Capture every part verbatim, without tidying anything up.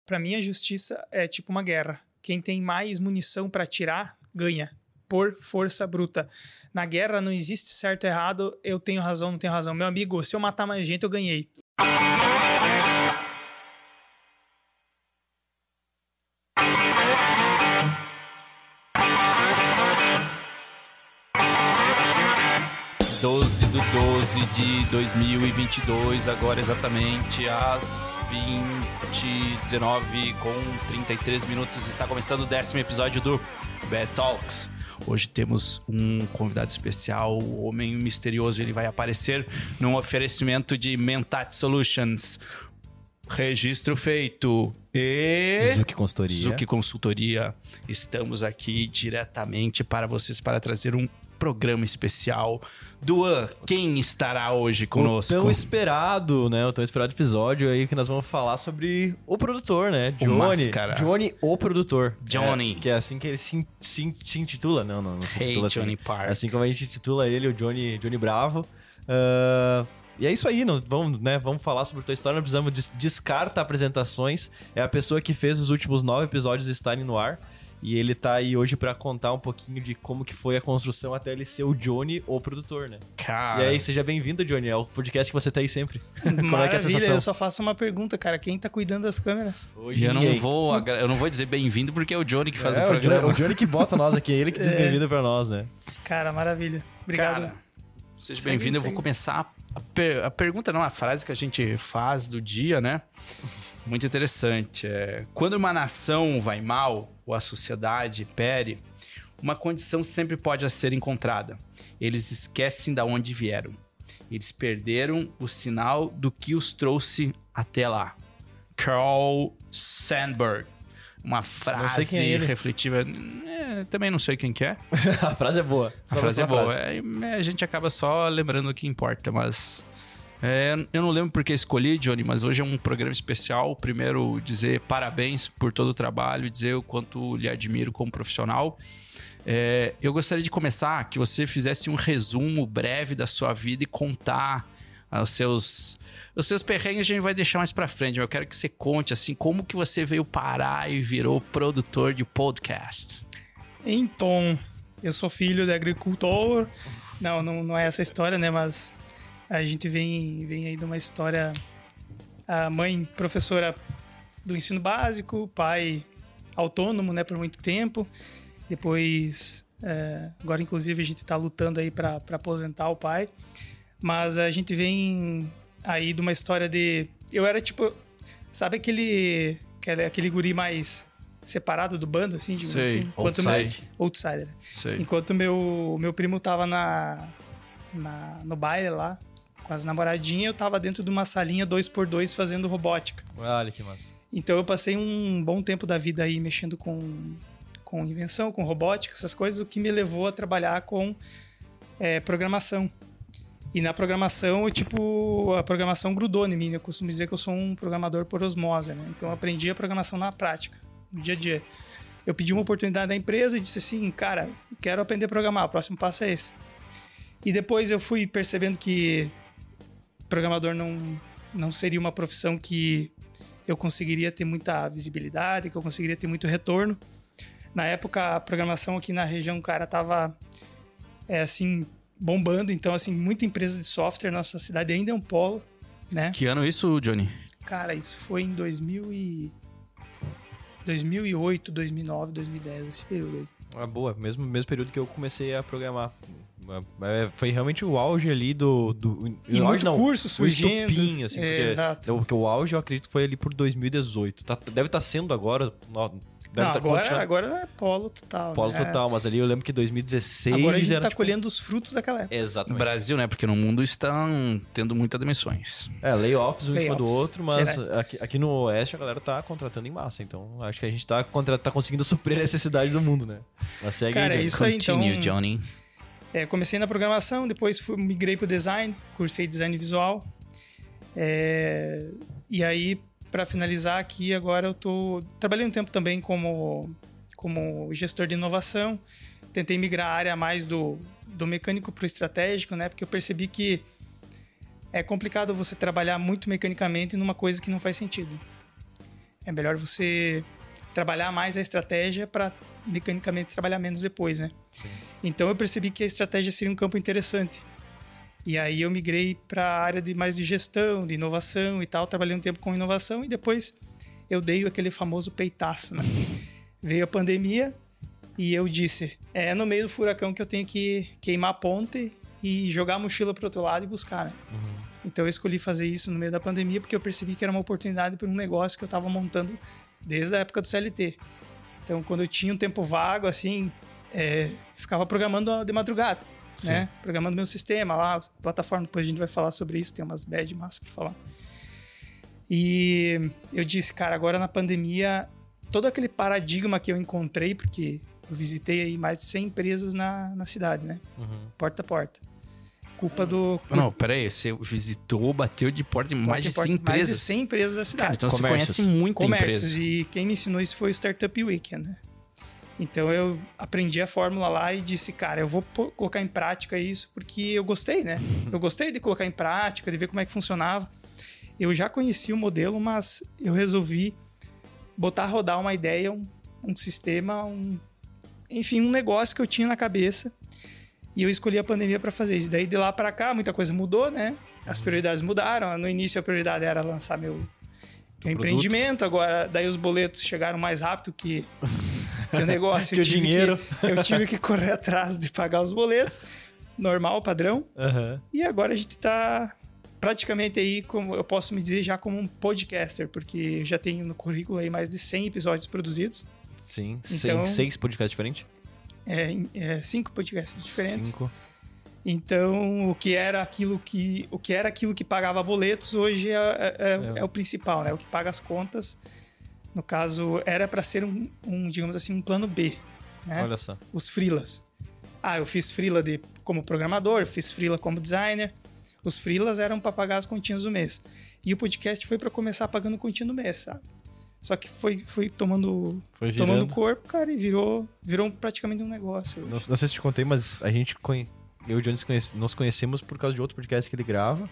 Pra mim, a justiça é tipo uma guerra. Quem tem mais munição pra atirar, ganha. Por força bruta. Na guerra não existe certo e errado, eu tenho razão, não tenho razão. Meu amigo, se eu matar mais gente, eu ganhei. doze do doze de dois mil e vinte e dois, agora exatamente às vinte e dezenove com trinta e três minutos, está começando o décimo episódio do Bad Talks. Hoje temos um convidado especial, o Homem Misterioso. Ele vai aparecer num oferecimento de Mentat Solutions. Registro feito. E... Zuki Consultoria. Zuki Consultoria. Estamos aqui diretamente para vocês para trazer um programa especial. Duan, quem estará hoje conosco? O tão esperado, né? O tão esperado episódio aí que nós vamos falar sobre o produtor, né? O Johnny. Máscara. Johnny, o produtor. Johnny. É, que é assim que ele se, se, se intitula. Não, não, não se Hey, intitula Johnny assim. Park. Assim como a gente intitula ele, o Johnny, Johnny Bravo. Uh, e é isso aí, não, vamos, né, vamos falar sobre a tua história. Não precisamos des descarta apresentações. É a pessoa que fez os últimos nove episódios estarem no ar. E ele tá aí hoje pra contar um pouquinho de como que foi a construção até ele ser o Johnny, o produtor, né? Cara... E aí, seja bem-vindo, Johnny. É o podcast que você tá aí sempre. Maravilha, Como é que é a sensação? Eu só faço uma pergunta, cara. Quem tá cuidando das câmeras? Hoje eu, não ninguém. vou, eu não vou dizer bem-vindo porque é o Johnny que faz é, o programa. O Johnny, o Johnny que bota nós aqui, é ele que diz É. bem-vindo pra nós, né? Cara, maravilha. Obrigado. Cara, seja Segue, bem-vindo. Eu vou segue. começar a, per a pergunta, não, a frase que a gente faz do dia, né? Muito interessante. É, quando uma nação vai mal, ou a sociedade pere, uma condição sempre pode ser encontrada. Eles esquecem de onde vieram. Eles perderam o sinal do que os trouxe até lá. Carl Sandburg. Uma frase quem é ele. refletiva. É, também não sei quem que é. A frase é boa. A Só frase é a boa. frase. É, a gente acaba só lembrando o que importa, mas... É, eu não lembro porque escolhi, Johnny, mas hoje é um programa especial. Primeiro, dizer parabéns por todo o trabalho, dizer o quanto lhe admiro como profissional. É, eu gostaria de começar que você fizesse um resumo breve da sua vida e contar os seus... Os seus perrengues a gente vai deixar mais pra frente. Eu quero que você conte, assim, como que você veio parar e virou produtor de podcast. Então, eu sou filho de agricultor. Não, não, não é essa história, né? Mas a gente vem, vem aí de uma história... A mãe, professora do ensino básico, pai autônomo, né? Por muito tempo. Depois, é, agora inclusive a gente tá lutando aí pra, pra aposentar o pai. Mas a gente vem aí de uma história de... Eu era tipo... Sabe aquele... Aquele, aquele guri mais separado do bando, assim? Digamos Sei, assim? Enquanto outside. Meu, outsider. Sei. Enquanto meu, meu primo tava na, na, no baile lá, com as namoradinhas, eu tava dentro de uma salinha dois por dois fazendo robótica. Olha que massa. Então eu passei um bom tempo da vida aí mexendo com, com invenção, com robótica, essas coisas, o que me levou a trabalhar com é, programação. E na programação, eu, tipo, a programação grudou em mim. Eu costumo dizer que eu sou um programador por osmose, né? Então eu aprendi a programação na prática, no dia a dia. Eu pedi uma oportunidade da empresa e disse assim, cara, quero aprender a programar, o próximo passo é esse. E depois eu fui percebendo que programador não, não seria uma profissão que eu conseguiria ter muita visibilidade, que eu conseguiria ter muito retorno. Na época, a programação aqui na região, cara, tava, é, assim, bombando. Então, assim, muita empresa de software, nossa cidade ainda é um polo, né? Que ano isso, Johnny? Cara, isso foi em dois mil e... dois mil e oito, dois mil e nove, dois mil e dez, esse período aí. Ah, boa, mesmo, mesmo período que eu comecei a programar. É, foi realmente o auge ali do... do E o muito auge, curso surgindo. O estopim, assim. É, porque, exato. Porque o auge, eu acredito, foi ali por dois mil e dezoito. Tá, deve estar sendo agora... Deve Não, tá agora, continuando- agora é polo total. Polo né? total, mas ali eu lembro que dois mil e dezesseis... Agora a gente era, tá tipo, colhendo os frutos daquela época. Exatamente. Brasil, né? Porque no mundo estão tendo muitas demissões. É, layoffs um em cima do Layoffs, outro, mas gerais. aqui, aqui no Oeste a galera tá contratando em massa. Então acho que a gente tá, contra, tá conseguindo suprir a necessidade do mundo, né? Mas segue Cara, aí, é Johnny. isso aí, então. Continue, Johnny. É, comecei na programação, depois fui, migrei pro design, cursei design visual. É, e aí, para finalizar aqui, agora eu tô... Trabalhei um tempo também como, como gestor de inovação. Tentei migrar a área mais do, do mecânico pro estratégico, né? Porque eu percebi que é complicado você trabalhar muito mecanicamente numa coisa que não faz sentido. É melhor você trabalhar mais a estratégia para mecanicamente trabalhar menos depois, né? Sim. Então eu percebi que a estratégia seria um campo interessante. E aí eu migrei para a área de mais de gestão, de inovação e tal, trabalhei um tempo com inovação e depois eu dei aquele famoso peitaço, né? Veio a pandemia e eu disse, é no meio do furacão que eu tenho que queimar a ponte e jogar a mochila para outro lado e buscar, né? Uhum. Então eu escolhi fazer isso no meio da pandemia porque eu percebi que era uma oportunidade para um negócio que eu estava montando desde a época do C L T. Então quando eu tinha um tempo vago, assim, é, ficava programando de madrugada. Né? Programando meu sistema lá, plataforma, depois a gente vai falar sobre isso, tem umas bad massa para falar. E eu disse, cara, agora na pandemia, todo aquele paradigma que eu encontrei, porque eu visitei aí mais de cem empresas na, na cidade, né? Uhum. Porta a porta. Culpa do... Não, peraí, você visitou, bateu de porta de mais de cem empresas? Mais de cem empresas da cidade. Cara, então Comércios. você conhece muita Comércios, empresa. E quem me ensinou isso foi o Startup Weekend, né? Então eu aprendi a fórmula lá e disse, cara, eu vou pô- colocar em prática isso porque eu gostei, né? Eu gostei de colocar em prática, de ver como é que funcionava. Eu já conhecia o modelo, mas eu resolvi botar a rodar uma ideia, um, um sistema, um, enfim, um negócio que eu tinha na cabeça. E eu escolhi a pandemia para fazer isso. Daí de lá para cá, muita coisa mudou, né? As prioridades mudaram. No início a prioridade era lançar meu, meu empreendimento. Agora, daí os boletos chegaram mais rápido que... que o negócio, que eu o tive dinheiro. Que, eu tive que correr atrás de pagar os boletos, normal, padrão. Uhum. E agora a gente tá praticamente aí, como eu posso me dizer, já como um podcaster, porque eu já tenho no currículo aí mais de cem episódios produzidos. Sim, Então, Seis, seis podcasts diferentes? É, é, cinco podcasts diferentes. Cinco. Então, o que era aquilo que, o que, era aquilo que pagava boletos, hoje é, é, é, é o principal, né? O que paga as contas. No caso, era para ser um, um, digamos assim, um plano B, né? Olha só. Os freelas. Ah, eu fiz freela de, como programador, fiz freela como designer. Os freelas eram para pagar as continhas do mês. E o podcast foi para começar pagando continha do mês, sabe? Só que foi, foi tomando, Foi tomando corpo, cara, e virou, virou praticamente um negócio. Não, não sei se te contei, mas a gente conhe... eu e o Johnny se conhece... nós conhecemos por causa de outro podcast que ele grava.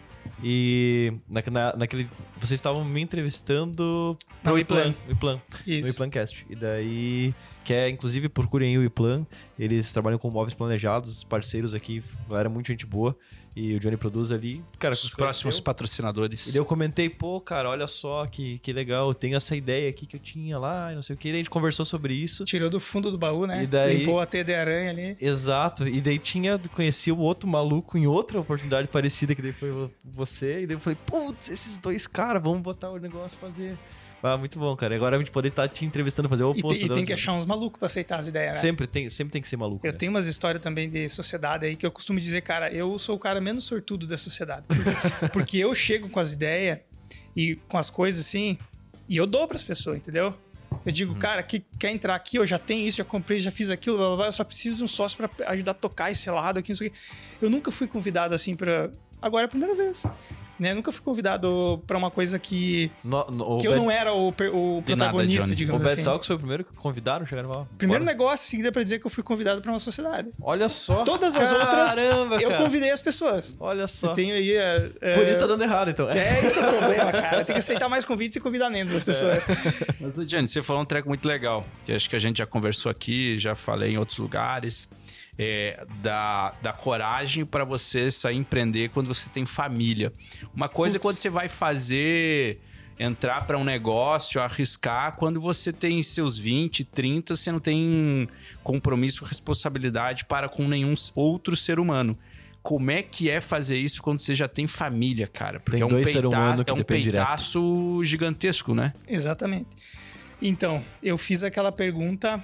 E na, na, naquele. Vocês estavam me entrevistando Na pro Iplan. Iplan. Iplan. Isso. No Iplancast. E daí. Que é, inclusive, procurem o Iplan. Eles trabalham com móveis planejados, parceiros aqui, galera, muito gente boa. E o Johnny produz ali. Cara, Os próximos patrocinadores. E daí eu comentei, pô, cara, olha só que, que legal, eu tenho essa ideia aqui que eu tinha lá, e não sei o que. E daí a gente conversou sobre isso. Tirou do fundo do baú, né? E daí- Limpou a teia de aranha ali. Exato, e daí tinha, conheci o outro maluco em outra oportunidade parecida, que daí foi você, e daí eu falei, putz, esses dois caras, vamos botar o negócio fazer. Ah, muito bom, cara. E agora a gente poder estar te entrevistando, fazer o E, oposto. te- e da- tem que achar uns malucos pra aceitar as ideias, né? Sempre tem, sempre tem que ser maluco. Eu né? tenho umas histórias também de sociedade aí que eu costumo dizer, cara, eu sou o cara menos sortudo da sociedade. Porque, porque eu chego com as ideias e com as coisas assim, e eu dou pras pessoas, entendeu? Eu digo, Uhum. cara, que quer entrar aqui, eu já tenho isso, já comprei, já fiz aquilo, blá, blá, blá, eu só preciso de um sócio pra ajudar a tocar esse lado aqui, não sei o quê. Eu nunca fui convidado assim pra... Agora é a primeira vez. Né? Eu nunca fui convidado pra uma coisa que, No, no, que o eu Bad- não era o, per- o De nada, protagonista, Johnny. O digamos Bad assim. Talks foi o primeiro que convidaram, chegaram lá. Primeiro Bora. negócio, assim, dá pra dizer que eu fui convidado pra uma sociedade. Olha só. Todas as Caramba, outras, eu cara. convidei as pessoas. Olha só. Eu tenho aí... É, é, Por isso tá dando errado, então. É, esse é o problema, cara. Tem que aceitar mais convites e convidar menos as pessoas. Mas, Johnny, você falou um treco muito legal, que acho que a gente já conversou aqui, já falei em outros lugares, é, da, da coragem para você sair empreender quando você tem família. Uma coisa é quando você vai fazer, entrar para um negócio, arriscar, quando você tem seus vinte, trinta, você não tem compromisso, responsabilidade para com nenhum outro ser humano. Como é que é fazer isso quando você já tem família, cara? Porque Tem é um dois seres peitaço, humanos que é um dependem direto. peitaço gigantesco, né? Exatamente. Então, eu fiz aquela pergunta...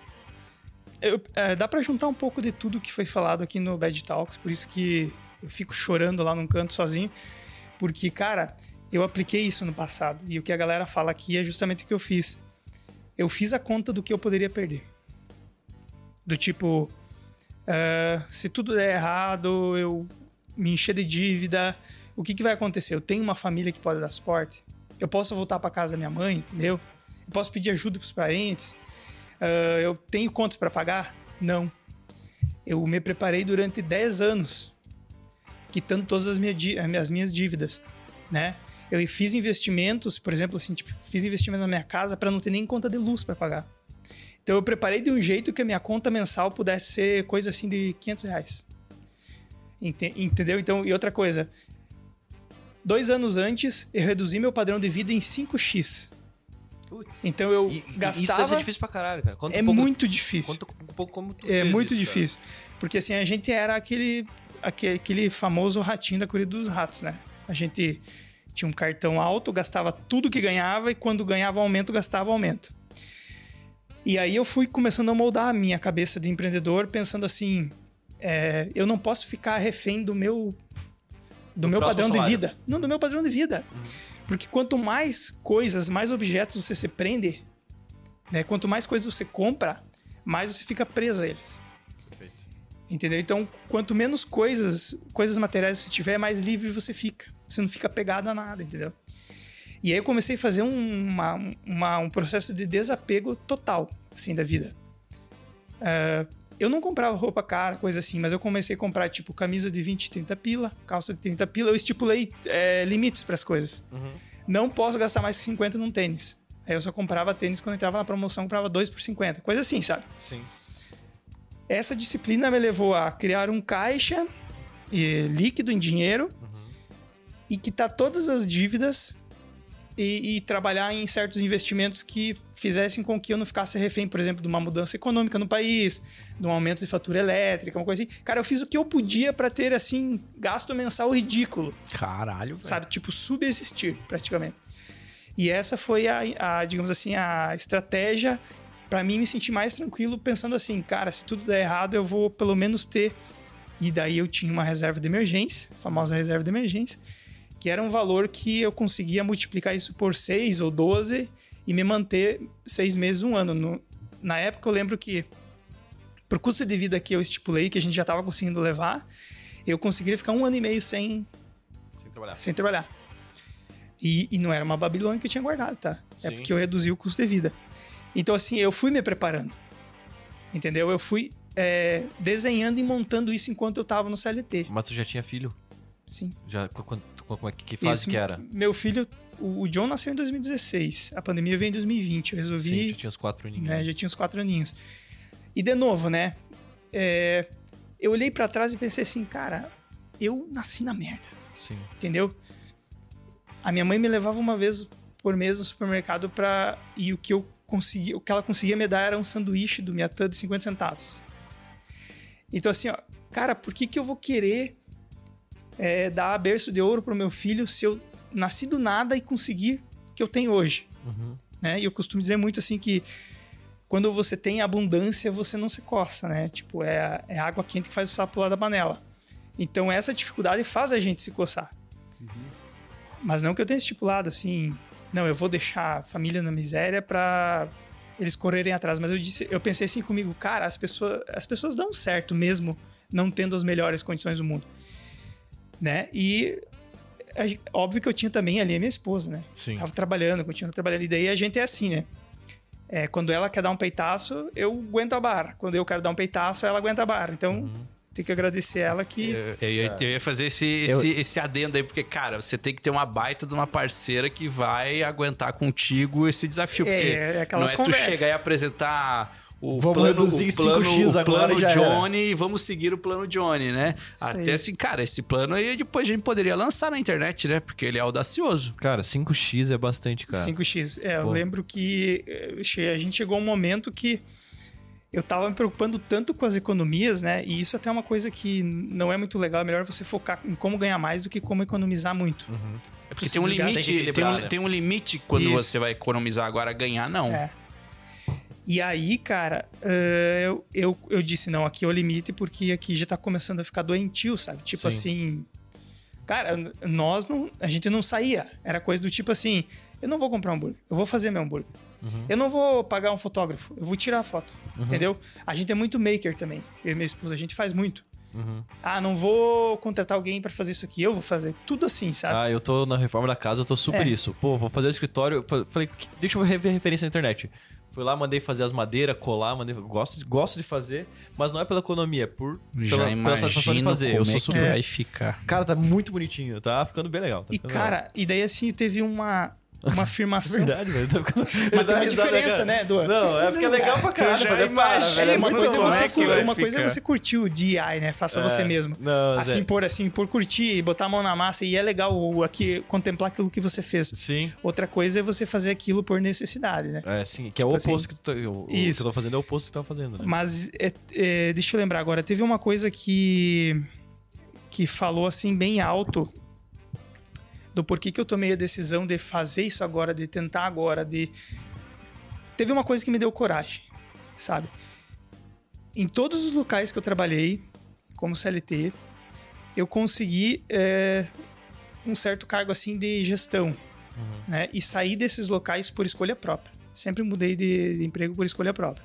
Eu, é, dá pra juntar um pouco de tudo que foi falado aqui no Bad Talks, por isso que eu fico chorando lá num canto sozinho, porque, cara, eu apliquei isso no passado, e o que a galera fala aqui é justamente o que eu fiz. Eu fiz a conta do que eu poderia perder. Do tipo, uh, se tudo der errado, eu me encher de dívida, o que, que vai acontecer? Eu tenho uma família que pode dar suporte? Eu posso voltar pra casa da minha mãe, entendeu? Eu posso pedir ajuda pros parentes? Uh, eu tenho contas para pagar? Não. Eu me preparei durante dez anos, quitando todas as minhas, as minhas dívidas, né? Eu fiz investimentos, por exemplo, assim, tipo, fiz investimento na minha casa para não ter nem conta de luz para pagar. Então eu preparei de um jeito que a minha conta mensal pudesse ser coisa assim de quinhentos reais. Ente- entendeu? Então, e outra coisa, dois anos antes eu reduzi meu padrão de vida em cinco x. Putz. Então eu E, gastava... Isso deve ser difícil pra caralho, cara. Conta É um pouco, muito difícil. Conta um pouco como tu É fez muito isso, difícil. Porque assim, a gente era aquele, aquele, aquele famoso ratinho da corrida dos ratos, né? A gente tinha um cartão alto, gastava tudo que ganhava e quando ganhava aumento, gastava aumento. E aí eu fui começando a moldar a minha cabeça de empreendedor, pensando assim, é, eu não posso ficar refém do meu, do Do meu próximo padrão de salário. vida. Não, do meu padrão de vida. Uhum. Porque quanto mais coisas, mais objetos você se prende, né? Quanto mais coisas você compra, mais você fica preso a eles. Perfeito. Entendeu? Então, quanto menos coisas, coisas materiais você tiver, mais livre você fica. Você não fica pegado a nada, entendeu? E aí eu comecei a fazer um, uma, uma, um processo de desapego total, assim, da vida. Uh, eu não comprava roupa cara, coisa assim, mas eu comecei a comprar, tipo, camisa de vinte, trinta pila, calça de trinta pila. Eu estipulei é, limites para as coisas. Uhum. Não posso gastar mais que cinquenta num tênis. Aí eu só comprava tênis quando entrava na promoção, comprava dois por cinquenta. Coisa assim, sabe? Sim. Essa disciplina me levou a criar um caixa e, líquido em dinheiro Uhum. e quitar todas as dívidas e, e trabalhar em certos investimentos que fizessem com que eu não ficasse refém, por exemplo, de uma mudança econômica no país, de um aumento de fatura elétrica, uma coisa assim. Cara, eu fiz o que eu podia para ter, assim, gasto mensal ridículo. Caralho, velho. Sabe? Tipo, subsistir, praticamente. E essa foi a, a digamos assim, a estratégia para mim me sentir mais tranquilo, pensando assim, cara, se tudo der errado, eu vou pelo menos ter... E daí eu tinha uma reserva de emergência, a famosa reserva de emergência, que era um valor que eu conseguia multiplicar isso por seis ou doze e me manter seis meses, um ano. No, na época eu lembro que, pro custo de vida que eu estipulei, que a gente já estava conseguindo levar, eu conseguiria ficar um ano e meio sem, Sem trabalhar. sem trabalhar. E, e não era uma Babilônia que eu tinha guardado, tá? É Sim. porque eu reduzi o custo de vida. Então, assim, eu fui me preparando. Entendeu? Eu fui é, desenhando e montando isso enquanto eu tava no C L T. Mas tu já tinha filho? Sim. Já, quando, como é que, que fase Isso, que era? Meu filho, o, o John nasceu em dois mil e dezesseis. A pandemia veio em dois mil e vinte. Eu Sim, resolvi... já tinha os quatro aninhos. né, já tinha uns quatro aninhos. E, de novo, né? É, eu olhei pra trás e pensei assim, cara, eu nasci na merda. Sim. Entendeu? A minha mãe me levava uma vez por mês no supermercado pra... E o que eu conseguia, o que ela conseguia me dar era um sanduíche do Miatã de cinquenta centavos. Então, assim, ó, cara, por que que eu vou querer é, dar berço de ouro pro meu filho se eu nasci do nada e consegui o que eu tenho hoje? Uhum. Né? E eu costumo dizer muito assim que quando você tem abundância, você não se coça, né? Tipo, é a, é a água quente que faz o sapo pular da panela. Então, essa dificuldade faz a gente se coçar. Uhum. Mas não que eu tenha estipulado assim... Não, eu vou deixar a família na miséria pra eles correrem atrás. Mas eu disse, eu pensei assim comigo, cara, as pessoas, as pessoas dão certo mesmo não tendo as melhores condições do mundo. Né? E óbvio que eu tinha também ali a minha esposa, né? Sim. Tava trabalhando, continuo trabalhando. E daí a gente é assim, né? É, quando ela quer dar um peitaço, eu aguento a barra. Quando eu quero dar um peitaço, ela aguenta a barra. Então... Uhum. Tem que agradecer ela que... Eu, eu, ia, eu ia fazer esse, esse, eu... esse adendo aí, porque, cara, você tem que ter uma baita de uma parceira que vai aguentar contigo esse desafio. Porque é, é não é conversas. tu chegar e apresentar o vamos plano, reduzir o plano, cinco x o agora plano já Johnny e vamos seguir o plano Johnny, né? Isso Até aí. assim, cara, esse plano aí depois a gente poderia lançar na internet, né? Porque ele é audacioso. Cara, cinco x é bastante, cara. cinco x. É, eu Pô. lembro que a gente chegou a um momento que eu tava me preocupando tanto com as economias, né? E isso até é uma coisa que não é muito legal. É melhor você focar em como ganhar mais do que como economizar muito. Uhum. É porque Isso tem um desgasta. limite, Tem que tem, equilibrar, um, né? tem um limite quando Isso. você vai economizar. Agora ganhar, não. É. E aí, cara, uh, eu, eu, eu disse, não, aqui é o limite, porque aqui já tá começando a ficar doentio, sabe? Tipo Sim. assim... Cara, nós não... A gente não saía. Era coisa do tipo assim, eu não vou comprar um hambúrguer, eu vou fazer meu hambúrguer. Uhum. Eu não vou pagar um fotógrafo, eu vou tirar a foto, Uhum. entendeu? A gente é muito maker também, eu e minha esposa, a gente faz muito. Uhum. Ah, não vou contratar alguém pra fazer isso aqui, eu vou fazer tudo assim, sabe? Ah, eu tô na reforma da casa, eu tô super É. isso. Pô, vou fazer o escritório. Falei, deixa eu rever referência na internet. Fui lá, mandei fazer as madeiras, colar, mandei. Gosto, gosto de fazer, mas não é pela economia, é por Já pela, pela satisfação de imagino fazer. como Eu sou é super. que vai ficar. Cara, tá muito bonitinho, tá ficando bem legal. Tá E, ficando cara, e daí assim, teve uma, uma afirmação. É verdade, velho. Tá ficando... Mas tem uma diferença, né, Edu? Não, é porque é legal pra caralho. já fazer para, imagino. velho. É uma muito coisa, é bom. você, como é que vai uma coisa é ficar. você curtir o D I Y, né? Faça É, você mesmo. não, assim, é. por assim, por curtir, botar a mão na massa e é legal o- aqui, contemplar aquilo que você fez. Sim. Outra coisa é você fazer aquilo por necessidade, né? É, sim, que é o Tipo oposto assim, que tu tá, o, o que isso. eu tô fazendo é o oposto que tu tá fazendo, né? Mas é, é, deixa eu lembrar agora, teve uma coisa que que falou assim bem alto do porquê que eu tomei a decisão de fazer isso agora, de tentar agora, de teve uma coisa que me deu coragem, sabe? Em todos os locais que eu trabalhei como C L T, eu consegui é, um certo cargo assim de gestão, uhum. né? E saí desses locais por escolha própria. Sempre mudei de, de emprego por escolha própria.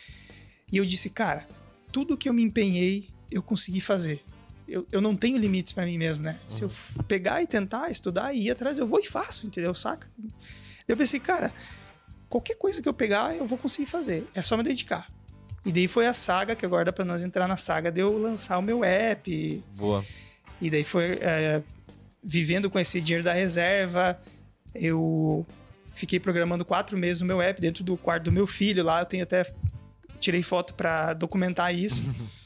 E eu disse, cara, tudo que eu me empenhei, eu consegui fazer. Eu, eu não tenho limites pra mim mesmo, né? Uhum. Se eu f- pegar e tentar estudar e ir atrás, eu vou e faço, entendeu? Saca? Eu pensei, cara, qualquer coisa que eu pegar, eu vou conseguir fazer. É só me dedicar. E daí foi a saga, que agora dá pra nós entrar na saga de eu lançar o meu app. Boa. E daí foi é, vivendo com esse dinheiro da reserva, eu fiquei programando quatro meses o meu app dentro do quarto do meu filho lá. Eu tenho até... Tirei foto pra documentar isso.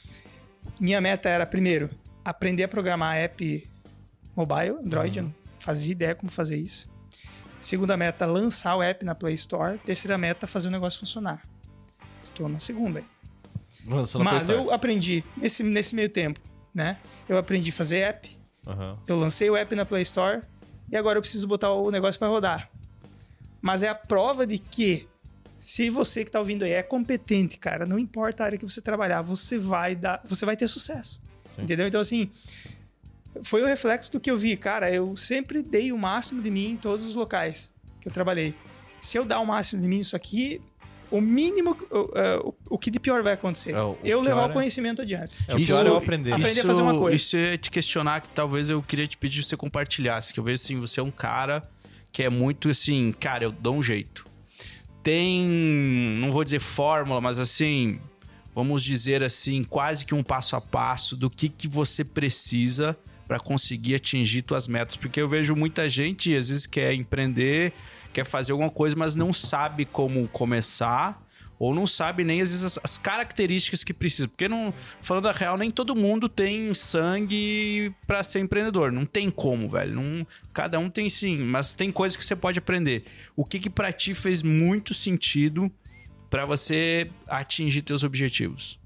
Minha meta era, primeiro, aprender a programar app mobile, Android. Uhum. Eu não fazia ideia como fazer isso. Segunda meta, lançar o app na Play Store. Terceira meta, fazer o negócio funcionar. Estou na segunda. Lançou na Mas Play Store. eu aprendi, nesse, nesse meio tempo, né? Eu aprendi a fazer app. Uhum. Eu lancei o app na Play Store. E agora eu preciso botar o negócio para rodar. Mas é a prova de que se você que tá ouvindo aí é competente, cara, não importa a área que você trabalhar, você vai dar, você vai ter sucesso. Sim. Entendeu? Então, assim, foi o reflexo do que eu vi. Cara, eu sempre dei o máximo de mim em todos os locais que eu trabalhei. Se eu dar o máximo de mim nisso aqui, o mínimo, o, o, o que de pior vai acontecer? É, o, o eu levar é... o conhecimento adiante. É, o pior é eu aprender. Aprender isso, a fazer uma coisa. Isso é te questionar, que talvez eu queria te pedir que você compartilhasse. Que eu vejo assim, você é um cara que é muito assim, cara, eu dou um jeito. Tem, não vou dizer fórmula, mas assim, vamos dizer assim, quase que um passo a passo do que, que você precisa para conseguir atingir suas metas. Porque eu vejo muita gente, às vezes, quer empreender, quer fazer alguma coisa, mas não sabe como começar, ou não sabe nem, às vezes, as, as características que precisa. Porque, não, falando a real, nem todo mundo tem sangue para ser empreendedor. Não tem como, velho. Não, cada um tem sim, mas tem coisas que você pode aprender. O que que pra ti fez muito sentido para você atingir teus objetivos?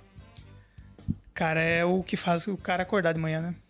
Cara, é o que faz o cara acordar de manhã, né?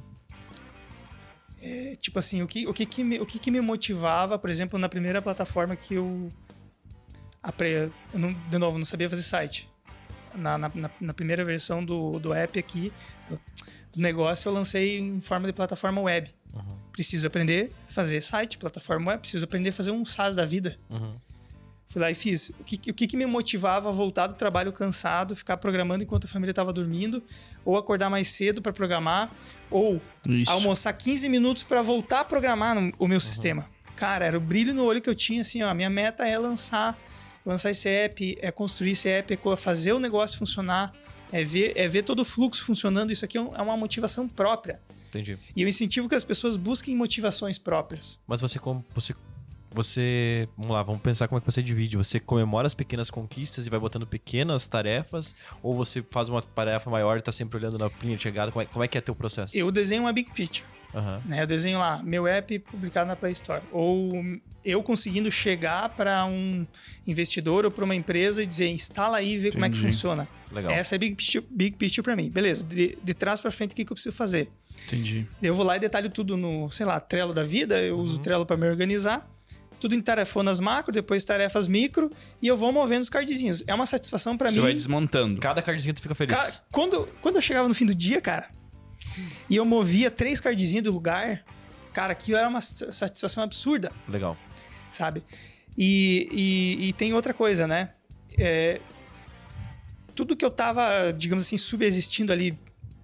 É, tipo assim, o que, o, que, que, me, o que, que me motivava, por exemplo, na primeira plataforma que eu... Eu não, de novo, não sabia fazer site. Na, na, na primeira versão do, do app aqui, do, do negócio, eu lancei em forma de plataforma web. Uhum. Preciso aprender a fazer site, plataforma web, preciso aprender a fazer um SaaS da vida. Uhum. Fui lá e fiz. O que, o que, que me motivava a voltar do trabalho cansado, ficar programando enquanto a família estava dormindo, ou acordar mais cedo para programar, ou Isso. almoçar quinze minutos para voltar a programar no, o meu uhum. sistema. Cara, era o brilho no olho que eu tinha, assim, ó, a minha meta é lançar... Lançar esse app, é construir esse app, é fazer o negócio funcionar, é ver, é ver todo o fluxo funcionando. Isso aqui é uma motivação própria. Entendi. E eu incentivo que as pessoas busquem motivações próprias. Mas você, você, você... Vamos lá, vamos pensar como é que você divide. Você comemora as pequenas conquistas e vai botando pequenas tarefas? Ou você faz uma tarefa maior e tá sempre olhando na linha de chegada? Como é, como é que é teu processo? Eu desenho uma big picture. Uhum. Né? Eu desenho lá, meu app publicado na Play Store. Ou eu conseguindo chegar para um investidor ou para uma empresa e dizer, instala aí e vê Entendi. Como é que funciona. Legal. Essa é big picture, big picture para mim. Beleza, de, de trás para frente, o que, que eu preciso fazer? Entendi. Eu vou lá e detalho tudo no, sei lá, Trello da vida. Eu uhum. uso o Trello para me organizar. Tudo em tarefonas macro, depois tarefas micro. E eu vou movendo os cardzinhos. É uma satisfação para mim. Você vai desmontando. Cada cardzinho tu fica feliz. Cara, quando, quando eu chegava no fim do dia, cara... E eu movia três cardzinhos do lugar. Cara, aquilo era uma satisfação absurda. Legal. Sabe? E, e, e tem outra coisa, né? É, tudo que eu tava, digamos assim, subexistindo ali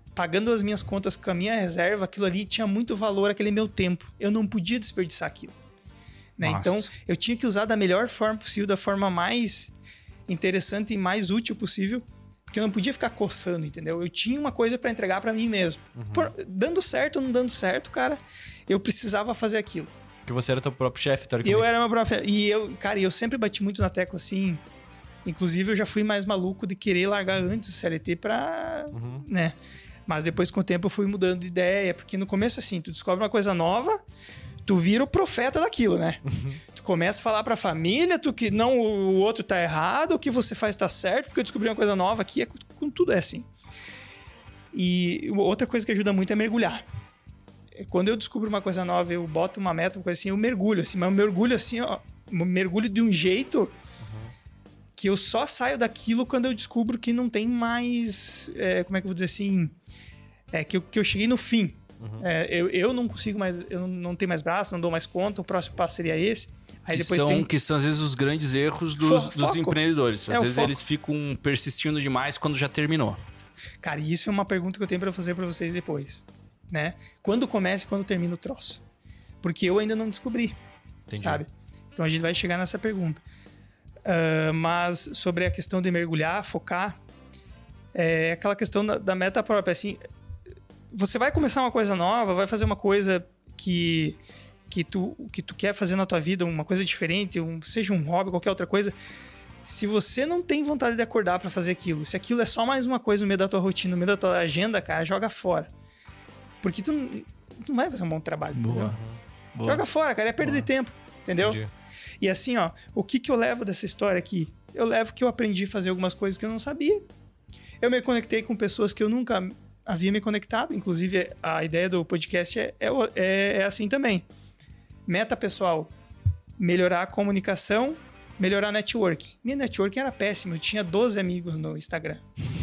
pagando as minhas contas com a minha reserva, aquilo ali tinha muito valor, aquele meu tempo. Eu não podia desperdiçar aquilo. Né? Então, eu tinha que usar da melhor forma possível, da forma mais interessante e mais útil possível, porque eu não podia ficar coçando, entendeu? Eu tinha uma coisa para entregar para mim mesmo. Uhum. Por, dando certo ou não dando certo, cara, eu precisava fazer aquilo. Porque você era teu próprio chefe, teoricamente. Eu era meu próprio... E eu, cara, eu sempre bati muito na tecla, assim... Inclusive, eu já fui mais maluco de querer largar antes do C L T pra... Uhum. Né? Mas depois, com o tempo, eu fui mudando de ideia. Porque no começo, assim, tu descobre uma coisa nova, tu vira o profeta daquilo, né? Uhum. Tu começa a falar pra família, tu que não, o outro tá errado, o que você faz tá certo, porque eu descobri uma coisa nova aqui, é, com tudo é assim. E outra coisa que ajuda muito é mergulhar. Quando eu descubro uma coisa nova, eu boto uma meta, uma coisa assim, eu mergulho, assim, mas eu mergulho assim, ó, eu mergulho de um jeito... que eu só saio daquilo quando eu descubro que não tem mais... É, como é que eu vou dizer assim? É, que, eu, que eu cheguei no fim. Uhum. É, eu, eu não consigo mais... Eu não, não tenho mais braço, não dou mais conta. O próximo passo seria esse. Aí que, depois são, tem... que são, às vezes, os grandes erros dos, Fo- dos empreendedores. Às é, vezes, foco. eles ficam persistindo demais quando já terminou. Cara, e isso é uma pergunta que eu tenho pra fazer pra vocês depois. Né? Quando começa e quando termina o troço? Porque eu ainda não descobri. Entendi. Sabe? Então, a gente vai chegar nessa pergunta. Uh, mas sobre a questão de mergulhar, focar, é aquela questão da, da meta própria. Assim, você vai começar uma coisa nova, vai fazer uma coisa que, que, tu, que tu quer fazer na tua vida, uma coisa diferente, um, seja um hobby, qualquer outra coisa. Se você não tem vontade de acordar para fazer aquilo, se aquilo é só mais uma coisa no meio da tua rotina, no meio da tua agenda, cara, joga fora. Porque tu não, tu não vai fazer um bom trabalho. Boa. Boa. Joga fora, cara, é perda de tempo, entendeu? Entendi. E assim, ó, o que que eu levo dessa história aqui? Eu levo que eu aprendi a fazer algumas coisas que eu não sabia. Eu me conectei com pessoas que eu nunca havia me conectado. Inclusive, a ideia do podcast é, é, é assim também. Meta pessoal, melhorar a comunicação, melhorar a networking. Minha networking era péssima, eu tinha doze amigos no Instagram.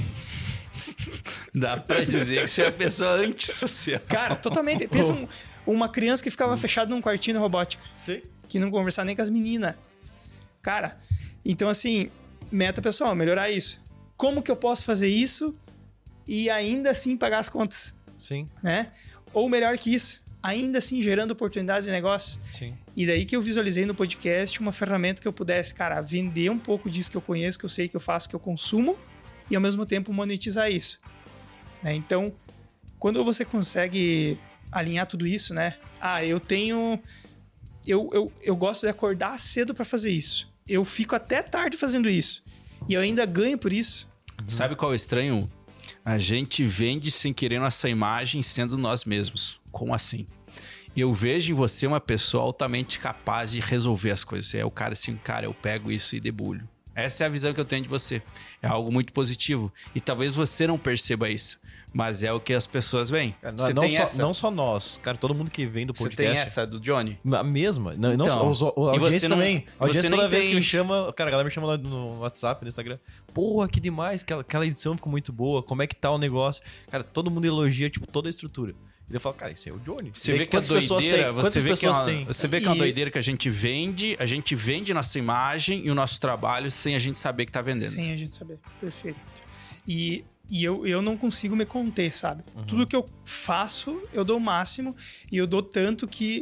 Dá pra dizer que você é uma pessoa antissocial. Cara, totalmente. Pensa um, uma criança que ficava fechada num quartinho de robótica. Sim. Que não conversava nem com as meninas. Cara, então assim, meta pessoal, melhorar isso. Como que eu posso fazer isso e ainda assim pagar as contas? Sim. Né? Ou melhor que isso, ainda assim gerando oportunidades de negócio. Sim. E daí que eu visualizei no podcast uma ferramenta que eu pudesse, cara, vender um pouco disso que eu conheço, que eu sei, que eu faço, que eu consumo e ao mesmo tempo monetizar isso. Né? Então, quando você consegue alinhar tudo isso, né? Ah, eu tenho... Eu, eu, eu gosto de acordar cedo para fazer isso. Eu fico até tarde fazendo isso. E eu ainda ganho por isso. Uhum. Sabe qual é o estranho? A gente vende sem querer nossa imagem sendo nós mesmos. Como assim? Eu vejo em você uma pessoa altamente capaz de resolver as coisas. É o cara assim, cara, eu pego isso e debulho. Essa é a visão que eu tenho de você. É algo muito positivo. E talvez você não perceba isso. Mas é o que as pessoas veem. Cara, você não, tem só, essa? não só nós. Cara, todo mundo que vem do podcast... Você tem essa do Johnny? A mesma. Não, então, não só, os, a audiência não, também. A audiência toda vez entende. que me chama... Cara, a galera me chama lá no WhatsApp, no Instagram. Porra, que demais. Aquela, aquela edição ficou muito boa. Como é que tá o negócio? Cara, todo mundo elogia, tipo, toda a estrutura. E eu falo, cara, isso é o Johnny. Você vê que é doideira, você vê que é uma, você vê que é uma doideira que a gente vende, a gente vende nossa imagem e o nosso trabalho sem a gente saber que tá vendendo. Sem a gente saber. Perfeito. E, e eu, eu não consigo me conter, sabe? Uhum. Tudo que eu faço, eu dou o máximo e eu dou tanto que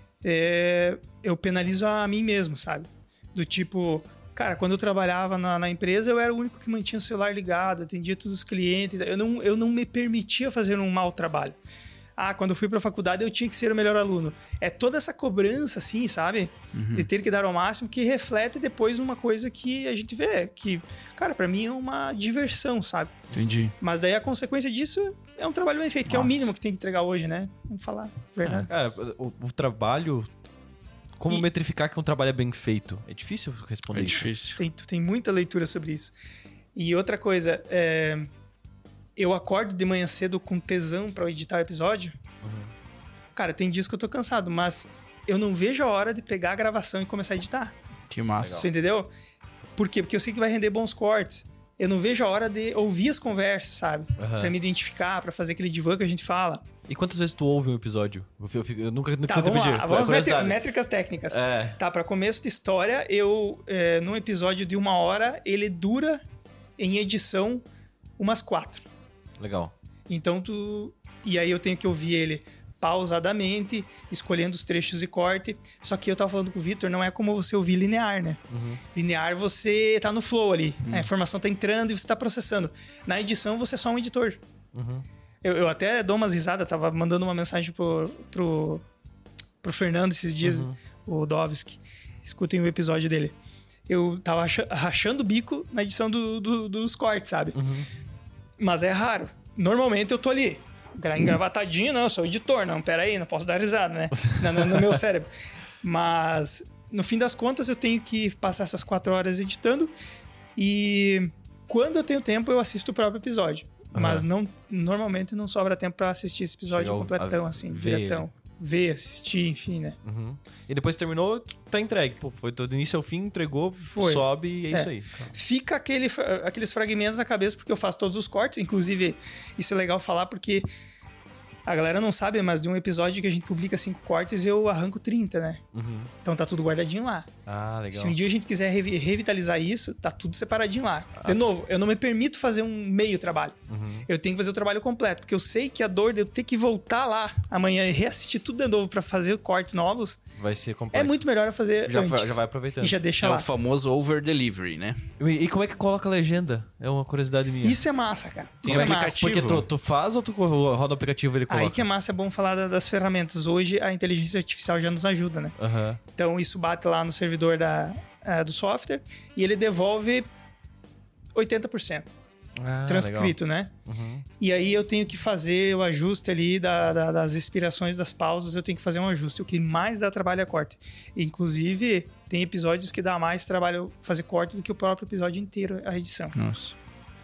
é, eu penalizo a mim mesmo, sabe? Do tipo... Cara, quando eu trabalhava na, na empresa, eu era o único que mantinha o celular ligado, atendia todos os clientes. Eu não, eu não me permitia fazer um mau trabalho. Ah, quando eu fui pra faculdade, eu tinha que ser o melhor aluno. É toda essa cobrança, assim, sabe? Uhum. De ter que dar ao máximo, que reflete depois uma coisa que a gente vê. Que, cara, pra mim é uma diversão, sabe? Entendi. Mas daí a consequência disso é um trabalho bem feito, Nossa. que é o mínimo que tem que entregar hoje, né? Vamos falar, verdade. É, cara, o, o trabalho... Como e... metrificar que um trabalho é bem feito? É difícil responder é isso. É difícil. Tem, tem muita leitura sobre isso. E outra coisa, é... eu acordo de manhã cedo com tesão pra editar o episódio. Uhum. Cara, tem dias que eu tô cansado, mas eu não vejo a hora de pegar a gravação e começar a editar. Que massa. Você entendeu? Por quê? Porque eu sei que vai render bons cortes. Eu não vejo a hora de ouvir as conversas, sabe? Uhum. Pra me identificar, pra fazer aquele divã que a gente fala. E quantas vezes tu ouve um episódio? Eu, fico, eu nunca, nunca tá, vamos lá. Vamos métrica, métricas técnicas. É. Tá, pra começo de história, eu, é, num episódio de uma hora, ele dura, em edição, umas quatro. Legal. Então tu... E aí eu tenho que ouvir ele pausadamente, escolhendo os trechos de corte. Só que eu tava falando com o Vitor, não é como você ouvir linear, né? Uhum. Linear, você tá no flow ali. Uhum. A informação tá entrando e você tá processando. Na edição, você é só um editor. Uhum. Eu, eu até dou umas risadas, tava mandando uma mensagem pro, pro, pro Fernando esses dias, uhum. o Dovski. Escutem o episódio dele. Eu tava rachando o bico na edição do, do, dos cortes, sabe? Uhum. Mas é raro. Normalmente eu tô ali, engravatadinho, não, eu sou editor, não, peraí, não posso dar risada, né? no, no, no meu cérebro. Mas, no fim das contas, eu tenho que passar essas quatro horas editando e quando eu tenho tempo, eu assisto o próprio episódio. Uhum. Mas não, normalmente não sobra tempo pra assistir esse episódio Chegou completão, assim, diretão. Ver, assistir, enfim, né? Uhum. E depois terminou, tá entregue. Pô, foi do início ao fim, entregou, foi. Sobe e é, é. isso aí. Fica aquele, aqueles fragmentos na cabeça porque eu faço todos os cortes. Inclusive, isso é legal falar porque a galera não sabe, mas de um episódio que a gente publica cinco cortes, eu arranco trinta, né? Uhum. Então tá tudo guardadinho lá. Ah, legal. Se um dia a gente quiser re- revitalizar isso, tá tudo separadinho lá. Ah, de novo, eu não me permito fazer um meio trabalho. Uhum. Eu tenho que fazer o trabalho completo, porque eu sei que a dor de eu ter que voltar lá amanhã e reassistir tudo de novo pra fazer cortes novos... Vai ser complexo. É muito melhor eu fazer já, antes. Já vai aproveitando. E já deixa é lá. É o famoso over-delivery, né? E, e como é que coloca a legenda? É uma curiosidade minha. Isso é massa, cara. Tem Isso um é massa. aplicativo. Porque tu, tu faz ou tu roda o aplicativo e ele coloca? Aí que é massa, é bom falar da, das ferramentas. Hoje a inteligência artificial já nos ajuda, né? Uhum. Então isso bate lá no servidor da, uh, do software e ele devolve oitenta por cento. Ah, transcrito, legal. Né? Uhum. E aí eu tenho que fazer o ajuste ali da, da, das expirações, das pausas, eu tenho que fazer um ajuste. O que mais dá trabalho é corte. Inclusive, tem episódios que dá mais trabalho fazer corte do que o próprio episódio inteiro, a edição. Nossa.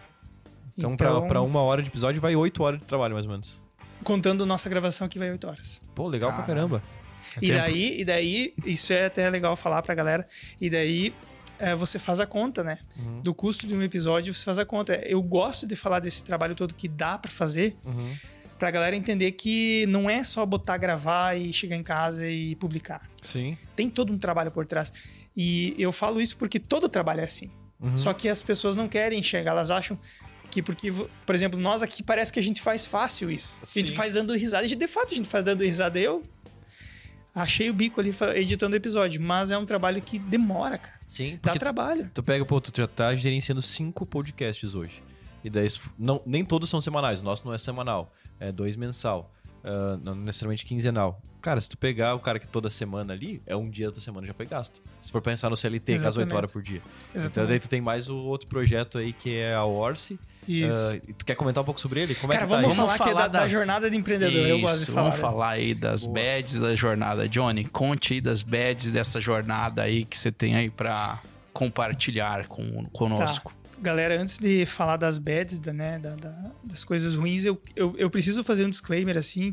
Então, então pra, pra uma hora de episódio vai oito horas de trabalho, mais ou menos. Contando nossa gravação aqui vai oito horas. Pô, legal Caramba. pra caramba. É e, daí, e daí, isso é até legal falar pra galera, e daí... É, você faz a conta, né? Uhum. Do custo de um episódio, você faz a conta. Eu gosto de falar desse trabalho todo que dá pra fazer, uhum. pra galera entender que não é só botar, gravar e chegar em casa e publicar. Sim. Tem todo um trabalho por trás. E eu falo isso porque todo trabalho é assim. Uhum. Só que as pessoas não querem enxergar, elas acham que porque, por exemplo, nós aqui parece que a gente faz fácil isso. Sim. A gente faz dando risada. E de fato a gente faz dando risada. Eu... achei o bico ali editando o episódio, mas é um trabalho que demora, cara. Sim, dá trabalho. Tu, tu pega, pô, tu já tá gerenciando cinco podcasts hoje. E daí, não, nem todos são semanais. O nosso não é semanal, é dois mensal. Uh, não necessariamente quinzenal. Cara, se tu pegar o cara que toda semana ali, é um dia da semana já foi gasto. Se for pensar no C L T, que é as oito horas por dia. Exatamente. Então daí tu tem mais o outro projeto aí que é a Orsi. Isso. Uh, tu quer comentar um pouco sobre ele? Como cara, é que tá vamos aí? falar, vamos falar que é da, das... da jornada de empreendedor. Isso, eu gosto de falar. Vamos falar aí das Boa. Bads da jornada. Johnny, conte aí das bads dessa jornada aí que você tem aí pra compartilhar com, conosco. Tá. Galera, antes de falar das bads, da, né, da, da, das coisas ruins, eu, eu, eu preciso fazer um disclaimer, assim,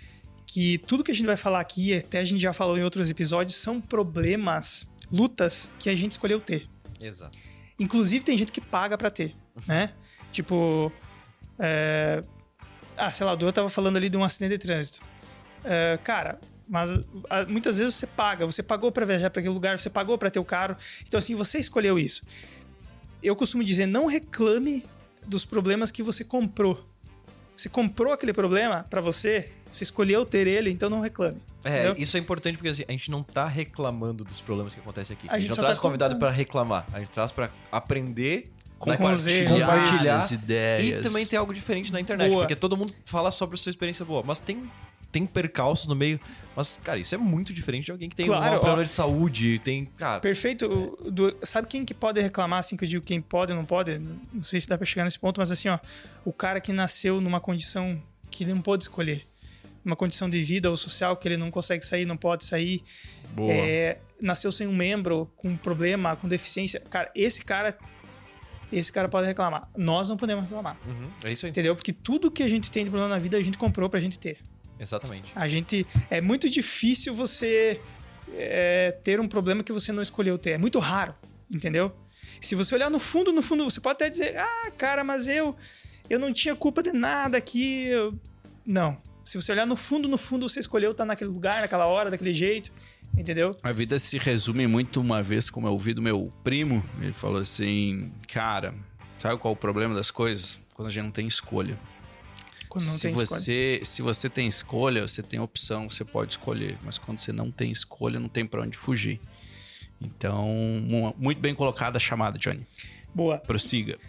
que tudo que a gente vai falar aqui, até a gente já falou em outros episódios, são problemas, lutas que a gente escolheu ter. Exato. Inclusive, tem gente que paga pra ter, né? Tipo... É... Ah, sei lá, o Du tava falando ali de um acidente de trânsito. É, cara, mas a, muitas vezes você paga. Você pagou pra viajar pra aquele lugar, você pagou pra ter o carro. Então, assim, você escolheu isso. Eu costumo dizer, não reclame dos problemas que você comprou. Você comprou aquele problema pra você, você escolheu ter ele, então não reclame. É, entendeu? Isso é importante porque assim, a gente não tá reclamando dos problemas que acontecem aqui. A, a gente, gente não traz tá convidado contando. pra reclamar. A gente traz pra aprender, compartilhar, compartilhar as ideias. E também tem algo diferente na internet. Boa. Porque todo mundo fala sobre a sua experiência boa, mas tem... Tem percalços no meio, mas, cara, isso é muito diferente de alguém que tem claro, um problema ó, de saúde, tem, cara... Perfeito. É. Do, sabe quem que pode reclamar, assim, que eu digo quem pode ou não pode? Não sei se dá pra chegar nesse ponto, mas assim, ó, o cara que nasceu numa condição que ele não pôde escolher, uma condição de vida ou social que ele não consegue sair, não pode sair, Boa. É, nasceu sem um membro, com problema, com deficiência, cara, esse cara... Esse cara pode reclamar. Nós não podemos reclamar. Uhum, é isso aí. Entendeu? Porque tudo que a gente tem de problema na vida, a gente comprou pra gente ter. Exatamente. A gente... É muito difícil você é, ter um problema que você não escolheu ter. É muito raro, entendeu? Se você olhar no fundo, no fundo, você pode até dizer, ah, cara, mas eu, eu não tinha culpa de nada aqui. Eu... Não. Se você olhar no fundo, no fundo, você escolheu estar naquele lugar, naquela hora, daquele jeito. Entendeu? A vida se resume muito uma vez, como eu ouvi do meu primo. Ele falou assim, cara, sabe qual é o problema das coisas? Quando a gente não tem escolha. Quando não se tem você, se você tem escolha, você tem opção, você pode escolher. Mas quando você não tem escolha, não tem pra onde fugir. Então, muito bem colocada a chamada, Johnny. Boa. Prossiga.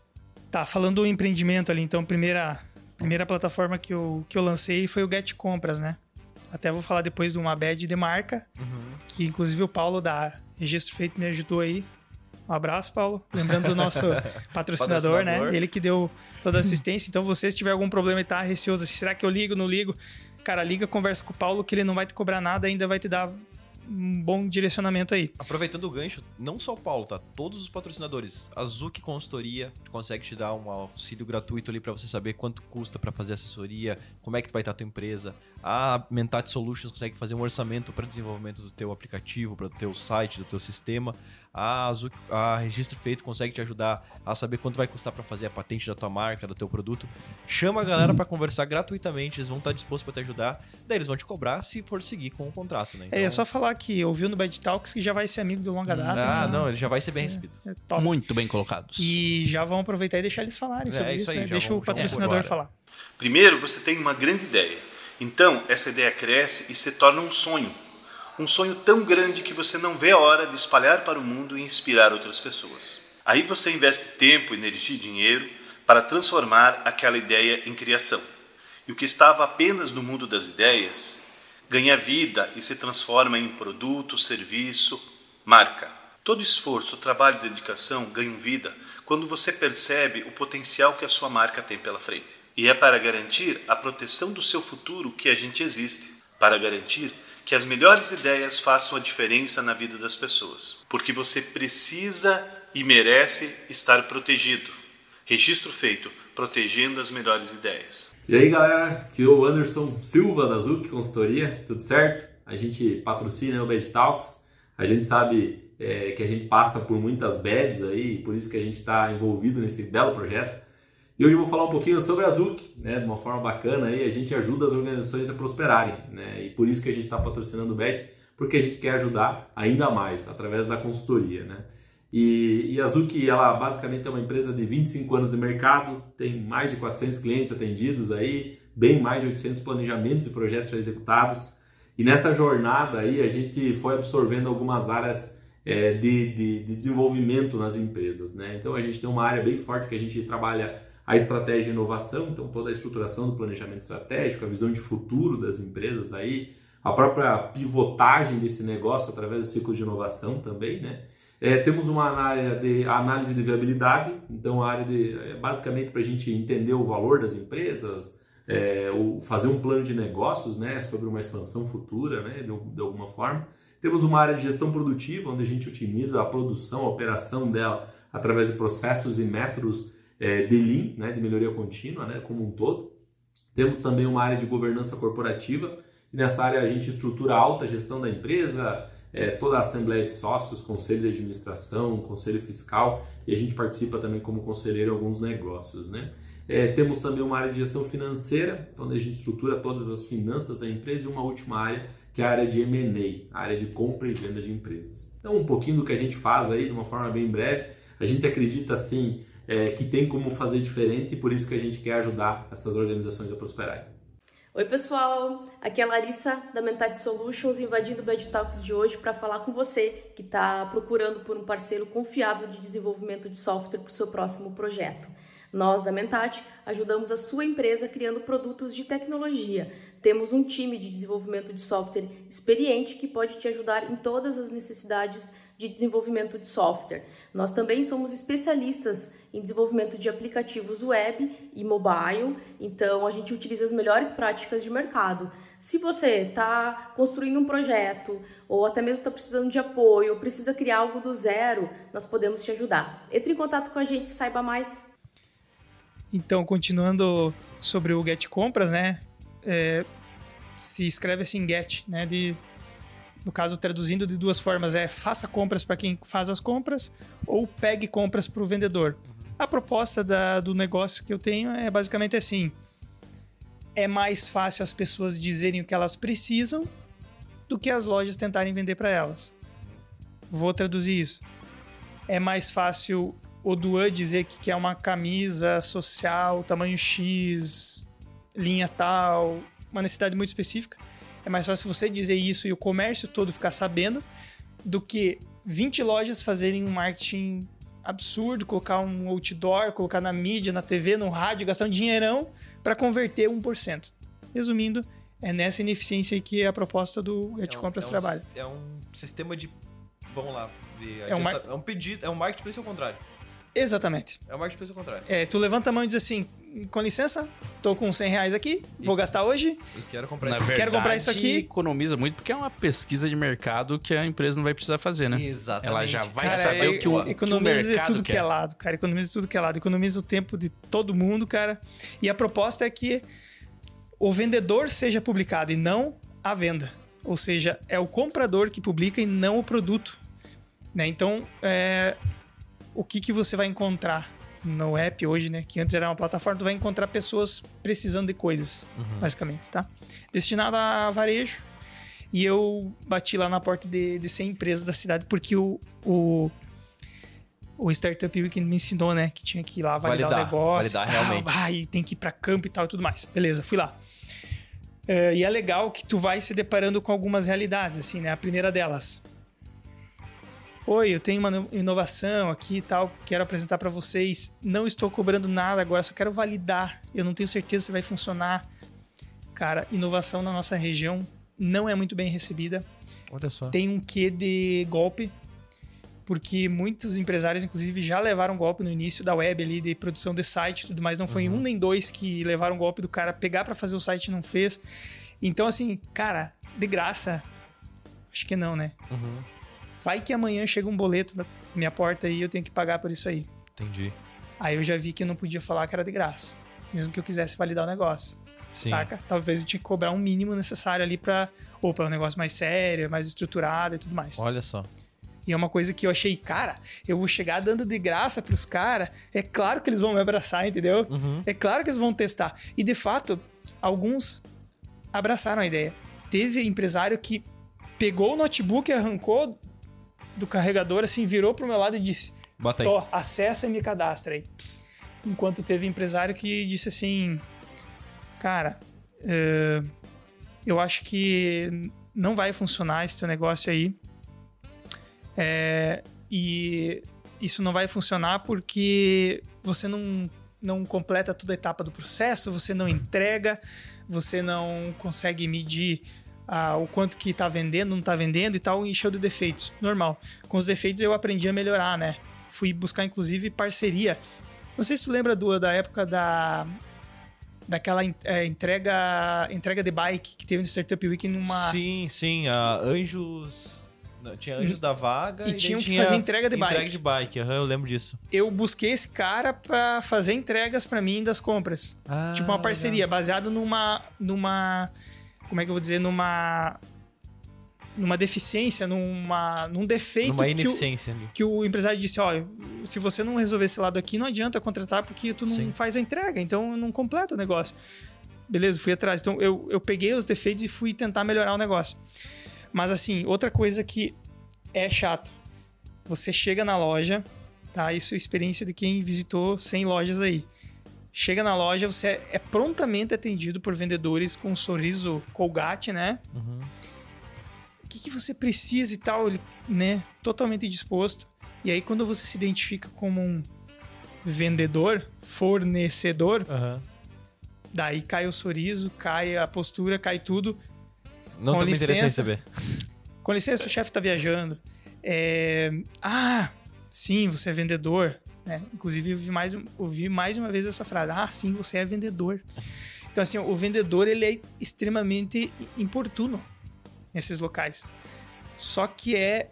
Tá, falando do empreendimento ali, então, primeira, primeira plataforma que eu, que eu lancei foi o Get Compras, né? Até vou falar depois de uma bad de marca, uhum. que inclusive o Paulo da Registro Feito me ajudou aí. Um abraço, Paulo. Lembrando do nosso patrocinador, patrocinador, né? Ele que deu toda a assistência. Então, você, se tiver algum problema e tá receoso, será que eu ligo, não ligo? Cara, liga, conversa com o Paulo, que ele não vai te cobrar nada, ainda vai te dar um bom direcionamento aí. Aproveitando o gancho, não só o Paulo, tá? Todos os patrocinadores. A Zuc Consultoria consegue te dar um auxílio gratuito ali para você saber quanto custa para fazer assessoria, como é que vai estar a tua empresa. A Mentat Solutions consegue fazer um orçamento para desenvolvimento do teu aplicativo, para o teu site, do teu sistema. A, Zuc, a Registro Feito consegue te ajudar a saber quanto vai custar para fazer a patente da tua marca, do teu produto. Chama a galera para conversar gratuitamente, eles vão estar dispostos para te ajudar. Daí eles vão te cobrar se for seguir com o contrato, né? Então... É, é só falar que ouviu no Bad Talks que já vai ser amigo do longa data. Ah, já... não, ele já vai ser bem recebido. É, é Muito bem colocados. E já vão aproveitar e deixar eles falarem sobre é, isso, isso, aí, né? Deixa vamos, o patrocinador falar. Primeiro, você tem uma grande ideia. Então, essa ideia cresce e se torna um sonho. Um sonho tão grande que você não vê a hora de espalhar para o mundo e inspirar outras pessoas. Aí você investe tempo, energia e dinheiro para transformar aquela ideia em criação. E o que estava apenas no mundo das ideias ganha vida e se transforma em produto, serviço, marca. Todo esforço, trabalho e dedicação ganham vida quando você percebe o potencial que a sua marca tem pela frente. E é para garantir a proteção do seu futuro que a gente existe, para garantir que as melhores ideias façam a diferença na vida das pessoas. Porque você precisa e merece estar protegido. Registro Feito, protegendo as melhores ideias. E aí galera, aqui é o Anderson Silva da Zuc Consultoria, tudo certo? A gente patrocina o Bad Talks, a gente sabe é, que a gente passa por muitas bads aí, por isso que a gente está envolvido nesse belo projeto. E hoje eu vou falar um pouquinho sobre a Zuc, né, de uma forma bacana, aí, a gente ajuda as organizações a prosperarem, né, e por isso que a gente está patrocinando o B E D, porque a gente quer ajudar ainda mais, através da consultoria. Né. E, e a Zuc, ela basicamente é uma empresa de vinte e cinco anos de mercado, tem mais de quatrocentos clientes atendidos, aí, bem mais de oitocentos planejamentos e projetos já executados, e nessa jornada aí a gente foi absorvendo algumas áreas é, de, de, de desenvolvimento nas empresas. Né. Então a gente tem uma área bem forte que a gente trabalha a estratégia e inovação, então toda a estruturação do planejamento estratégico, a visão de futuro das empresas, aí, a própria pivotagem desse negócio através do ciclo de inovação também. Né? É, temos uma área de análise de viabilidade, então a área de, é, basicamente para a gente entender o valor das empresas, é, o, fazer um plano de negócios, né, sobre uma expansão futura, né, de, de alguma forma. Temos uma área de gestão produtiva, onde a gente otimiza a produção, a operação dela através de processos e métodos É, de Lean, né, de melhoria contínua, né, como um todo. Temos também uma área de governança corporativa, e nessa área a gente estrutura a alta gestão da empresa, é, toda a assembleia de sócios, conselho de administração, conselho fiscal, e a gente participa também como conselheiro em alguns negócios. Né. É, temos também uma área de gestão financeira, onde a gente estrutura todas as finanças da empresa, e uma última área, que é a área de M and A, a área de compra e venda de empresas. Então, um pouquinho do que a gente faz aí, de uma forma bem breve. A gente acredita, assim, É, que tem como fazer diferente, e por isso que a gente quer ajudar essas organizações a prosperarem. Oi pessoal, aqui é a Larissa da Mentat Solutions, invadindo o Bad Talks de hoje para falar com você que está procurando por um parceiro confiável de desenvolvimento de software para o seu próximo projeto. Nós da Mentat ajudamos a sua empresa criando produtos de tecnologia. Temos um time de desenvolvimento de software experiente que pode te ajudar em todas as necessidades de desenvolvimento de software. Nós também somos especialistas em desenvolvimento de aplicativos web e mobile, então a gente utiliza as melhores práticas de mercado. Se você está construindo um projeto ou até mesmo está precisando de apoio ou precisa criar algo do zero, nós podemos te ajudar. Entre em contato com a gente, saiba mais. Então, continuando sobre o Get Compras, né? É, se escreve assim Get, né? De, no caso, traduzindo de duas formas, é faça compras para quem faz as compras ou pegue compras para o vendedor. A proposta da, do negócio que eu tenho é basicamente assim: é mais fácil as pessoas dizerem o que elas precisam do que as lojas tentarem vender para elas. Vou traduzir isso. É mais fácil o Duan dizer que quer uma camisa social tamanho X, linha tal, uma necessidade muito específica. É mais fácil você dizer isso e o comércio todo ficar sabendo do que vinte lojas fazerem um marketing absurdo, colocar um outdoor, colocar na mídia, na T V, no rádio, gastar um dinheirão para converter um por cento. Resumindo, é nessa ineficiência aí que é a proposta do Rede É um- Compras é um trabalha. sis- É um sistema de... Vamos lá. de É um mar- adianta- é um pedido, é um marketplace ao contrário. Exatamente. É um marketplace ao contrário. É, tu levanta a mão e diz assim, com licença, tô com cem reais aqui, vou gastar hoje. E quero comprar Na isso. verdade, Quero comprar isso aqui. economiza muito porque é uma pesquisa de mercado que a empresa não vai precisar fazer, né? Exatamente. Ela já vai Cara, saber é- o que o, o que o economiza de mercado tudo que é quer. lado, cara. Economiza de tudo que é lado. Economiza o tempo de todo mundo, cara. E a proposta é que o vendedor seja publicado e não a venda. Ou seja, é o comprador que publica e não o produto. Né? Então, é, o que, que você vai encontrar no app hoje, né? Que antes era uma plataforma, tu vai encontrar pessoas precisando de coisas, basicamente, tá? Destinado a varejo. E eu bati lá na porta de, de cem empresas da cidade porque o, o, o Startup Weekend me ensinou, né? Que tinha que ir lá validar, Validar, o negócio. validar e tal. realmente. Ah, e tem que ir pra campo e tal e tudo mais. Beleza, fui lá. É, e é legal que tu vai se deparando com algumas realidades, assim, né? A primeira delas. Oi, eu tenho uma no- inovação aqui e tal, quero apresentar pra vocês. Não estou cobrando nada agora, só quero validar. Eu não tenho certeza se vai funcionar. Cara, inovação na nossa região não é muito bem recebida. Olha só. Tem um quê de golpe, porque muitos empresários, inclusive, já levaram golpe no início da web ali, de produção de site e tudo mais. Não foi um nem dois que levaram golpe do cara pegar pra fazer o site e não fez. Então, assim, cara, de graça, acho que não, né? Uhum. Vai que amanhã chega um boleto na minha porta e eu tenho que pagar por isso aí. Entendi. Aí eu já vi que eu não podia falar que era de graça, mesmo que eu quisesse validar o negócio. Sim. Saca? Talvez eu tinha que cobrar um mínimo necessário ali pra... Ou pra um negócio mais sério, mais estruturado e tudo mais. Olha só. E é uma coisa que eu achei, cara, eu vou chegar dando de graça pros caras, é claro que eles vão me abraçar, entendeu? Uhum. É claro que eles vão testar. E, de fato, alguns abraçaram a ideia. Teve empresário que pegou o notebook e arrancou do carregador, assim, virou pro meu lado e disse, Bota aí. Tó, acessa e me cadastra aí. Enquanto teve empresário que disse assim, cara, eh, eu acho que não vai funcionar esse teu negócio aí. É, e isso não vai funcionar porque você não, não completa toda a etapa do processo, você não entrega, você não consegue medir ah, o quanto que tá vendendo, não tá vendendo e tal, encheu de defeitos. Normal. Com os defeitos eu aprendi a melhorar, né? Fui buscar, inclusive, parceria. Não sei se tu lembra do, da época da... daquela é, entrega, entrega de bike que teve no Startup Week numa... Sim, sim. A Anjos... Não, tinha Anjos da Vaga E daí tinham que tinha fazer entrega de bike. Entrega de bike, aham, eu lembro disso. Eu busquei esse cara pra fazer entregas pra mim das compras. Ah, tipo uma parceria, baseado numa... numa como é que eu vou dizer? Numa... numa deficiência, numa, num defeito Numa que o, ineficiência ali. que o empresário disse, ó, se você não resolver esse lado aqui, não adianta contratar porque tu não Sim. faz a entrega, então não completa o negócio. Beleza, fui atrás. Então eu, eu peguei os defeitos e fui tentar melhorar o negócio. Mas assim, outra coisa que é chato. Você chega na loja, tá? Isso é experiência de quem visitou cem lojas aí. Chega na loja, você é, é prontamente atendido por vendedores com um sorriso Colgate, né? Uhum. O que, que você precisa e tal, ele, né? Totalmente disposto. E aí, quando você se identifica como um vendedor, fornecedor, Aham. daí cai o sorriso, cai a postura, cai tudo. Não Com tô me interessando em licença. saber. Com licença, o chefe tá viajando. É... Ah, sim, você é vendedor. Né? Inclusive, eu vi mais, ouvi mais uma vez essa frase. Ah, sim, você é vendedor. Então, assim, o vendedor, ele é extremamente importuno nesses locais. Só que é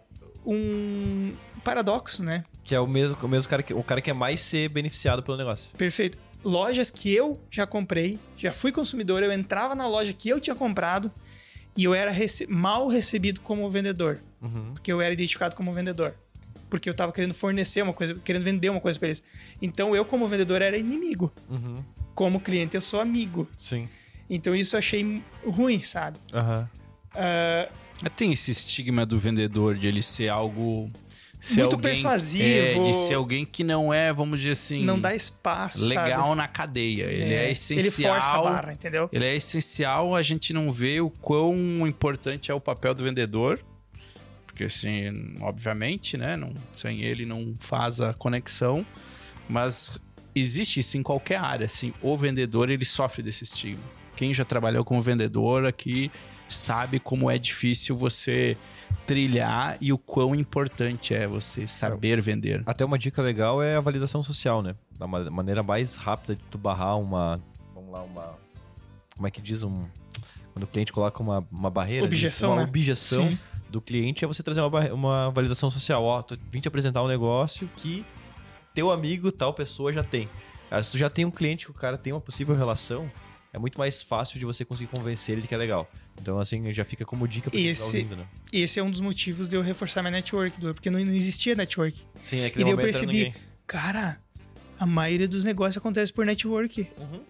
um paradoxo, né? Que é o mesmo, o mesmo cara que o cara que é mais ser beneficiado pelo negócio. Perfeito. Lojas que eu já comprei, já fui consumidor, eu entrava na loja que eu tinha comprado e eu era rece- mal recebido como vendedor. Uhum. Porque eu era identificado como vendedor. Porque eu tava querendo fornecer uma coisa, querendo vender uma coisa pra eles. Então eu, como vendedor, era inimigo. Uhum. Como cliente, eu sou amigo. Sim. Então isso eu achei ruim, sabe? Aham. Ah, Tem esse estigma do vendedor de ele ser algo ser muito alguém, persuasivo. É, de ser alguém que não é, vamos dizer assim... Não dá espaço, legal sabe? na cadeia. Ele é, É, essencial... Ele força a barra, entendeu? Ele é essencial, a gente não vê o quão importante é o papel do vendedor. Porque, assim, obviamente, né? Não, sem ele não faz a conexão. Mas existe isso em qualquer área, assim. O vendedor, ele sofre desse estigma. Quem já trabalhou como vendedor aqui sabe como é difícil você trilhar e o quão importante é você saber vender. Até uma dica legal é a validação social, né? Da ma- maneira mais rápida de tu barrar uma... Vamos lá, uma... Como é que diz? Um... Quando o cliente coloca uma, uma barreira... Objeção, uma né? objeção Sim. do cliente é você trazer uma, barre- uma validação social. Ó, tu vim te apresentar um negócio que teu amigo, tal pessoa já tem. Cara, se tu já tem um cliente que o cara tem uma possível relação, é muito mais fácil de você conseguir convencer ele de que é legal. Então, assim, já fica como dica pra quem tá Esse, ouvindo, né? esse é um dos motivos de eu reforçar minha network, Du, porque não, não existia network. Sim, é que E daí eu momento era percebi, ninguém. cara, a maioria dos negócios acontece por network. Uhum.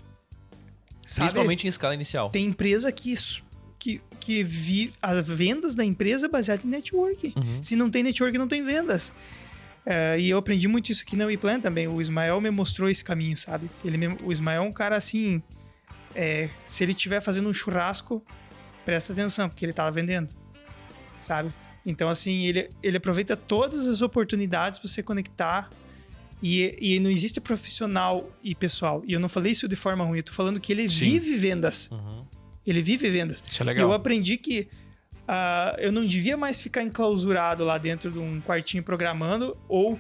Sabe? Principalmente em escala inicial. Tem empresa que isso, que, que vi, as vendas da empresa é baseada em network. Uhum. Se não tem network, não tem vendas. É, e eu aprendi muito isso aqui na WePlan também. O Ismael me mostrou esse caminho, sabe? Ele me, o Ismael é um cara assim... É, se ele estiver fazendo um churrasco, presta atenção, porque ele tava vendendo, sabe? Então, assim, ele, ele aproveita todas as oportunidades para você conectar e, e não existe profissional e pessoal. E eu não falei isso de forma ruim, eu tô falando que ele Sim. vive vendas. Uhum. Ele vive vendas. Isso é E legal. eu aprendi que uh, eu não devia mais ficar enclausurado lá dentro de um quartinho programando ou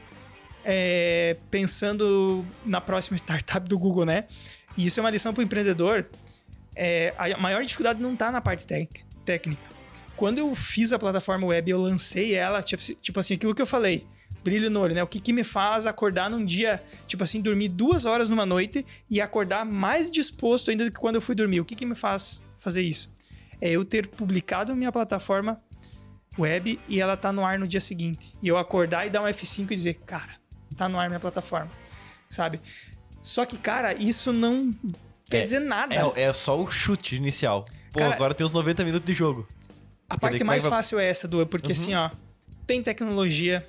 é, pensando na próxima startup do Google, né? E isso é uma lição para o empreendedor. É, a maior dificuldade não está na parte tec- técnica. Quando eu fiz a plataforma web, eu lancei ela, tipo, tipo assim, aquilo que eu falei, brilho no olho, né? O que, que me faz acordar num dia, tipo assim, dormir duas horas numa noite e acordar mais disposto ainda do que quando eu fui dormir? O que, que me faz fazer isso? É eu ter publicado minha plataforma web e ela tá no ar no dia seguinte. E eu acordar e dar um F cinco e dizer, cara, tá no ar minha plataforma, sabe? Só que, cara, isso não quer É, dizer nada. É, é só o chute inicial. Pô, Cara, agora tem uns noventa minutos de jogo. A Porque parte daí mais vai- fácil é essa, Du, porque Uhum. assim, ó, tem tecnologia,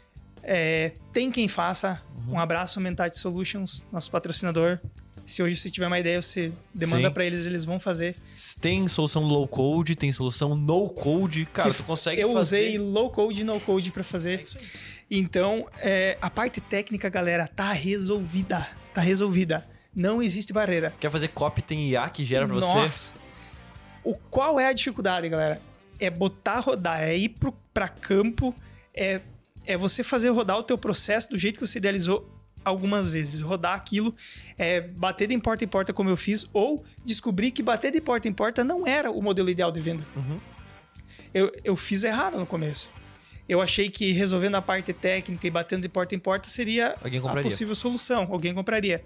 é, tem quem faça. Uhum. Um abraço, Mentate Solutions, nosso patrocinador. Se hoje você tiver uma ideia, você demanda Sim. pra eles, eles vão fazer. Tem solução low code, tem solução no code. Cara, Que tu consegue eu fazer... usei low code e no code pra fazer. É isso aí. Então, é, a parte técnica, galera, tá resolvida. Tá resolvida. Não existe barreira. Quer fazer copy, tem I A que gera pra você. Nossa. O, qual é a dificuldade, galera? É botar rodar, é ir pro, pra campo, é, é você fazer rodar o teu processo do jeito que você idealizou algumas vezes. Rodar aquilo, é bater de porta em porta como eu fiz, ou descobrir que bater de porta em porta não era o modelo ideal de venda. Uhum. Eu, eu fiz errado no começo. Eu achei que resolvendo a parte técnica e batendo de porta em porta seria Alguém a compraria. possível solução. Alguém compraria.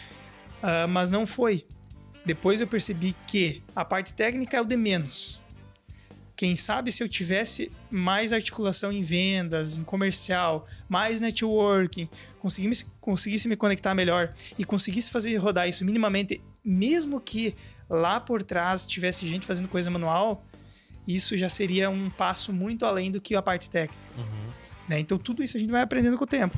Ah, mas não foi. Depois eu percebi que a parte técnica é o de menos. Quem sabe se eu tivesse mais articulação em vendas, em comercial, mais networking, conseguisse, conseguisse me conectar melhor e conseguisse fazer rodar isso minimamente, mesmo que lá por trás tivesse gente fazendo coisa manual, isso já seria um passo muito além do que a parte técnica. Uhum. Né? Então tudo isso a gente vai aprendendo com o tempo.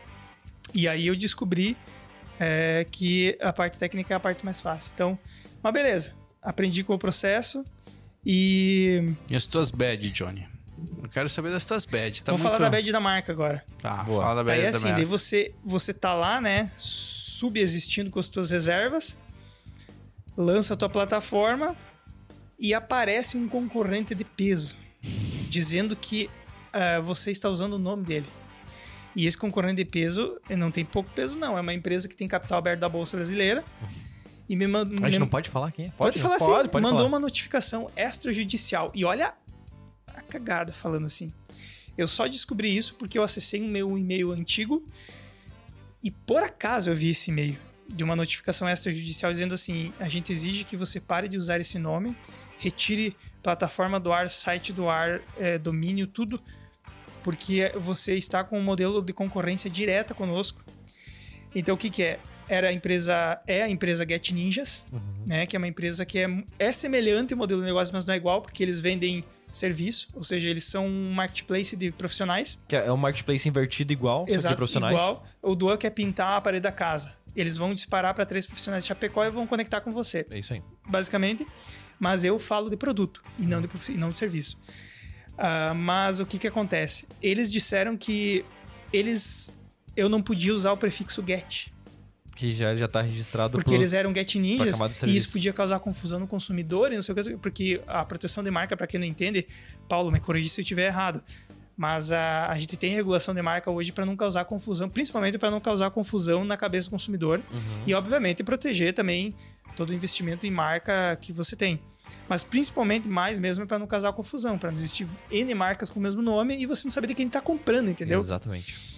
E aí eu descobri é, que a parte técnica é a parte mais fácil. Então, mas beleza. Aprendi com o processo e... E as tuas bad, Johnny? Eu quero saber das tuas bad. Tá Vou muito... falar da bad da marca agora. Tá, Boa. fala da bad Aí da assim, marca. daí você, você tá lá, né, subexistindo com as tuas reservas, lança a tua plataforma e aparece um concorrente de peso, dizendo que uh, você está usando o nome dele. E esse concorrente de peso não tem pouco peso, não. É uma empresa que tem capital aberto da Bolsa Brasileira. E me mandou... A gente não pode falar quem é? Pode, falar pode, assim. pode Mandou falar. uma notificação extrajudicial. E olha a cagada falando assim. Eu só descobri isso porque eu acessei o meu e-mail antigo e por acaso eu vi esse e-mail de uma notificação extrajudicial dizendo assim: a gente exige que você pare de usar esse nome, retire plataforma do ar, site do ar, é, domínio, tudo, porque você está com um modelo de concorrência direta conosco. Então o que que é? Era a empresa, é a empresa Get Ninjas, Uhum. né? Que é uma empresa que é, é semelhante ao modelo de negócio, mas não é igual, porque eles vendem serviço, ou seja, eles são um marketplace de profissionais. Que é um marketplace invertido igual, Exato, só que de profissionais. Igual. O Duan quer pintar a parede da casa. Eles vão disparar para três profissionais de Chapecó e vão conectar com você. É isso aí. Basicamente. Mas eu falo de produto e não de, e não de serviço. Uh, mas o que que acontece? Eles disseram que eles... eu não podia usar o prefixo get. Que já, já tá registrado Porque pro, eles eram get ninjas e isso serviço. podia causar confusão no consumidor e não sei o que. Porque a proteção de marca, para quem não entende, Paulo, me corrija se eu estiver errado. Mas a, a gente tem regulação de marca hoje para não causar confusão, principalmente para não causar confusão na cabeça do consumidor. Uhum. E, obviamente, proteger também todo o investimento em marca que você tem. Mas, principalmente, mais mesmo, é para não causar confusão, para não existir N marcas com o mesmo nome e você não saber de quem está comprando, entendeu? Exatamente.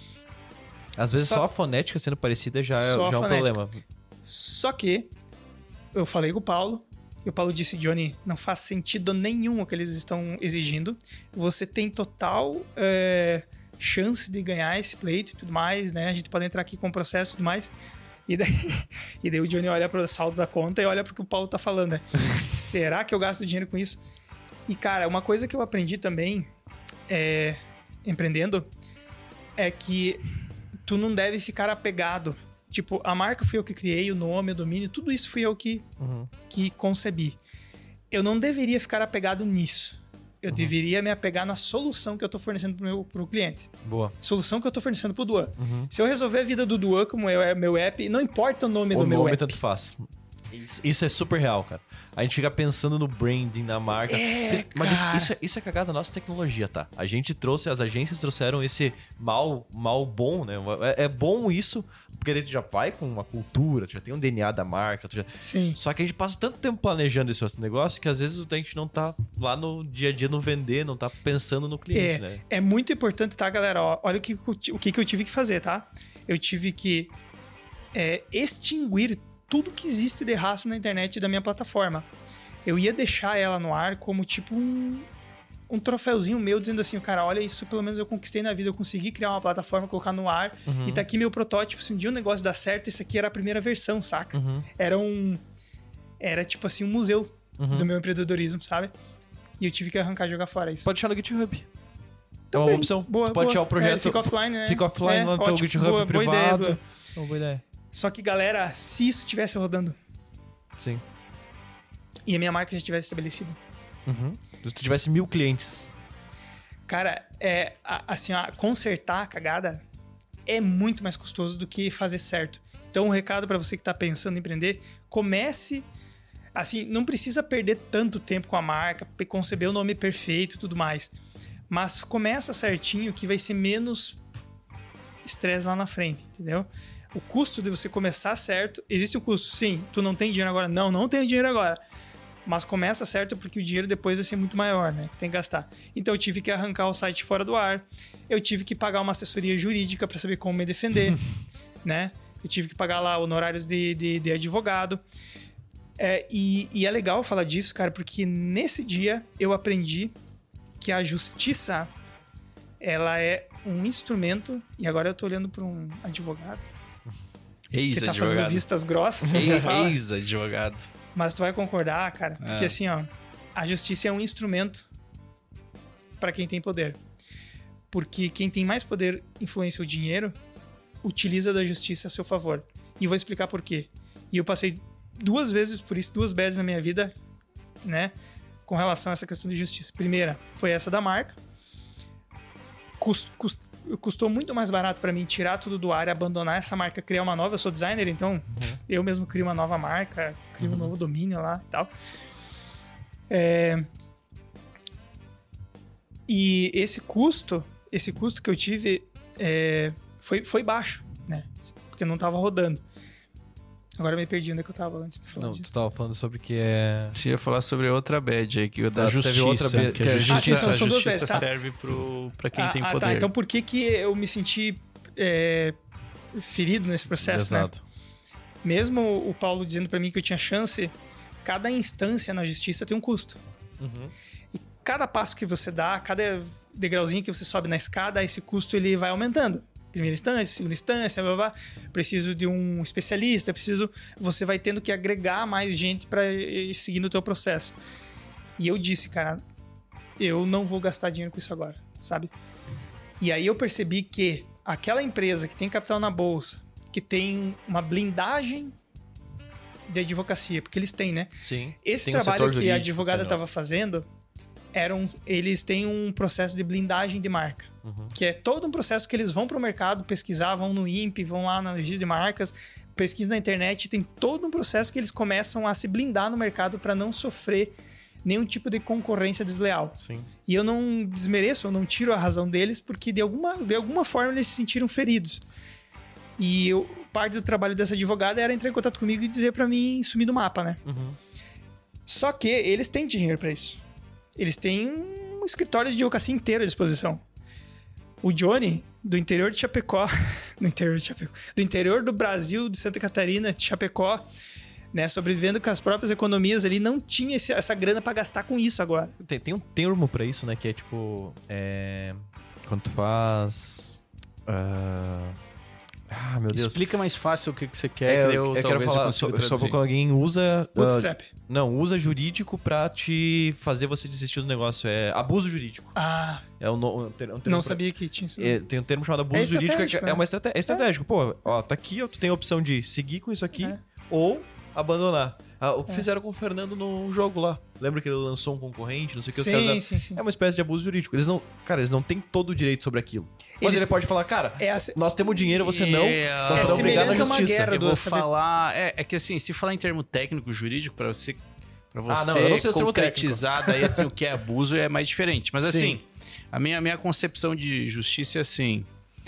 Às vezes só, só a fonética sendo parecida já, é, só já é um problema. Só que eu falei com o Paulo e o Paulo disse, Johnny, não faz sentido nenhum o que eles estão exigindo. Você tem total é, chance de ganhar esse pleito e tudo mais, né? A gente pode entrar aqui com o processo e tudo mais. E daí, e daí o Johnny olha para o saldo da conta e olha para o que o Paulo tá falando, né? Será que eu gasto dinheiro com isso? E, cara, uma coisa que eu aprendi também, é, empreendendo, é que tu não deve ficar apegado. Tipo, a marca fui eu que criei, o nome, o domínio, tudo isso fui eu que, uhum. que concebi. Eu não deveria ficar apegado nisso. Eu uhum. deveria me apegar na solução que eu estou fornecendo pro meu pro cliente. Boa. Solução que eu estou fornecendo pro Duan. Uhum. Se eu resolver a vida do Duan como é meu app, não importa o nome o do meu app. O nome tanto faz. Isso é super real, cara. A gente fica pensando no branding, na marca. É, Mas isso, isso, é, isso é cagada da nossa tecnologia, tá? A gente trouxe, as agências trouxeram esse mal, mal bom, né? É, é bom isso, porque a gente já vai com uma cultura, tu já tem um D N A da marca. Tu já... Sim. Só que a gente passa tanto tempo planejando esse outro negócio que às vezes a gente não tá lá no dia a dia no vender, não tá pensando no cliente, é, né? É muito importante, tá, galera? Ó, olha o que, o que eu tive que fazer, tá? Eu tive que é, extinguir tudo que existe de rastro na internet da minha plataforma. Eu ia deixar ela no ar como tipo um, um troféuzinho meu, dizendo assim, cara, olha, isso pelo menos eu conquistei na vida, eu consegui criar uma plataforma, colocar no ar, uhum. e tá aqui meu protótipo, se um dia um negócio dar certo, isso aqui era a primeira versão, saca? Uhum. Era um... Era tipo assim, um museu uhum. do meu empreendedorismo, sabe? E eu tive que arrancar e jogar fora isso. Pode deixar no GitHub. É Também. uma opção. Boa, tu pode boa. deixar o projeto... É, fica offline, né? Fica offline é, no teu ótimo, GitHub boa, privado. Boa ideia, boa. Oh, boa ideia. Só que, galera, se isso estivesse rodando... Sim. E a minha marca já estivesse estabelecida. Uhum. Se tu tivesse mil clientes. Cara, é, assim, ó, consertar a cagada é muito mais custoso do que fazer certo. Então, um recado pra você que tá pensando em empreender, comece... Assim, não precisa perder tanto tempo com a marca, conceber o nome perfeito e tudo mais. Mas começa certinho que vai ser menos estresse lá na frente, entendeu? O custo de você começar certo... Existe um custo, sim. Tu não tem dinheiro agora? Não, não tenho dinheiro agora. Mas começa certo porque o dinheiro depois vai ser muito maior, né? Tem que gastar. Então eu tive que arrancar o site fora do ar. Eu tive que pagar uma assessoria jurídica para saber como me defender, né? Eu tive que pagar lá honorários de, de, de advogado. É, e, e é legal falar disso, cara, porque nesse dia eu aprendi que a justiça, ela é um instrumento... E agora eu tô olhando para um advogado... Ex-advogado. Que tá fazendo vistas grossas. Ex-advogado. Mas tu vai concordar, cara, porque é. assim, ó, a justiça é um instrumento para quem tem poder. Porque quem tem mais poder, influência ou dinheiro, utiliza da justiça a seu favor. E eu vou explicar por quê. E eu passei duas vezes por isso, duas vezes na minha vida, né, com relação a essa questão de justiça. Primeira foi essa da marca. Cust, cust, custou muito mais barato para mim tirar tudo do ar e abandonar essa marca, criar uma nova. Eu sou designer, então uhum. eu mesmo crio uma nova marca, crio uhum. um novo domínio lá e tal. É... E esse custo, esse custo que eu tive é... foi, foi baixo, né? Porque não tava rodando. Agora eu me perdi onde é que eu tava antes de falar Não, disso. tu tava falando sobre que é... Você ia falar sobre outra bad aí, que da ah, justiça. Outra be... Que a justiça, ah, sim, são, a são justiça vezes, tá? serve pro, pra quem ah, tem ah, poder. Tá. Então por que que eu me senti é, ferido nesse processo, Exato. né? Mesmo o Paulo dizendo pra mim que eu tinha chance, cada instância na justiça tem um custo. Uhum. E cada passo que você dá, cada degrauzinho que você sobe na escada, esse custo ele vai aumentando. Primeira instância, segunda instância, blá, blá, blá. Preciso de um especialista, preciso... Você vai tendo que agregar mais gente para ir seguindo o teu processo. E eu disse, cara, eu não vou gastar dinheiro com isso agora, sabe? E aí eu percebi que aquela empresa que tem capital na bolsa, que tem uma blindagem de advocacia, porque eles têm, né? Sim. Esse tem um trabalho setor que a jurídico advogada também, estava fazendo, era um, eles têm um processo de blindagem de marca, Uhum. que é todo um processo que eles vão para o mercado pesquisar, vão no I N P E, vão lá no registro de marcas, pesquisa na internet, tem todo um processo que eles começam a se blindar no mercado para não sofrer nenhum tipo de concorrência desleal. Sim. E eu não desmereço, eu não tiro a razão deles, porque de alguma, de alguma forma eles se sentiram feridos. E eu, parte do trabalho dessa advogada era entrar em contato comigo e dizer para mim sumir do mapa, né? Uhum. Só que eles têm dinheiro para isso. Eles têm um escritório de advocacia inteiro à disposição. O Johnny, do interior de Chapecó, do interior de Chapecó, do interior do Brasil, de Santa Catarina, de Chapecó, né, sobrevivendo com as próprias economias ali, não tinha esse, essa grana pra gastar com isso agora. Tem, tem um termo pra isso, né? Que é tipo... É... Quando tu faz... Uh... Ah, meu Deus. Explica mais fácil o que, que você quer, É, que eu, eu, eu talvez quero falar eu só, consiga só traduzir. porque alguém usa... uh, Bootstrap. não, usa jurídico pra te fazer você desistir do negócio. É abuso jurídico. Ah, É um, no- um ter- um termo não pra- sabia que tinha isso. É, tem um termo chamado abuso É jurídico, que estratégico, é né? uma estratégia. É estratégico. Pô, ó, tá aqui, ó, tu tem a opção de seguir com isso aqui É. ou abandonar. Ah, o que fizeram com o Fernando no jogo lá. Lembra que ele lançou um concorrente, não sei o que, os Sim, caras... sim, sim. É uma espécie de abuso jurídico. Eles não... Cara, eles não têm todo o direito sobre aquilo. Mas Eles- ele pode falar, cara, É a- nós temos dinheiro, você não. É, Nós é vamos brigar na semelhante a uma justiça. guerra Eu do vou saber- falar... É, é que assim, se falar em termo técnico, jurídico, pra você, pra você Ah, não, eu não sei o termo concretizar daí assim, o que é abuso é mais diferente. Mas Sim. assim, a minha, a minha concepção de justiça é assim...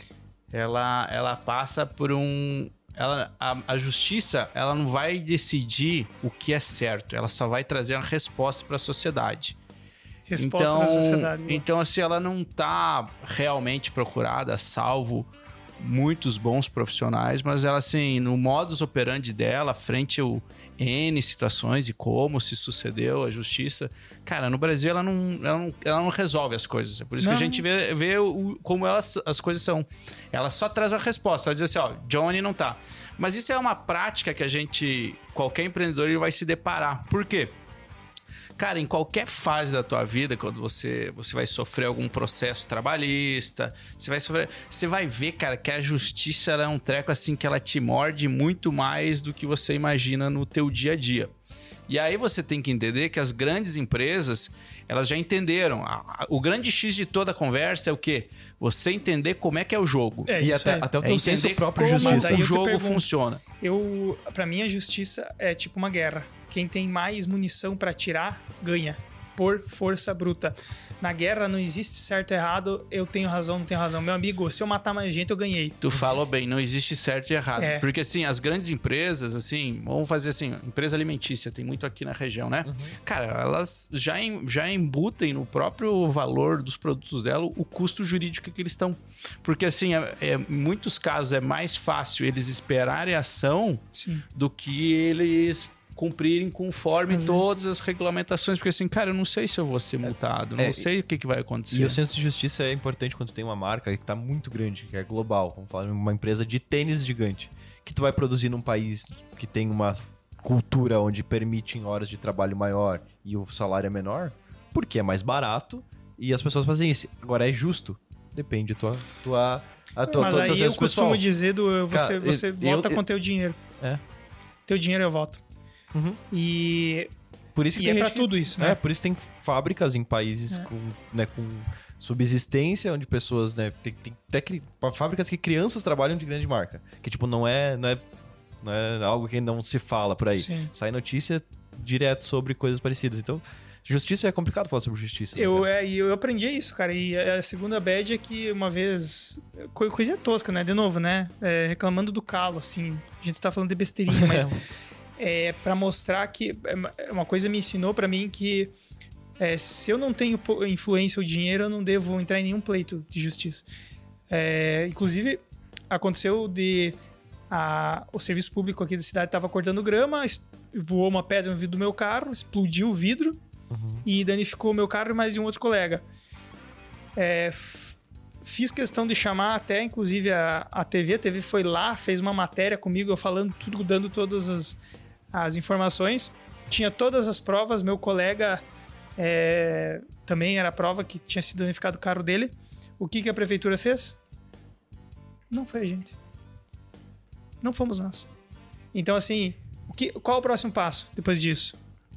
Ela, ela passa por um... Ela, a, a justiça, ela não vai decidir o que é certo. Ela só vai trazer uma resposta para a sociedade. Resposta então, da sociedade. Então, assim, ela não tá realmente procurada, salvo muitos bons profissionais, mas ela, assim, no modus operandi dela, frente ao N situações e como se sucedeu a justiça, cara, no Brasil ela não, ela não, ela não resolve as coisas. É por isso Não. que a gente vê, vê o, como elas, as coisas são. Ela só traz a resposta. Ela diz assim, ó, Johnny não tá. Mas isso é uma prática que a gente, qualquer empreendedor, ele vai se deparar. Por quê? Cara, em qualquer fase da tua vida, quando você, você vai sofrer algum processo trabalhista, você vai sofrer... Você vai ver, cara, que a justiça ela é um treco assim que ela te morde muito mais do que você imagina no teu dia a dia. E aí você tem que entender que as grandes empresas, elas já entenderam. A- a- O grande X de toda a conversa é o quê? Você entender como é que é o jogo. É E isso até, aí. até o É teu senso entender próprio de como justiça. Daí o eu te jogo pergunto. funciona. Eu, pra mim, a justiça é tipo uma guerra. Quem tem mais munição pra atirar, ganha. Por força bruta. Na guerra não existe certo e errado, eu tenho razão, não tenho razão. Meu amigo, se eu matar mais gente, eu ganhei. Tu falou bem, não existe certo e errado. É. Porque, assim, as grandes empresas, assim, vamos fazer assim, empresa alimentícia, tem muito aqui na região, né? Cara, elas já, em- já embutem no próprio valor dos produtos dela o custo jurídico que eles estão. Porque, assim, é, é- em muitos casos é mais fácil eles esperarem a ação Sim. do que eles cumprirem conforme todas as regulamentações. Porque, assim, cara, eu não sei se eu vou ser multado, não É, sei o que, que vai acontecer. E o senso de justiça é importante quando tu tem uma marca que tá muito grande, que é global. Vamos falar de uma empresa de tênis gigante. Que tu vai produzir num país que tem uma cultura onde permitem horas de trabalho maior e o salário é menor, porque é mais barato e as pessoas fazem isso. Agora, é justo? Depende da tua... tua a tua, Mas tua, aí teu eu senso costumo pessoal. dizer do você, Cara, você eu- vota eu- com teu dinheiro. É. Teu dinheiro eu voto. Uhum. E, Por isso que e tem é pra gente que- tudo isso, É, né? por isso tem fábricas em países É. com, né, com subsistência, onde pessoas, né, tem, tem até cri- fábricas que crianças trabalham de grande marca. Que, tipo, não é, não é, não é algo que não se fala por aí. Sim. Sai notícia direto sobre coisas parecidas. Então, justiça é complicado falar sobre justiça. né, Eu, cara? é, e eu aprendi isso, cara. E a segunda bad é que uma vez. co- Coisinha tosca, né? De novo, né? É, reclamando do calo, assim. A gente tá falando de besteirinha, mas. É pra mostrar que. é, Uma coisa me ensinou pra mim que. é, se eu não tenho po- influência ou dinheiro, eu não devo entrar em nenhum pleito de justiça. É, inclusive, aconteceu de. A, o serviço público aqui da cidade estava cortando grama, es- voou uma pedra no vidro do meu carro, explodiu o vidro. E danificou o meu carro e mais de um outro colega. É, f- fiz questão de chamar até, inclusive, a, a T V. A T V foi lá, fez uma matéria comigo, eu falando tudo, dando todas as, as informações. Tinha todas as provas. Meu colega É, também era a prova que tinha sido danificado o carro dele. O que, que a prefeitura fez? Não foi a gente. Não fomos nós. Então, assim, o que, qual o próximo passo depois disso?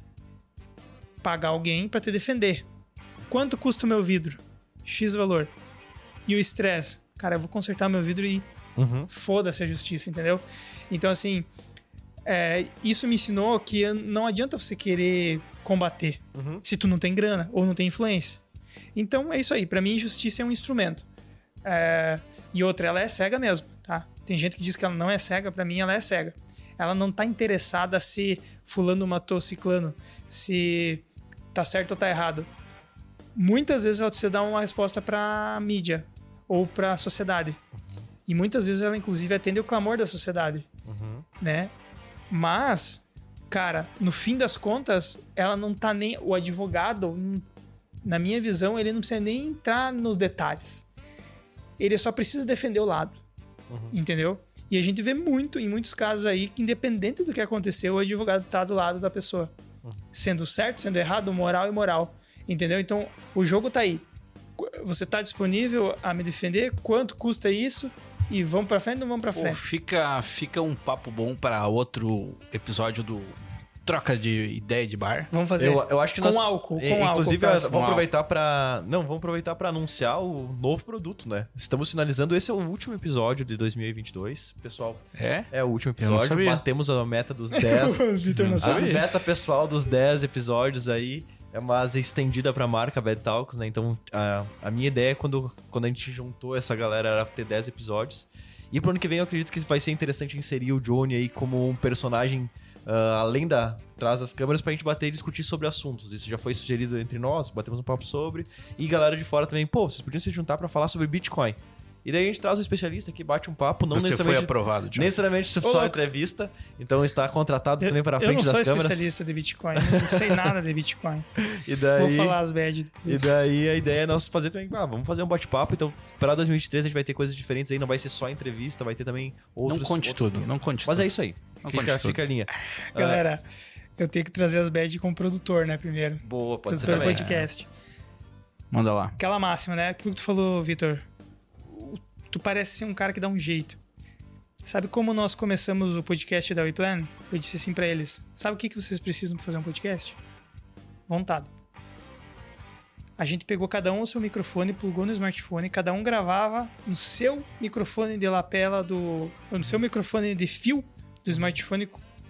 Pagar alguém para te defender. Quanto custa o meu vidro? X valor. E o estresse? Cara, eu vou consertar meu vidro e uhum. foda-se a justiça, entendeu? Então, assim, é, isso me ensinou que não adianta você querer combater uhum. se tu não tem grana ou não tem influência. Então, é isso aí. Pra mim, justiça é um instrumento. É, e outra, ela é cega mesmo, tá? Tem gente que diz que ela não é cega. Pra mim, ela é cega. Ela não tá interessada se fulano matou ciclano, se tá certo ou tá errado. Muitas vezes ela precisa dar uma resposta pra mídia ou pra sociedade. Uhum. E muitas vezes ela, inclusive, atende o clamor da sociedade. Uhum. Né? Mas, cara, no fim das contas, ela não tá nem... O advogado, na minha visão, ele não precisa nem entrar nos detalhes. Ele só precisa defender o lado. Uhum. Entendeu? E a gente vê muito, em muitos casos aí, que independente do que aconteceu, o advogado tá do lado da pessoa. Uhum. Sendo certo, sendo errado, moral e moral. Entendeu? Então, o jogo tá aí. Você tá disponível a me defender? Quanto custa isso? E vamos pra frente ou não vamos pra frente? Pô, fica, fica um papo bom para outro episódio do Troca de Ideia de Bar. Vamos fazer. Eu, eu acho que com nós, álcool. Com é, álcool. Inclusive, álcool, vamos aproveitar para Não, vamos aproveitar para anunciar o novo produto, né? Estamos finalizando. Esse é o último episódio de dois mil e vinte e dois. Pessoal, é? É o último episódio. Batemos a meta dos dez. Vitor não sabia. A meta pessoal dos dez episódios aí. É mais estendida pra marca Bad Talks, né? Então, a, a minha ideia, quando, quando a gente juntou essa galera, era ter dez episódios. E pro ano que vem, eu acredito que vai ser interessante inserir o Johnny aí como um personagem, uh, além da trás das câmeras, pra gente bater e discutir sobre assuntos. Isso já foi sugerido entre nós, batemos um papo sobre. E galera de fora também, pô, vocês podiam se juntar pra falar sobre Bitcoin. E daí a gente traz um especialista que bate um papo, não Você necessariamente... foi aprovado, John. Necessariamente só Ô, entrevista, então está contratado eu, também para frente das câmeras. Eu não sou especialista de Bitcoin, eu não sei nada de Bitcoin. E daí, vou falar as bad depois. E daí a ideia é nós fazer também, ah, vamos fazer um bate-papo, então para dois mil e vinte e três a gente vai ter coisas diferentes aí, não vai ser só entrevista, vai ter também outros... Não conte outros tudo, níveis. não conte Mas tudo. é isso aí, não fica, fica a linha. Galera, eu tenho que trazer as bad como produtor, né, primeiro. Boa, pode produtor ser também. podcast. Manda lá. Aquela máxima, né, aquilo que tu falou, Vitor. Tu parece ser um cara que dá um jeito. Sabe como nós começamos o podcast da WePlan? Eu disse assim pra eles: sabe o que vocês precisam pra fazer um podcast? Vontade. A gente pegou cada um o seu microfone, plugou no smartphone, cada um gravava no seu microfone de lapela do... no seu microfone de fio do smartphone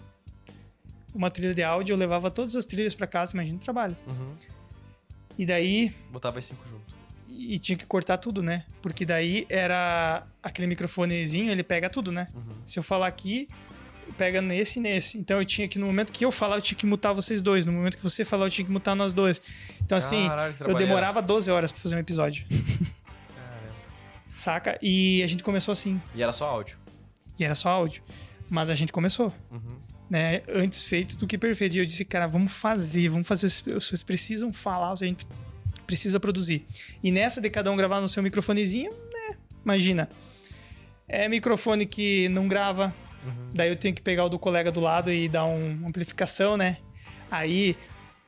uma trilha de áudio. Eu levava todas as trilhas pra casa, imagina o trabalho. Uhum. E daí... botava as cinco junto. E tinha que cortar tudo, né? Porque daí era aquele microfonezinho, ele pega tudo, né? Uhum. Se eu falar aqui, pega nesse e nesse. Então eu tinha que, no momento que eu falar, eu tinha que mutar vocês dois. No momento que você falar, eu tinha que mutar nós dois. Então assim, Caralho, eu demorava doze horas pra fazer um episódio. Caramba. Saca? E a gente começou assim. E era só áudio. E era só áudio. Mas a gente começou. Uhum. Né? Antes feito do que perfeito. E eu disse, cara, vamos fazer, vamos fazer. Vocês precisam falar, a gente precisa produzir. E nessa de cada um gravar no seu microfonezinho, né? Imagina. É microfone que não grava. Uhum. Daí eu tenho que pegar o do colega do lado e dar um, uma amplificação, né? Aí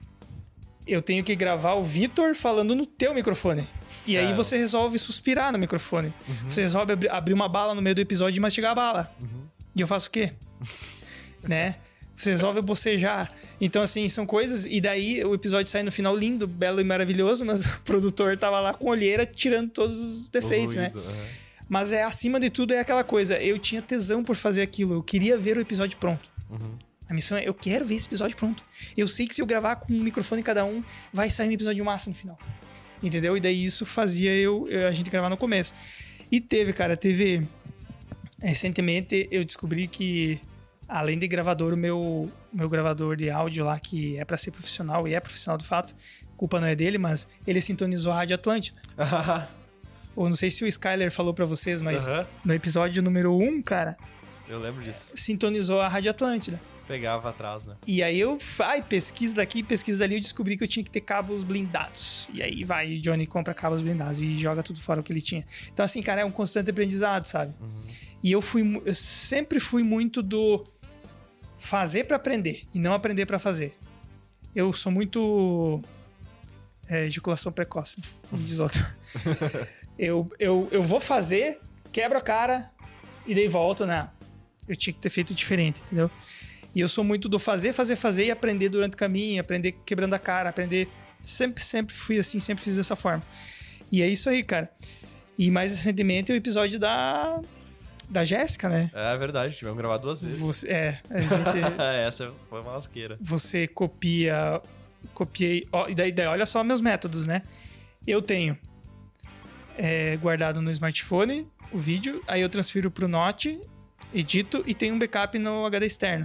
eu tenho que gravar o Vitor falando no teu microfone. E Cara. aí você resolve suspirar no microfone. Uhum. Você resolve abri- abrir uma bala no meio do episódio e mastigar a bala. Uhum. E eu faço o quê? Né? Você resolve bocejar. Então, assim, são coisas... E daí o episódio sai no final lindo, belo e maravilhoso, mas o produtor tava lá com olheira tirando todos os defeitos, né? Uhum. Mas é, acima de tudo, é aquela coisa. Eu tinha tesão por fazer aquilo. Eu queria ver o episódio pronto. Uhum. A missão é, eu quero ver esse episódio pronto. Eu sei que se eu gravar com um microfone cada um, vai sair um episódio massa no final. Entendeu? E daí isso fazia eu, eu, a gente gravar no começo. E teve, cara, teve... Recentemente eu descobri que... Além de gravador, o meu, meu gravador de áudio lá, que é pra ser profissional, e é profissional de fato, a culpa não é dele, mas ele sintonizou a Rádio Atlântida. Ou não sei se o Skyler falou pra vocês, mas uh-huh. no episódio número um, cara... Eu lembro disso. Sintonizou a Rádio Atlântida. Pegava atrás, né? E aí eu, ai, pesquisa daqui, pesquisa dali, eu descobri que eu tinha que ter cabos blindados. E aí vai, o Johnny compra cabos blindados e joga tudo fora o que ele tinha. Então assim, cara, é um constante aprendizado, sabe? Uhum. E eu fui, eu sempre fui muito do... fazer pra aprender e não aprender pra fazer. Eu sou muito É, ejaculação precoce, como diz outro. eu, eu, eu vou fazer, quebro a cara e daí volto, não. Eu tinha que ter feito diferente, entendeu? E eu sou muito do fazer, fazer, fazer e aprender durante o caminho, aprender quebrando a cara, aprender... Sempre, sempre fui assim, sempre fiz dessa forma. E é isso aí, cara. E mais recentemente o episódio da... Da Jéssica, né? É verdade, tivemos que gravar duas vezes. Você, é, a gente... Essa foi uma lasqueira. Você copia... Copiei... Ó, e daí, daí, olha só meus métodos, né? Eu tenho é, guardado no smartphone o vídeo, aí eu transfiro pro Note, edito e tenho um backup no H D externo.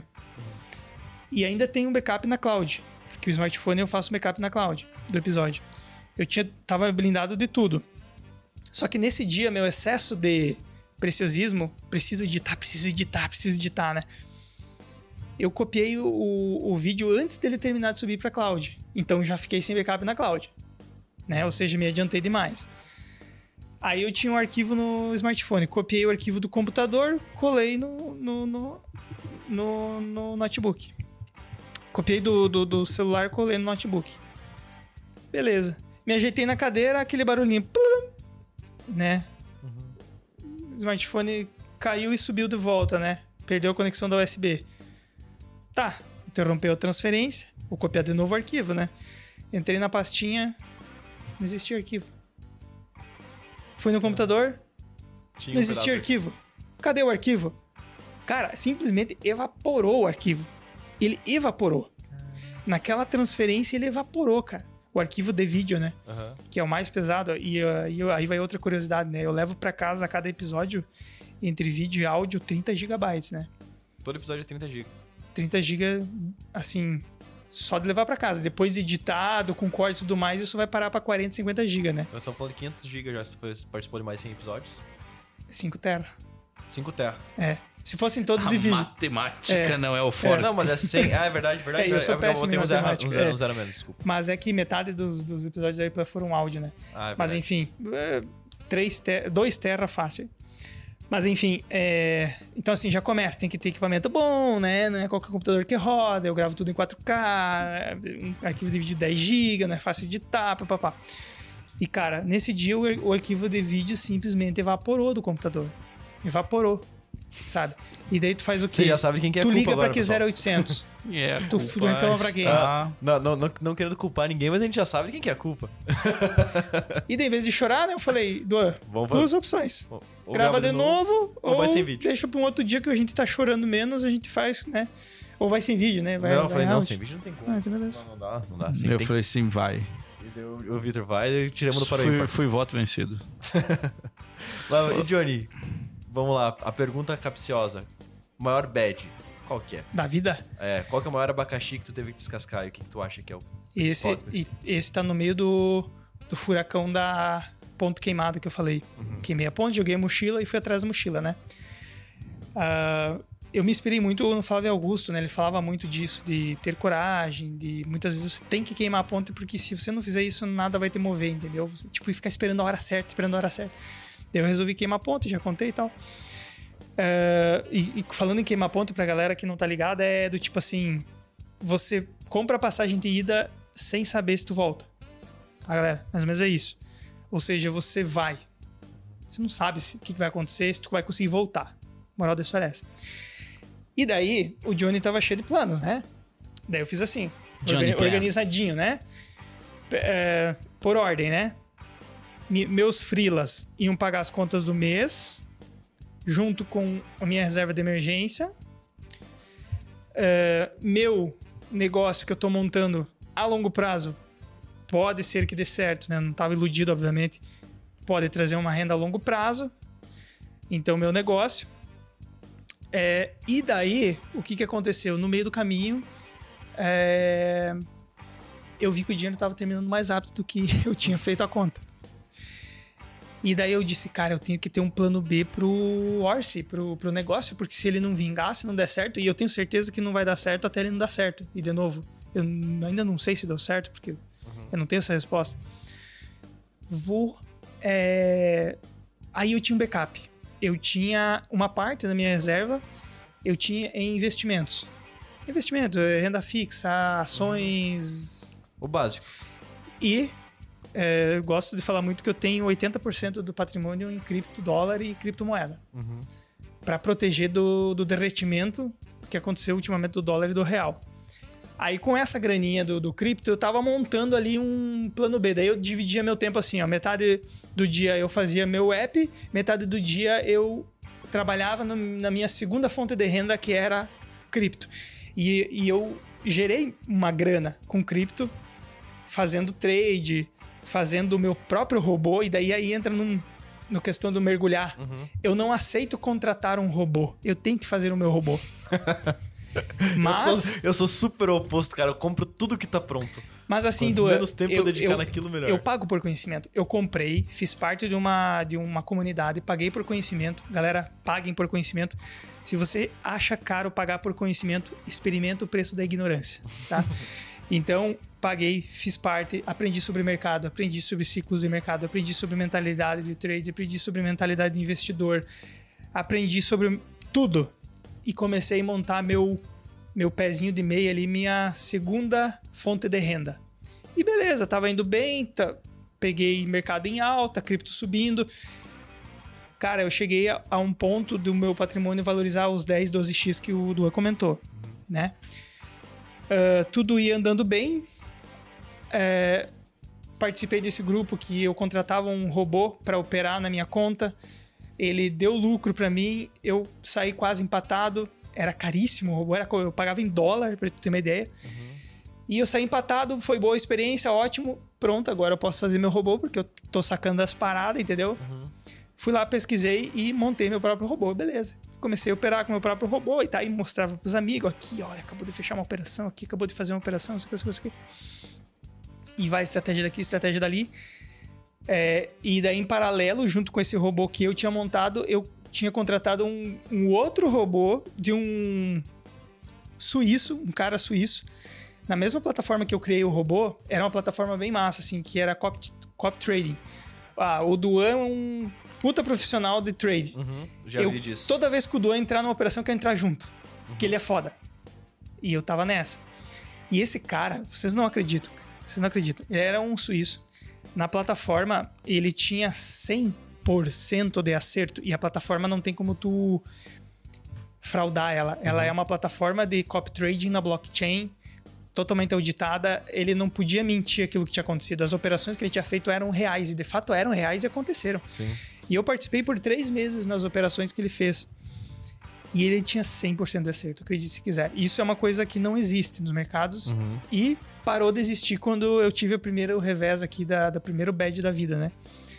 E ainda tenho um backup na cloud, porque o smartphone eu faço backup na cloud do episódio. Eu tinha, tava blindado de tudo. Só que nesse dia, meu excesso de preciosismo, preciso editar, preciso editar, preciso editar, né? Eu copiei o, o, o vídeo antes dele terminar de subir pra cloud. Então já fiquei sem backup na cloud, né? Ou seja, me adiantei demais. Aí eu tinha um arquivo no smartphone, copiei o arquivo do computador, colei no, no, no, no, no notebook. Copiei do, do, do celular, colei no notebook. Beleza. Me ajeitei na cadeira, aquele barulhinho, plum, né? Uhum. O smartphone caiu e subiu de volta, né? Perdeu a conexão da U S B. Tá, interrompeu a transferência, vou copiar de novo o arquivo, né? Entrei na pastinha, não existia arquivo. Fui no computador, Tinha não um existia pedaço arquivo. Cadê o arquivo? Cara, simplesmente evaporou o arquivo. Ele evaporou. Naquela transferência ele evaporou, cara. O arquivo de vídeo, né? Uhum. Que é o mais pesado. E, uh, e aí vai outra curiosidade, né? Eu levo pra casa a cada episódio, entre vídeo e áudio, trinta gigabytes, né? Todo episódio é trinta gigas. trinta gigas, assim, só de levar pra casa. Depois de editado, com corte e tudo mais, isso vai parar pra quarenta, cinquenta gigas, né? Nós estamos falando de quinhentos gigas já, se tu participou de mais cem episódios. cinco tera. cinco tera. É. Se fossem todos A de vídeo. matemática É. não é o forte. Não, mas é cem. Ah, é verdade, verdade. É, eu sou porque péssimo botei em um zero, matemática, um zero, é. um zero a menos, desculpa. Mas é que metade dos, dos episódios aí foram áudio, né? Ah, é Mas verdade. enfim, dois tera fácil. Mas enfim, é... então assim, já começa, tem que ter equipamento bom, né? Não é qualquer computador que roda, eu gravo tudo em quatro K, um arquivo de vídeo dez gigas, não é fácil de editar, papapá. E cara, nesse dia o, o arquivo de vídeo simplesmente evaporou do computador. Evaporou, sabe? E daí tu faz o quê? Você já sabe quem que é a Tu culpa liga agora, pra que pessoal. zero oitocentos. É, Tu culpa reclama pra quem? está- Não, não, não, não querendo culpar ninguém, mas a gente já sabe de quem que é a culpa. E daí, em vez de chorar, né? Eu falei, Duan, Vamos duas opções. Ou- ou Grava de novo, ou ou, vai sem vídeo. deixa pra um outro dia que a gente tá chorando menos, a gente faz, né? Ou vai sem vídeo, né? Vai, não, eu vai falei, não, áudio. sem vídeo não tem como. Ah, então beleza. Não, não dá, não dá. Sim, Eu tem falei assim, vai. que... deu- O Victor vai e tiramos do para o Fui, ímpar. fui voto vencido. Mas, E Johnny, vamos lá, a pergunta capciosa. Maior bad, qual que é? Da vida, É, qual que é o maior abacaxi que tu teve que descascar e o que, que tu acha que é o esse, principal? e, esse tá no meio do, do furacão da ponte queimada que eu falei. Uhum. Queimei a ponte, joguei a mochila e fui atrás da mochila, né? Ah, eu me inspirei muito no Flávio Augusto, né? Ele falava muito disso, de ter coragem, de muitas vezes você tem que queimar a ponte, porque se você não fizer isso, nada vai te mover, entendeu? Você, tipo, ficar esperando a hora certa, esperando a hora certa. Daí eu resolvi queimar a ponte, já contei e tal. É, e, e falando em queimar ponto pra galera que não tá ligada, é do tipo assim: você compra a passagem de ida sem saber se tu volta. Tá, galera? Mais ou menos é isso. Ou seja, você vai. Você não sabe se, o que vai acontecer, se tu vai conseguir voltar. Moral da história é essa. E daí, o Johnny tava cheio de planos, né? Daí eu fiz assim: Johnny organi- Plan. organizadinho, né? P- é, por ordem, né? Me- meus freelas iam pagar as contas do mês, junto com a minha reserva de emergência. É, meu negócio que eu tô montando a longo prazo pode ser que dê certo, né? Não estava iludido, obviamente. Pode trazer uma renda a longo prazo. Então, meu negócio. É, e daí, o que, que aconteceu? No meio do caminho, é, eu vi que o dinheiro estava terminando mais rápido do que eu tinha feito a conta. E daí eu disse, cara, eu tenho que ter um plano B pro Orsi, pro, pro negócio, porque se ele não vingar, se não der certo, e eu tenho certeza que não vai dar certo até ele não dar certo. E de novo, eu ainda não sei se deu certo, porque uhum. eu não tenho essa resposta. Vou... É... Aí eu tinha um backup. Eu tinha uma parte da minha reserva, eu tinha em investimentos. Investimento, renda fixa, ações... O básico. E é, eu gosto de falar muito que eu tenho oitenta por cento do patrimônio em cripto, dólar e criptomoeda. Uhum. Para proteger do, do derretimento que aconteceu ultimamente do dólar e do real. Aí com essa graninha do, do cripto, eu tava montando ali um plano B. Daí eu dividia meu tempo assim, ó. Metade do dia eu fazia meu app, metade do dia eu trabalhava no, na minha segunda fonte de renda, que era cripto. E, e eu gerei uma grana com cripto, fazendo trade, fazendo o meu próprio robô, e daí aí entra num, no questão do mergulhar. Uhum. Eu não aceito contratar um robô, eu tenho que fazer o meu robô. Mas eu sou, eu sou super oposto, cara. Eu compro tudo que tá pronto. Mas assim, Quanto do menos tempo eu, eu dedicar eu, naquilo, melhor. Eu pago por conhecimento. Eu comprei, fiz parte de uma, de uma comunidade, paguei por conhecimento. Galera, paguem por conhecimento. Se você acha caro pagar por conhecimento, experimenta o preço da ignorância, tá? Então, paguei, fiz parte, aprendi sobre mercado, aprendi sobre ciclos de mercado, aprendi sobre mentalidade de trade, aprendi sobre mentalidade de investidor, aprendi sobre tudo. E comecei a montar meu, meu pezinho de meia ali, minha segunda fonte de renda. E beleza, tava indo bem, tá, peguei mercado em alta, cripto subindo. Cara, eu cheguei a, a um ponto do meu patrimônio valorizar os dez, doze x que o Duan comentou, né? Uh, tudo ia andando bem. É, participei desse grupo que eu contratava um robô para operar na minha conta. Ele deu lucro para mim, eu saí quase empatado. Era caríssimo o robô, era, eu pagava em dólar, para tu ter uma ideia. Uhum. E eu saí empatado, foi boa experiência, ótimo. Pronto, agora eu posso fazer meu robô, porque eu tô sacando as paradas, entendeu? Uhum. Fui lá, pesquisei e montei meu próprio robô, beleza. Comecei a operar com meu próprio robô e tá, e mostrava pros amigos, aqui, olha, acabou de fechar uma operação, aqui, acabou de fazer uma operação, isso aqui, isso aqui. E vai estratégia daqui, estratégia dali. É, e daí, em paralelo, junto com esse robô que eu tinha montado, eu tinha contratado um, um outro robô de um suíço, um cara suíço. Na mesma plataforma que eu criei o robô, era uma plataforma bem massa, assim, que era Cop, Cop Trading. Ah, o Duan é um puta profissional de trade. Uhum, já eu, vi disso. Toda vez que o Duan entrar numa operação, eu quero entrar junto. Uhum. Porque ele é foda. E eu tava nessa. E esse cara, vocês não acreditam. Vocês não acreditam. Ele era um suíço. Na plataforma, ele tinha cem por cento de acerto. E a plataforma não tem como tu fraudar ela. Ela uhum. é uma plataforma de copy trading na blockchain, totalmente auditada. Ele não podia mentir aquilo que tinha acontecido. As operações que ele tinha feito eram reais. E de fato eram reais e aconteceram. Sim. E eu participei por três meses nas operações que ele fez. E ele tinha cem por cento de acerto, acredite se quiser. Isso é uma coisa que não existe nos mercados. Uhum. E parou de existir quando eu tive o primeiro revés aqui da, da primeiro bad da vida, né?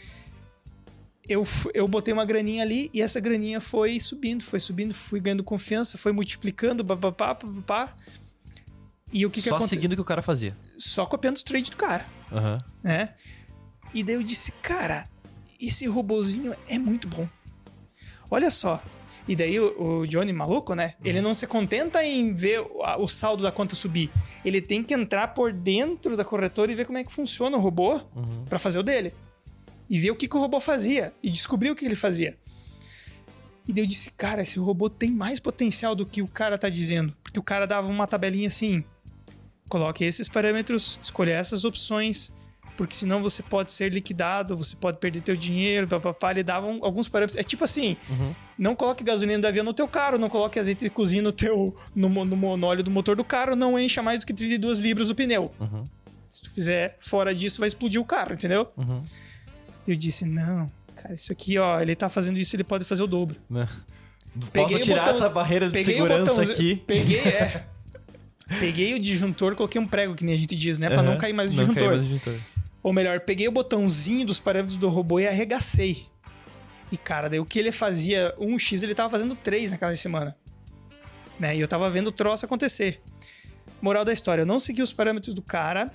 Eu, eu botei uma graninha ali e essa graninha foi subindo, foi subindo, fui ganhando confiança, foi multiplicando, papapá, papapá. E o que que Só aconte... seguindo o que o cara fazia. Só copiando os trades do cara. Uhum. Né? E daí eu disse, cara, esse robozinho é muito bom. Olha só. E daí o, o Johnny, maluco, né? Uhum. Ele não se contenta em ver o, o saldo da conta subir. Ele tem que entrar por dentro da corretora e ver como é que funciona o robô uhum. para fazer o dele. E ver o que, que o robô fazia. E descobrir o que ele fazia. E daí eu disse, cara, esse robô tem mais potencial do que o cara tá dizendo. Porque o cara dava uma tabelinha assim. Coloque esses parâmetros, escolha essas opções, porque senão você pode ser liquidado, você pode perder teu dinheiro, papapá. Ele dava um, alguns parâmetros. É tipo assim, uhum. não coloque gasolina da avião no teu carro, não coloque azeite de cozinha no, teu, no, no, no óleo do motor do carro, não encha mais do que trinta e duas libras o pneu. Uhum. Se tu fizer fora disso, vai explodir o carro, entendeu? Uhum. Eu disse, não, cara, isso aqui, ó, ele tá fazendo isso, ele pode fazer o dobro. Não. Posso tirar botão, essa barreira de segurança botão, aqui? Peguei, é... Peguei o disjuntor, coloquei um prego, que nem a gente diz, né? Pra uhum, não cair mais o disjuntor. Cair mais o disjuntor. Ou melhor, peguei o botãozinho dos parâmetros do robô e arregacei. E, cara, daí o que ele fazia um x, ele tava fazendo três naquela semana. Né? E eu tava vendo o troço acontecer. Moral da história, eu não segui os parâmetros do cara.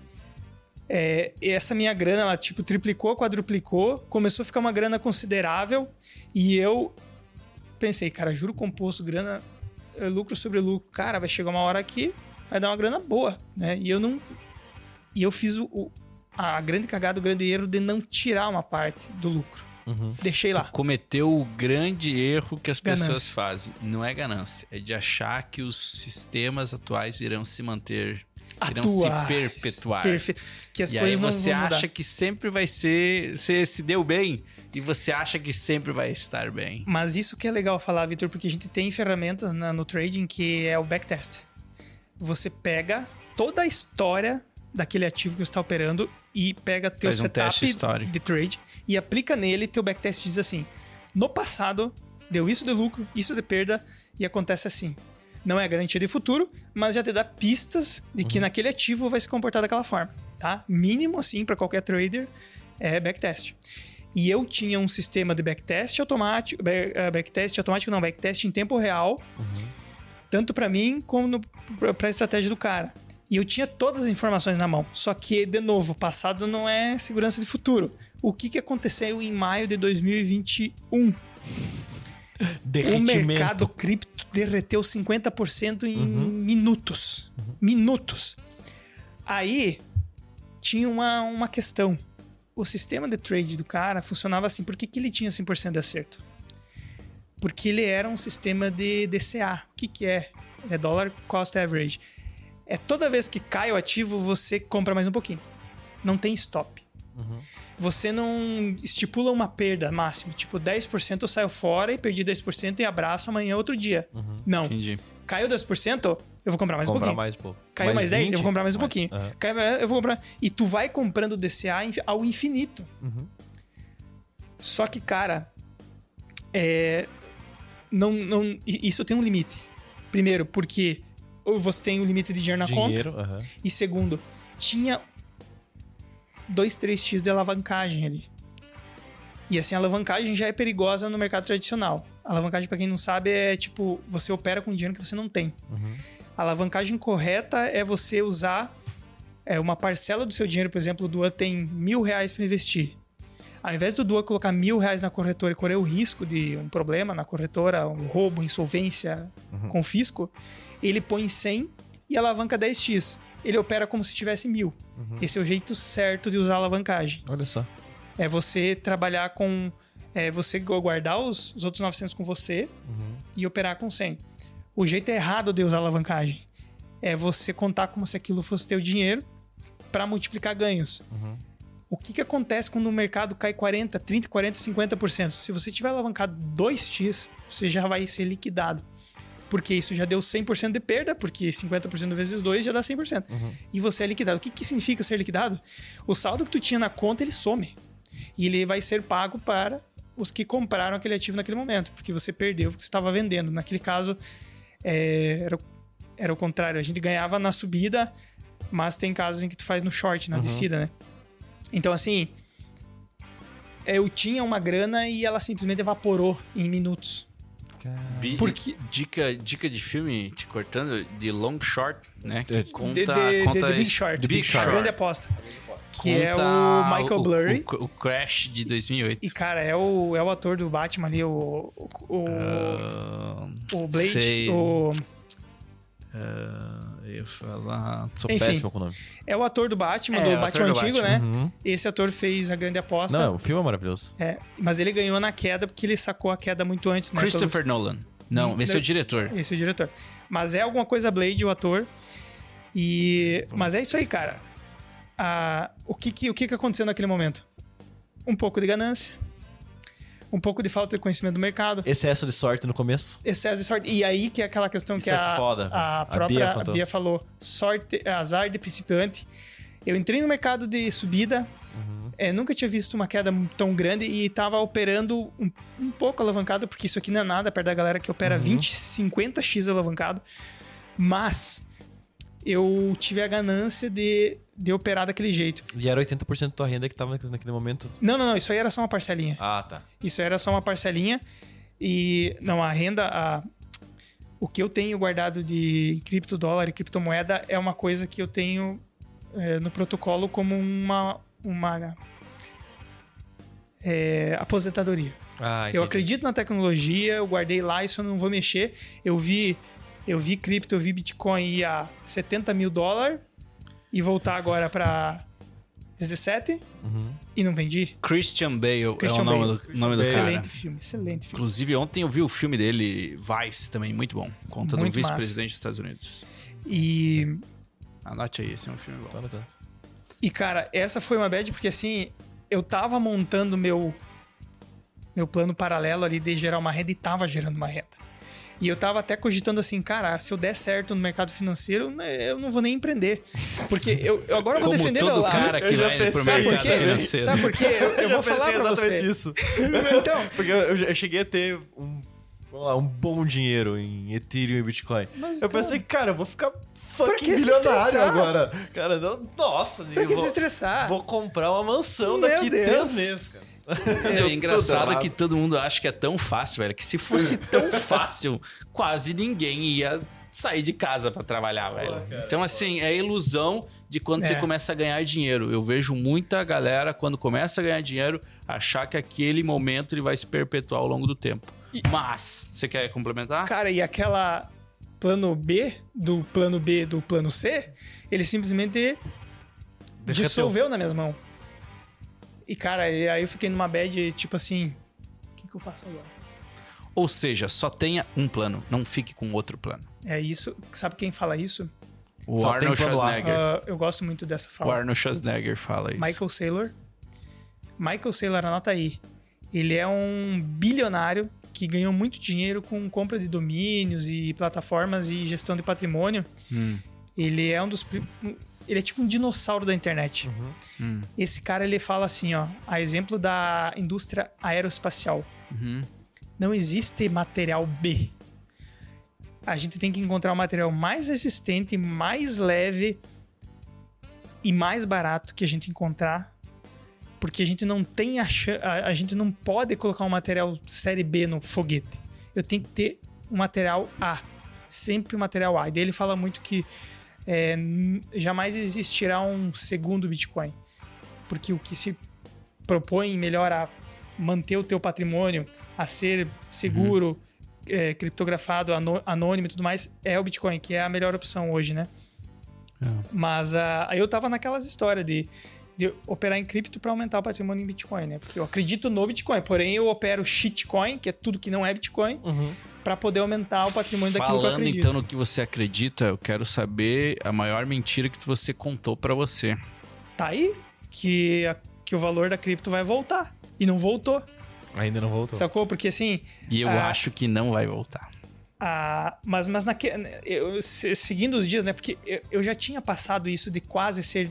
É, essa minha grana, ela tipo triplicou, quadruplicou. Começou a ficar uma grana considerável. E eu pensei, cara, juro composto, grana... lucro sobre lucro, cara, vai chegar uma hora que vai dar uma grana boa, né? E eu não... E eu fiz o, o, a grande cagada, o grande erro de não tirar uma parte do lucro. Uhum. Deixei lá. Tu cometeu o grande erro que as ganância. pessoas fazem. Não é ganância, é de achar que os sistemas atuais irão se manter que não se perpetuar. Perfeito. Que as e coisas aí não você vão mudar. acha que sempre vai ser... Você se deu bem e você acha que sempre vai estar bem. Mas isso que é legal falar, Vitor, porque a gente tem ferramentas na, no trading que é o backtest. Você pega toda a história daquele ativo que você está operando e pega teu Faz um teste setup histórico. de trade e aplica nele, teu backtest diz assim, no passado deu isso de lucro, isso de perda e acontece assim. Não é garantia de futuro, mas já te dá pistas de que Uhum. naquele ativo vai se comportar daquela forma, tá? Mínimo, assim, para qualquer trader é backtest. E eu tinha um sistema de backtest automático, back- eh, backtest automático não, backtest em tempo real, tanto para mim como para a estratégia do cara. E eu tinha todas as informações na mão. Só que, de novo, passado não é segurança de futuro. O que, que aconteceu em maio de dois mil e vinte e um? O Derretimento. mercado cripto derreteu cinquenta por cento em Uhum. minutos. Minutos. Aí, tinha uma, uma questão. O sistema de trade do cara funcionava assim. Por que, que ele tinha cem por cento de acerto? Porque ele era um sistema de D C A. O que, que é? É Dollar Cost Average. É toda vez que cai o ativo, você compra mais um pouquinho. Não tem stop. Você não estipula uma perda máxima. Tipo, dez por cento eu saio fora e perdi dez por cento e abraço amanhã outro dia. Não. Entendi. Caiu dez por cento, eu vou comprar mais um Comprar pouquinho. mais, pô. Caiu mais, dez, eu vou comprar mais um Mais- pouquinho. Aham. Caiu mais, eu vou comprar. E tu vai comprando D C A infi- ao infinito. Uhum. Só que, cara, é, não, não, i- isso tem um limite. Primeiro, porque ou você tem um limite de dinheiro na conta. Dinheiro, aham. E segundo, tinha dois, três x de alavancagem ali. E assim, a alavancagem já é perigosa no mercado tradicional. A alavancagem, pra quem não sabe, é tipo, você opera com dinheiro que você não tem. A alavancagem correta é você usar é, uma parcela do seu dinheiro, por exemplo, o Duan tem mil reais para investir. Ao invés do Duan colocar mil reais na corretora e correr o risco de um problema na corretora, um roubo, insolvência, confisco, ele põe cem e alavanca dez x. Ele opera como se tivesse mil. Esse é o jeito certo de usar a alavancagem. Olha só. É você trabalhar com... É você guardar os, os outros novecentos com você e operar com cem. O jeito errado de usar a alavancagem é você contar como se aquilo fosse teu dinheiro para multiplicar ganhos. O que, que acontece quando o mercado cai quarenta, trinta, quarenta, cinquenta por cento? Se você tiver alavancado dois x, você já vai ser liquidado. Porque isso já deu cem por cento de perda, porque cinquenta por cento vezes dois já dá cem por cento. E você é liquidado. O que, que significa ser liquidado? O saldo que tu tinha na conta, ele some. E ele vai ser pago para os que compraram aquele ativo naquele momento. Porque você perdeu, porque você estava vendendo. Naquele caso, é, era, o- era o contrário. A gente ganhava na subida, mas tem casos em que tu faz no short, na descida, né? Então, assim, eu tinha uma grana e ela simplesmente evaporou em minutos. Bi- Porque- Dica, dica de filme, te cortando, de Long Short, né? Que De- conta, De, de, conta de, de Big esse- Short. The Big A Short. grande aposta. Que é Conta o Michael Blurry. O, o, o Crash de dois mil e oito. E, cara, é o, é o ator do Batman ali, o... O, o, Ah, o Blade, sei. o... ah, eu ia falar... Sou Enfim. péssimo com o nome. É o ator do Batman, É, do o ator Batman do antigo, Batman. né? Esse ator fez a grande aposta. Não, o filme é maravilhoso. É, mas ele ganhou na queda porque ele sacou a queda muito antes, né? Christopher Nolan. Não, esse é o diretor. Pelos- Esse é o diretor. Mas é alguma coisa Blade, o ator. E... Mas é isso aí, cara. Ah, o que que, o que que aconteceu naquele momento? Um pouco de ganância. Um pouco de falta de conhecimento do mercado. Excesso de sorte no começo. Excesso de sorte. E aí que é aquela questão Isso que é a, foda, a a própria Bia a contou. Bia falou. Sorte, azar de principiante. Eu entrei no mercado de subida. Uhum. é, nunca tinha visto uma queda tão grande e tava operando um, um pouco alavancado, porque isso aqui não é nada perto da galera que opera Uhum. vinte, cinquenta x alavancado. Mas eu tive a ganância de, de operar daquele jeito. E era oitenta por cento da tua renda que tava naquele, naquele momento. Não, não, não. Isso aí era só uma parcelinha. Ah, tá. Isso era só uma parcelinha. E não, a renda, a, o que eu tenho guardado de cripto dólar e criptomoeda é uma coisa que eu tenho é, no protocolo como uma, uma é, aposentadoria. Ah, Eu entendi. acredito na tecnologia, eu guardei lá, isso eu não vou mexer. Eu vi, eu vi cripto, eu vi Bitcoin ir a setenta mil dólares e voltar agora para dezessete e não vendi. Christian Bale Christian é o nome Bale. do, nome do cara. Excelente filme, excelente filme. Inclusive, ontem eu vi o filme dele, Vice, também, muito bom. Conta Muito do vice-presidente dos Estados Unidos. E Anote aí, esse é um filme bom. Tá anotando. E, cara, essa foi uma bad porque, assim, eu tava montando meu, meu plano paralelo ali de gerar uma renda e tava gerando uma renda. E eu tava até cogitando assim, cara, se eu der certo no mercado financeiro, eu não vou nem empreender. Porque eu, eu agora vou Como defender todo meu lado. cara que Eu já vai pro pensei mercado por quê? financeiro. Sabe por quê? Eu, eu vou falar pra você. isso. Então, Porque eu, eu cheguei a ter um, vamos lá, um bom dinheiro em Ethereum e Bitcoin. Mas eu então- pensei, cara, eu vou ficar Pra fucking que se bilionário estressar? agora. Cara, não, nossa, pra eu que vou, se estressar? vou comprar uma mansão Meu daqui Deus. três meses, cara. É, Deu engraçado tudo que errado. todo mundo acha que é tão fácil, velho. Que se fosse tão fácil, quase ninguém ia sair de casa pra trabalhar, velho. Então, assim, é a ilusão de quando É. você começa a ganhar dinheiro. Eu vejo muita galera, quando começa a ganhar dinheiro, achar que aquele momento ele vai se perpetuar ao longo do tempo. Mas, você quer complementar? Cara, e aquela plano B do plano B do plano C, ele simplesmente Derreteu. dissolveu nas minhas mãos. E, cara, e aí eu fiquei numa bad, tipo assim, o que, que eu faço agora? Ou seja, só tenha um plano, não fique com outro plano. É isso, sabe quem fala isso? O Só tem Arnold plano A. Schwarzenegger. Ah, eu gosto muito dessa O fala. Arnold Schwarzenegger fala isso. Michael Saylor. Michael Saylor, anota aí. Ele é um bilionário que ganhou muito dinheiro com compra de domínios e plataformas e gestão de patrimônio. Hum. Ele é um dos... pri- Ele é tipo um dinossauro da internet. Hum. Esse cara, ele fala assim, ó, a exemplo da indústria aeroespacial. Uhum. Não existe material B. A gente tem que encontrar um material mais resistente, mais leve e mais barato que a gente encontrar, porque a gente não tem a, chan- a, a gente não pode colocar um material série B no foguete. Eu tenho que ter um material A, sempre um material A. E daí ele fala muito que é, n- jamais existirá um segundo Bitcoin, porque o que se propõe melhor a manter o teu patrimônio, a ser seguro, é, criptografado, anô- anônimo e tudo mais, é o Bitcoin, que é a melhor opção hoje, né? É. Mas ah, aí eu tava naquelas histórias de, de operar em cripto para aumentar o patrimônio em Bitcoin, né? Porque eu acredito no Bitcoin, porém eu opero shitcoin, que é tudo que não é Bitcoin, Uhum. para poder aumentar o patrimônio daquilo que eu Falando acredito. então no que você acredita, eu quero saber a maior mentira que você contou pra você. Tá aí que, a- que o valor da cripto vai voltar. E não voltou, Ainda não voltou. sacou? Porque assim... E eu Ah. acho que não vai voltar. Ah, mas mas naque, eu, se- seguindo os dias, né? Porque eu, eu já tinha passado isso de quase ser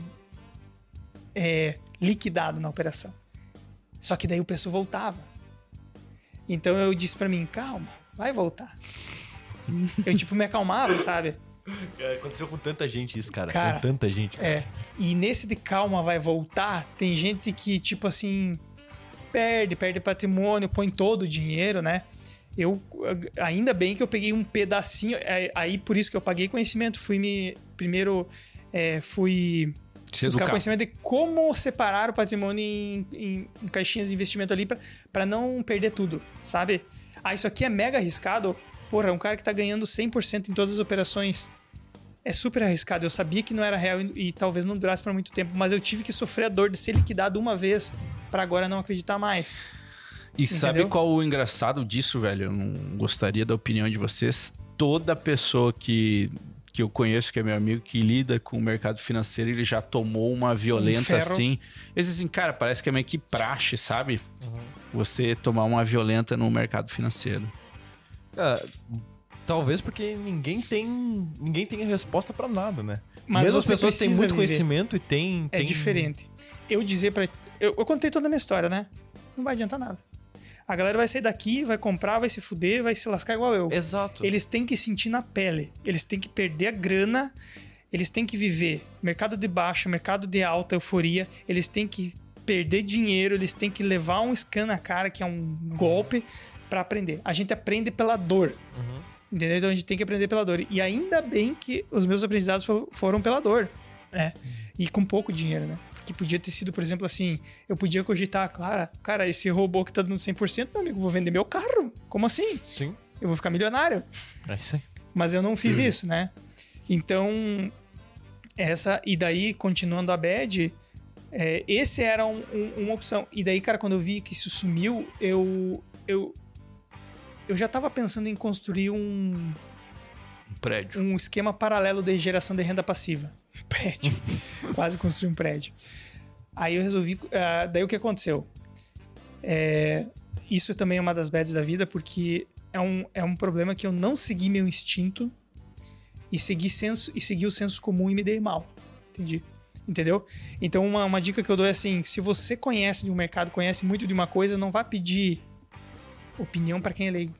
é, liquidado na operação. Só que daí o preço voltava. Então eu disse pra mim, calma, vai voltar. Eu tipo me acalmava, sabe? Cara, aconteceu com tanta gente isso, cara. Cara, com tanta gente. Cara. É. E nesse de calma vai voltar, tem gente que tipo assim perde, perde patrimônio, põe todo o dinheiro, né? Eu, ainda bem que eu peguei um pedacinho, é, aí por isso que eu paguei conhecimento, fui me, primeiro é, fui Se buscar educar. conhecimento de como separar o patrimônio em, em- em caixinhas de investimento ali pra- pra não perder tudo, sabe? Ah, isso aqui é mega arriscado, porra, um cara que tá ganhando cem por cento em todas as operações, é super arriscado, eu sabia que não era real e, e talvez não durasse pra muito tempo, mas eu tive que sofrer a dor de ser liquidado uma vez pra agora não acreditar mais. E sabe Entendeu? qual o engraçado disso, velho? Eu não gostaria da opinião de vocês. Toda pessoa que, que eu conheço, que é meu amigo, que lida com o mercado financeiro, ele já tomou uma violenta ferro. assim. Eles dizem, cara, parece que é meio que praxe, sabe? Você tomar uma violenta no mercado financeiro. Ah, talvez porque ninguém tem ninguém tem a resposta pra nada, né? Mas Mesmo as você pessoas têm precisa muito viver. conhecimento e tem, É tem... diferente. Eu dizer pra. Eu, eu contei toda a minha história, né? Não vai adiantar nada. A galera vai sair daqui, vai comprar, vai se fuder, vai se lascar igual eu. Exato. Eles têm que sentir na pele. Eles têm que perder a grana. Eles têm que viver mercado de baixa, mercado de alta, euforia. Eles têm que perder dinheiro. Eles têm que levar um scan na cara, que é um golpe, pra aprender. A gente aprende pela dor. Entendeu? Então a gente tem que aprender pela dor. E ainda bem que os meus aprendizados fo- foram pela dor. Né? E com pouco dinheiro, né? Que podia ter sido, por exemplo, assim, eu podia cogitar, claro, cara, esse robô que tá dando cem por cento, meu amigo, vou vender meu carro. Como assim? Sim. Eu vou ficar milionário. É isso aí. Mas eu não fiz isso, né? Então, essa... E daí, continuando a bad, é, esse era um- um- uma opção. E daí, cara, quando eu vi que isso sumiu, eu... Eu, eu já tava pensando em construir um, Um prédio. um esquema paralelo de geração de renda passiva. prédio. Quase construí um prédio. Aí eu resolvi... Uh, daí o que aconteceu? É, isso também é uma das bads da vida, porque é um, é um problema que eu não segui meu instinto e segui, senso, e segui o senso comum e me dei mal. Entendi? Entendeu? Então uma, uma dica que eu dou é assim, se você conhece de um mercado, conhece muito de uma coisa, não vá pedir opinião pra quem é leigo.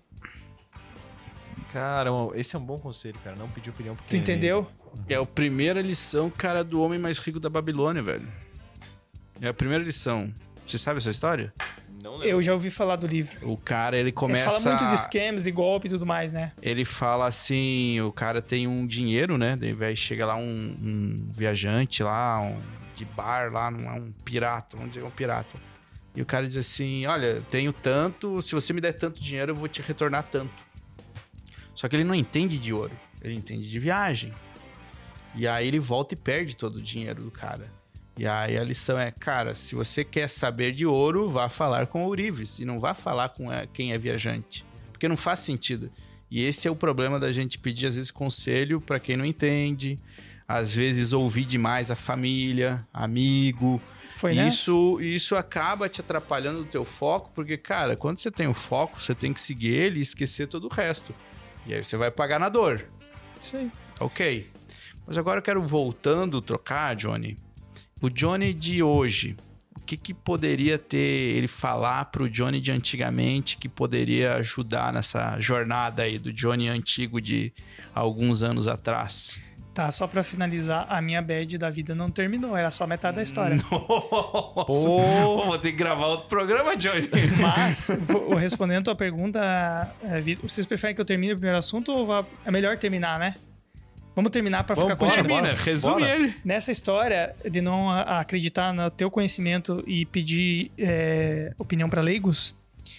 Cara, esse é um bom conselho, cara. Não pedir opinião pra Tu quem entendeu? É a primeira lição, cara, do homem mais rico da Babilônia, velho. É a primeira lição. Você sabe essa história? Não Eu já ouvi falar do livro. O cara, ele começa... Ele fala muito de scams, de golpe e tudo mais, né? Ele fala assim, o cara tem um dinheiro, né? Daí vai, chega lá um, um viajante lá, um, de bar lá, não é um pirata, vamos dizer um pirata. E o cara diz assim, olha, eu tenho tanto, se você me der tanto dinheiro, eu vou te retornar tanto. Só que ele não entende de ouro, ele entende de viagem. E aí ele volta e perde todo o dinheiro do cara. E aí a lição é, cara, se você quer saber de ouro, vá falar com ourives e não vá falar com quem é viajante. Porque não faz sentido. E esse é o problema da gente pedir, às vezes, conselho para quem não entende. Às vezes, ouvir demais a família, amigo. Foi isso, isso acaba te atrapalhando o teu foco, porque, cara, quando você tem o foco, você tem que seguir ele e esquecer todo o resto. E aí você vai pagar na dor. Isso aí. Ok. Mas agora eu quero, voltando, trocar, Johnny. O Johnny de hoje, o que, que poderia ter ele falar pro Johnny de antigamente que poderia ajudar nessa jornada aí do Johnny antigo de alguns anos atrás? Tá, só pra finalizar, a minha bad da vida não terminou, era só metade da história. Nossa! Oh. Vou ter que gravar outro programa, Johnny. Mas, vou, respondendo a tua pergunta, vocês preferem que eu termine o primeiro assunto ou vá, é melhor terminar, né? Vamos terminar pra Vamos, ficar bora, contigo. Termina, resume bora. ele. Nessa história de não acreditar no teu conhecimento e pedir é, opinião pra leigos,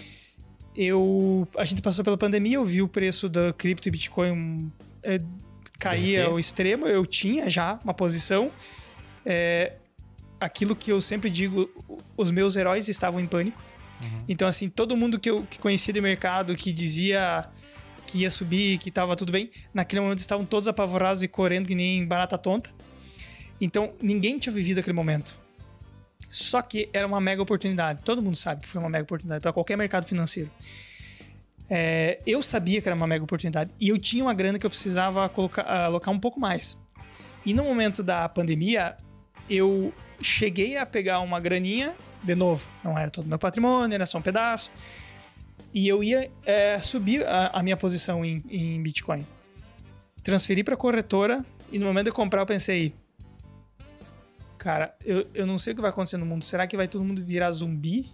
eu, a gente passou pela pandemia, eu vi o preço da cripto e Bitcoin é, cair ao extremo, eu tinha já uma posição. É, aquilo que eu sempre digo, os meus heróis estavam em pânico. Uhum. Então, assim, todo mundo que eu que conhecia do mercado, que dizia que ia subir, que tava tudo bem, naquele momento estavam todos apavorados e correndo que nem barata tonta. Então, ninguém tinha vivido aquele momento. Só que era uma mega oportunidade. Todo mundo sabe que foi uma mega oportunidade para qualquer mercado financeiro. É, eu sabia que era uma mega oportunidade e eu tinha uma grana que eu precisava colocar, alocar um pouco mais. E no momento da pandemia, eu cheguei a pegar uma graninha, de novo, não era todo o meu patrimônio, era só um pedaço, e eu ia é, subir a, a minha posição em, em Bitcoin. Transferi para a corretora e no momento de comprar eu pensei, cara, eu, eu não sei o que vai acontecer no mundo. Será que vai todo mundo virar zumbi?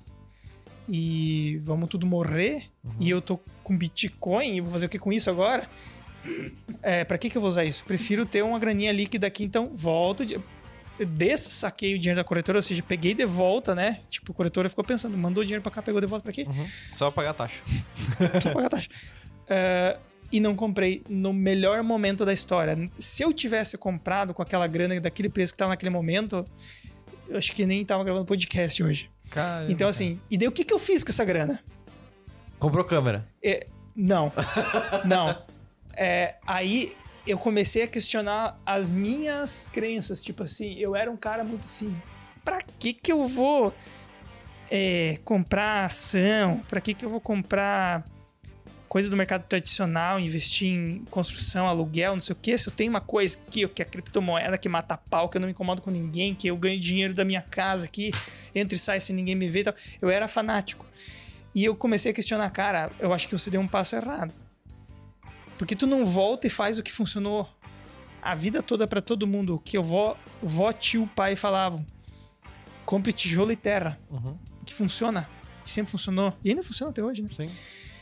E vamos tudo morrer? Uhum. E eu tô com Bitcoin e vou fazer o que com isso agora? É, pra que que eu vou usar isso? Prefiro ter uma graninha líquida aqui, então volto... De... Desse saquei o dinheiro da corretora, ou seja, peguei de volta, né? Tipo, a corretora ficou pensando, mandou dinheiro pra cá, pegou de volta pra quê? Uhum. Só pra pagar a taxa. Só pra pagar a taxa. Uh, e não comprei no melhor momento da história. Se eu tivesse comprado com aquela grana daquele preço que tava naquele momento, eu acho que nem tava gravando podcast hoje. Caramba, então, assim, cara. E daí o que, que eu fiz com essa grana? Comprou câmera? É, não. Não. É, aí eu comecei a questionar as minhas crenças. Tipo assim, eu era um cara muito assim, pra que que eu vou é, comprar ação? Pra que que eu vou comprar coisa do mercado tradicional, investir em construção, aluguel, não sei o que? Se eu tenho uma coisa aqui, que é a criptomoeda que mata pau, que eu não me incomodo com ninguém, que eu ganho dinheiro da minha casa aqui, entra e sai sem ninguém me ver e tal. Eu era fanático. E eu comecei a questionar, cara, eu acho que você deu um passo errado. Porque tu não volta e faz o que funcionou a vida toda pra todo mundo. O que eu vó, vó, tio, pai falavam. Compre tijolo e terra. Uhum. Que funciona. E sempre funcionou. E ainda funciona até hoje, né? Sim.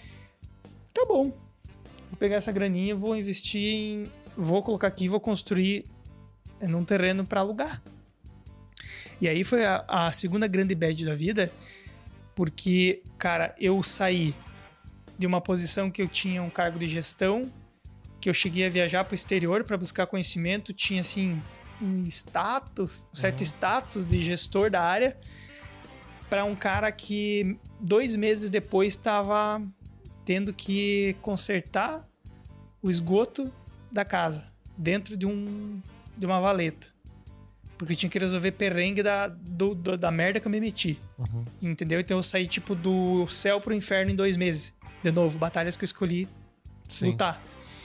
Tá bom. Vou pegar essa graninha, vou investir em... Vou colocar aqui, vou construir num terreno pra alugar. E aí foi a, a segunda grande bad da vida. Porque, cara, eu saí de uma posição que eu tinha um cargo de gestão, que eu cheguei a viajar para o exterior para buscar conhecimento, tinha assim um status, um certo uhum. status de gestor da área, para um cara que dois meses depois estava tendo que consertar o esgoto da casa, dentro de um de uma valeta. Porque eu tinha que resolver perrengue da, do, do, da merda que eu me meti. Uhum. Entendeu? Então eu saí, tipo, do céu pro inferno em dois meses. De novo, batalhas que eu escolhi Sim. lutar.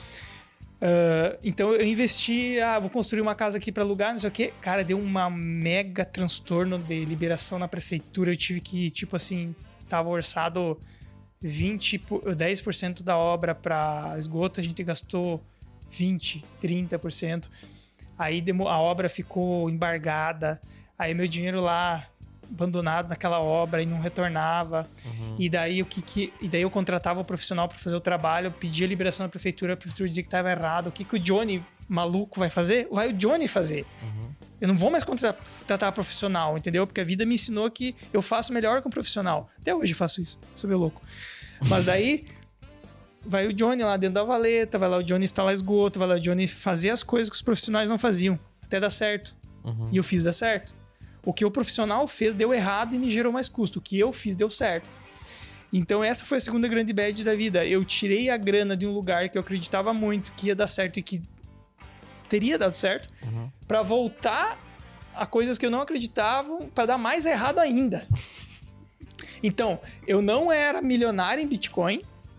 Uh, então eu investi, ah, vou construir uma casa aqui pra alugar, não sei o quê. Cara, deu uma mega transtorno de liberação na prefeitura. Eu tive que, tipo assim, tava orçado vinte, dez por cento da obra pra esgoto, a gente gastou vinte, trinta por cento. Aí a obra ficou embargada, aí meu dinheiro lá abandonado naquela obra e não retornava. Uhum. E daí o que, que e daí eu contratava o profissional para fazer o trabalho, eu pedia liberação da prefeitura, a prefeitura dizia que estava errado. O que, que o Johnny maluco vai fazer? Vai o Johnny fazer. Uhum. Eu não vou mais contratar profissional, entendeu? Porque a vida me ensinou que eu faço melhor com profissional. Até hoje eu faço isso, sou meio louco. Mas daí vai o Johnny lá dentro da valeta, vai lá o Johnny instalar esgoto, vai lá o Johnny fazer as coisas que os profissionais não faziam, até dar certo. Uhum. E eu fiz dar certo. O que o profissional fez deu errado e me gerou mais custo. O que eu fiz deu certo. Então essa foi a segunda grande bad da vida. Eu tirei a grana de um lugar que eu acreditava muito que ia dar certo e que teria dado certo, uhum. pra voltar a coisas que eu não acreditava, pra dar mais errado ainda. Então, eu não era milionário em Bitcoin,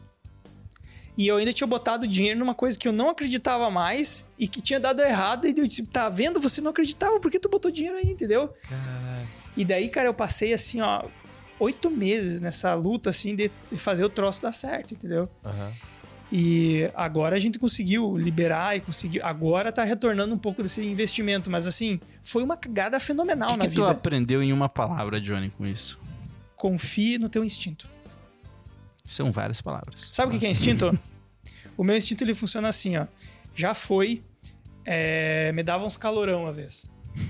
e eu ainda tinha botado dinheiro numa coisa que eu não acreditava mais e que tinha dado errado. E eu disse, tá vendo? Você não acreditava, por que tu botou dinheiro aí, entendeu? Caralho. E daí, cara, eu passei assim, ó, oito meses nessa luta, assim, de fazer o troço dar certo, entendeu? Uhum. E agora a gente conseguiu liberar e conseguiu... Agora tá retornando um pouco desse investimento, mas assim, foi uma cagada fenomenal que na que vida. O que tu aprendeu em uma palavra, Johnny, com isso? Confie no teu instinto. São várias palavras. Sabe o que é instinto? O meu instinto, ele funciona assim, ó. Já foi, é, me dava uns calorão uma vez.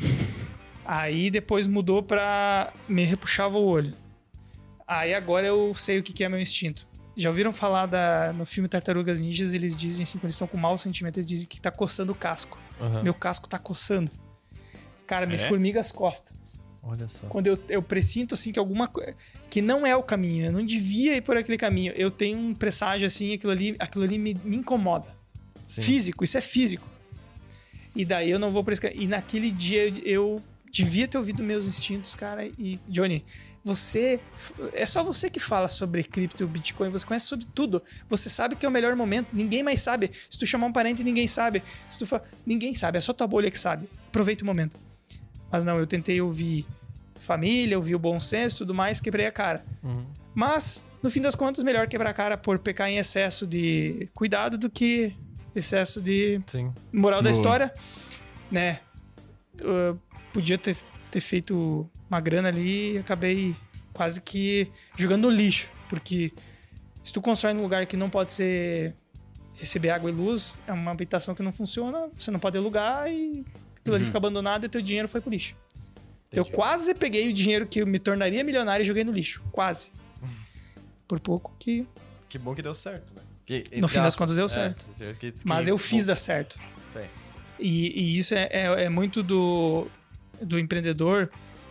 Aí depois mudou pra me repuxava o olho. Aí agora eu sei o que é meu instinto. Já ouviram falar da, no filme Tartarugas Ninjas, eles dizem assim, quando eles estão com mau sentimento, eles dizem que tá coçando o casco. Uhum. Meu casco tá coçando. Cara, me é? formiga as costas. Olha só. Quando eu, eu pressinto, assim, que alguma coisa... Que não é o caminho, eu não devia ir por aquele caminho. Eu tenho um presságio, assim, aquilo ali, aquilo ali me, me incomoda. Sim. Físico, isso é físico. E daí eu não vou por esse caminho. E naquele dia eu, eu devia ter ouvido meus instintos, cara. E, Johnny, você... É só você que fala sobre cripto, Bitcoin, você conhece sobre tudo. Você sabe que é o melhor momento, ninguém mais sabe. Se tu chamar um parente, ninguém sabe. Se tu fala, ninguém sabe, é só tua bolha que sabe. Aproveita o momento. Mas não, eu tentei ouvir família, ouvir o bom senso e tudo mais, quebrei a cara. Uhum. Mas, no fim das contas, melhor quebrar a cara por pecar em excesso de cuidado do que excesso de Sim. moral da Boa. história, né? Eu podia ter, ter feito uma grana ali e acabei quase que jogando no lixo, porque se tu constrói num lugar que não pode ser receber água e luz, é uma habitação que não funciona, você não pode alugar e tudo uhum. ali fica abandonado e teu dinheiro foi pro lixo. Entendi. Eu quase peguei o dinheiro que me tornaria milionário e joguei no lixo. Quase. Por pouco que... Que bom que deu certo, né? Que, no fim das contas deu certo. É, que, que, Mas eu fiz bom. dar certo. Sim. E, e isso é, é, é muito do, do empreendedor.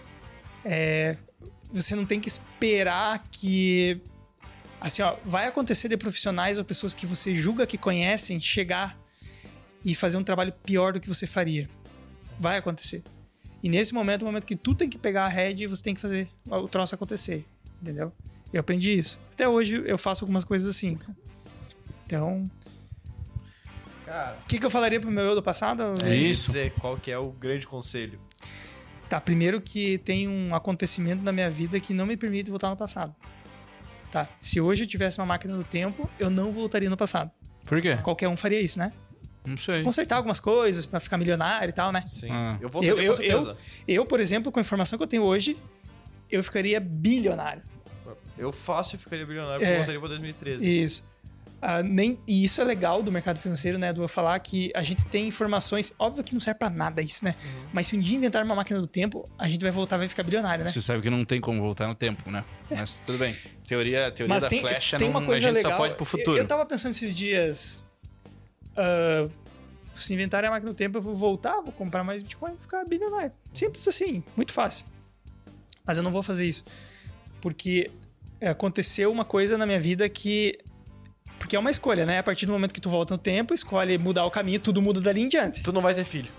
É, você não tem que esperar que... Assim, ó, vai acontecer de profissionais ou pessoas que você julga que conhecem chegar e fazer um trabalho pior do que você faria. Vai acontecer. E nesse momento, é o momento que tu tem que pegar a rédea e você tem que fazer o troço acontecer. Entendeu? Eu aprendi isso. Até hoje eu faço algumas coisas assim. Então... Cara... O que, que eu falaria pro meu eu do passado? É isso. Dizer qual que é o grande conselho. Tá, primeiro que tem um acontecimento na minha vida que não me permite voltar no passado. Tá, se hoje eu tivesse uma máquina do tempo, eu não voltaria no passado. Por quê? Qualquer um faria isso, né? Não sei. Consertar algumas coisas pra ficar milionário e tal, né? Sim. Ah. Eu voltaria eu, com certeza. Eu, eu, por exemplo, com a informação que eu tenho hoje, eu ficaria bilionário. Eu fácil ficaria bilionário porque é, eu voltaria pra dois mil e treze. Isso. Ah, nem, e isso é legal do mercado financeiro, né? Do eu falar que a gente tem informações... Óbvio que não serve pra nada isso, né? Uhum. Mas se um dia inventar uma máquina do tempo, a gente vai voltar, vai ficar bilionário, né? Você sabe que não tem como voltar no tempo, né? É. Mas tudo bem. Teoria, teoria Mas da tem, flecha, tem não, uma coisa a gente legal. só pode pro futuro. Eu, eu tava pensando esses dias... Uh, se inventarem a máquina do tempo, eu vou voltar, vou comprar mais Bitcoin e vou ficar bilionário. Simples assim, muito fácil. Mas eu não vou fazer isso. Porque aconteceu uma coisa na minha vida que... Porque é uma escolha, né? A partir do momento que tu volta no tempo, escolhe mudar o caminho, tudo muda dali em diante. Tu não vai ter filho.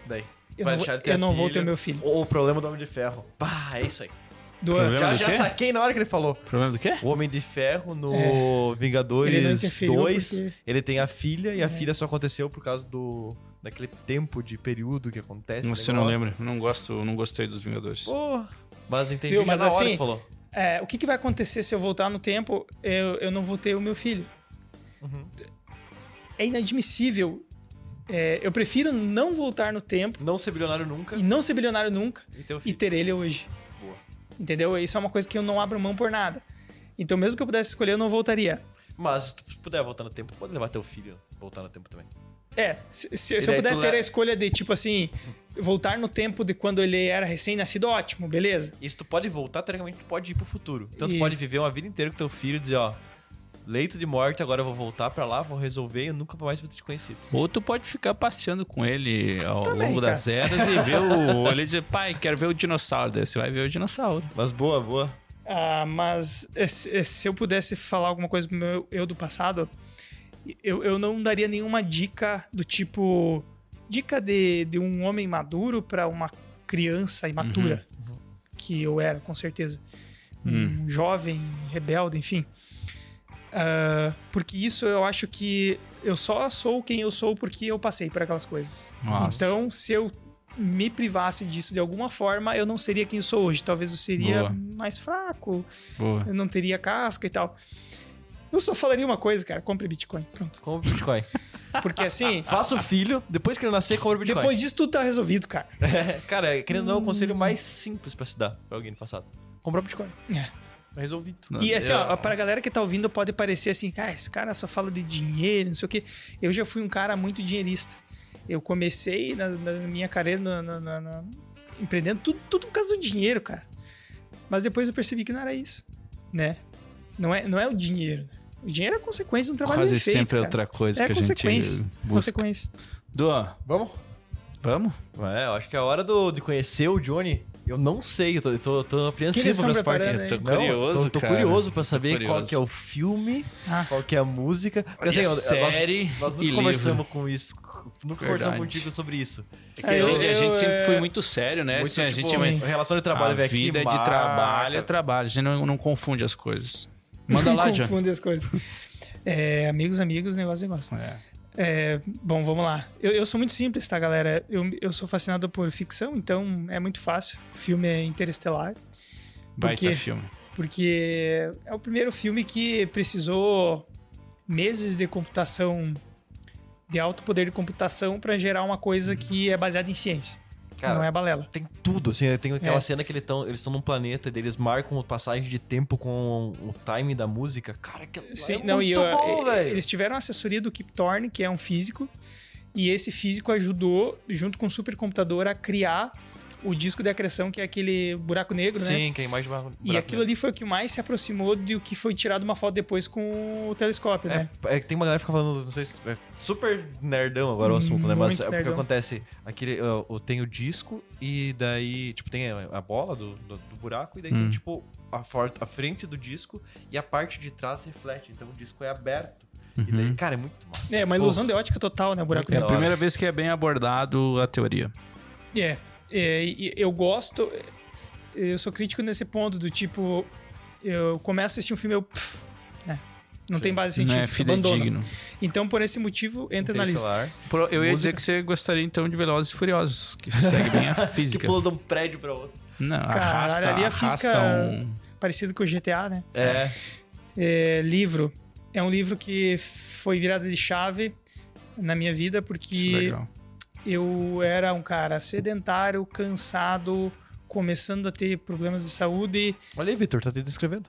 Daí. Eu Vai não, vou- deixar de ter eu não vou filho. ter meu filho. Ou o problema do Homem de Ferro. Pá, é isso aí. Do, Problema Já, do já quê? saquei na hora que ele falou. Problema do quê? O Homem de Ferro no É. Ele não Vingadores interferiu dois, porque- ele tem a filha e a filha só aconteceu por causa do daquele tempo de período que acontece. Você o não negócio. lembra? Não gosto, não gostei dos Vingadores. Pô, mas entendi Viu, já mas na hora assim, que tu falou. É, o que, que vai acontecer se eu voltar no tempo? Eu, eu não vou ter o meu filho. Uhum. É inadmissível. É, eu prefiro não voltar no tempo Não ser bilionário nunca e não ser bilionário nunca e ter o e filho. ter ele hoje. Boa. Entendeu? Isso é uma coisa que eu não abro mão por nada. Então, mesmo que eu pudesse escolher, eu não voltaria. Mas se tu puder voltar no tempo, tu pode levar teu filho voltar no tempo também. É, se, se- E se eu daí pudesse tu ter le- a escolha de, tipo assim, voltar no tempo de quando ele era recém-nascido, ótimo, beleza. E se tu pode voltar, teoricamente tu pode ir pro futuro. Então tu Isso. pode viver uma vida inteira com teu filho e dizer, ó, leito de morte, agora eu vou voltar pra lá, vou resolver e eu nunca mais vou ter te conhecido. Ou tu pode ficar passeando com ele ao Também, longo cara. das eras e ver o. Ele dizer, pai, quero ver o dinossauro. Daí você vai ver o dinossauro. Mas boa, boa. Ah, mas eh, se eh, se eu pudesse falar alguma coisa pro meu eu do passado, eu, eu não daria nenhuma dica do tipo. Dica de, de um homem maduro pra uma criança imatura. Que eu era, com certeza. Um jovem, rebelde, enfim. Ah, porque isso eu acho que eu só sou quem eu sou porque eu passei por aquelas coisas. Nossa. Então, se eu me privasse disso de alguma forma, eu não seria quem eu sou hoje. Talvez eu seria Boa. mais fraco, Boa. eu não teria casca e tal. Eu só falaria uma coisa, cara. Compre Bitcoin. Pronto. Compre Bitcoin. Porque assim, Faça o filho, depois que ele nascer, compra Bitcoin. depois disso tudo tá resolvido, cara. É, cara, querendo ou não, é o conselho mais simples pra se dar pra alguém no passado. Comprar Bitcoin. É. Tá resolvido. E assim, Eu- ó, pra galera que tá ouvindo, pode parecer assim, cara, esse cara só fala de dinheiro, não sei o quê. Eu já fui um cara muito dinheirista. Eu comecei na, na minha carreira na, na- na- na- empreendendo tudo, tudo por causa do dinheiro, cara. Mas depois eu percebi que não era isso, né? Não é, não é o dinheiro. O dinheiro é consequência de um trabalho Quase bem feito, sempre é cara. outra coisa É que a gente consequência. busca. Consequência. Duan, Vamos? vamos? É, eu acho que é a hora do, de conhecer o Johnny. Eu não sei, eu tô, eu tô, tô Que eles apreensivo estão pra essa parte. preparando aí? Tô Não, curioso, tô, tô cara. curioso pra saber Tô qual curioso. que é o filme, Ah. qual que é a música. Porque assim, Olha, eu- nós- série nós, nunca e conversamos livro. com isso. Nunca Verdade. conversamos contigo sobre isso. É que É, a, eu- gente, a gente eu, sempre é, foi muito sério, né? Muito, Assim, a tipo, gente é uma- relação de trabalho a velho, que vida de marca. trabalho é trabalho. A gente não, não confunde as coisas. Manda Não lá, John. confunde as coisas. É, amigos, amigos, negócio, negócio. É. É, bom, vamos lá. Eu, eu sou muito simples, tá, galera? Eu, eu sou fascinado por ficção, então é muito fácil. O filme é Interestelar. Baita Porque- filme. Porque é o primeiro filme que precisou meses de computação, de alto poder de computação, pra gerar uma coisa que é baseada em ciência. Cara, não é balela. Tem tudo, assim, tem aquela É. cena que eles estão eles estão num planeta e eles marcam passagem de tempo com o time da música. Cara, que Sim, é não, muito e eu- bom, e- velho. Eles tiveram assessoria do Kip Thorne, que é um físico, e esse físico ajudou, junto com o supercomputador, a criar o disco de acreção, que é aquele buraco negro, né? Sim, que é a imagem do E aquilo ali foi o que mais se aproximou do que foi tirado uma foto depois com o telescópio, né? É, é que tem uma galera que fica falando, não sei se. É super nerdão agora o assunto, né? Mas Muito é porque nerdão. acontece. Aquele, ó, ó, tem o disco e daí, tipo, tem a, a bola do, do, do buraco e daí Hum. tem, tipo, a, for, a frente do disco e a parte de trás reflete. Então o disco é aberto. E daí, cara, é muito massa. É, uma ilusão de ótica total, né? O buraco Muito É a negro. primeira vez que é bem abordado a teoria. É, é, e eu gosto. Eu sou crítico nesse ponto do tipo. Eu começo a assistir um filme, eu. pff, né, não tem base Não é científica, abandono. fidedigno. Então, por esse motivo, entra na lista. Interestelar. Pro- Eu ia Música. dizer que você gostaria então de Velozes e Furiosos, que segue bem a Que física. pula de um prédio pra outro. Não, Caralho, arrasta, ali a arrasta física- um... Parecido com o G T A, né? É. É, livro. É um livro que foi virada de chave na minha vida, Isso é porque legal. eu era um cara sedentário, cansado, começando a ter problemas de saúde. Olha aí, Vitor, tá te descrevendo.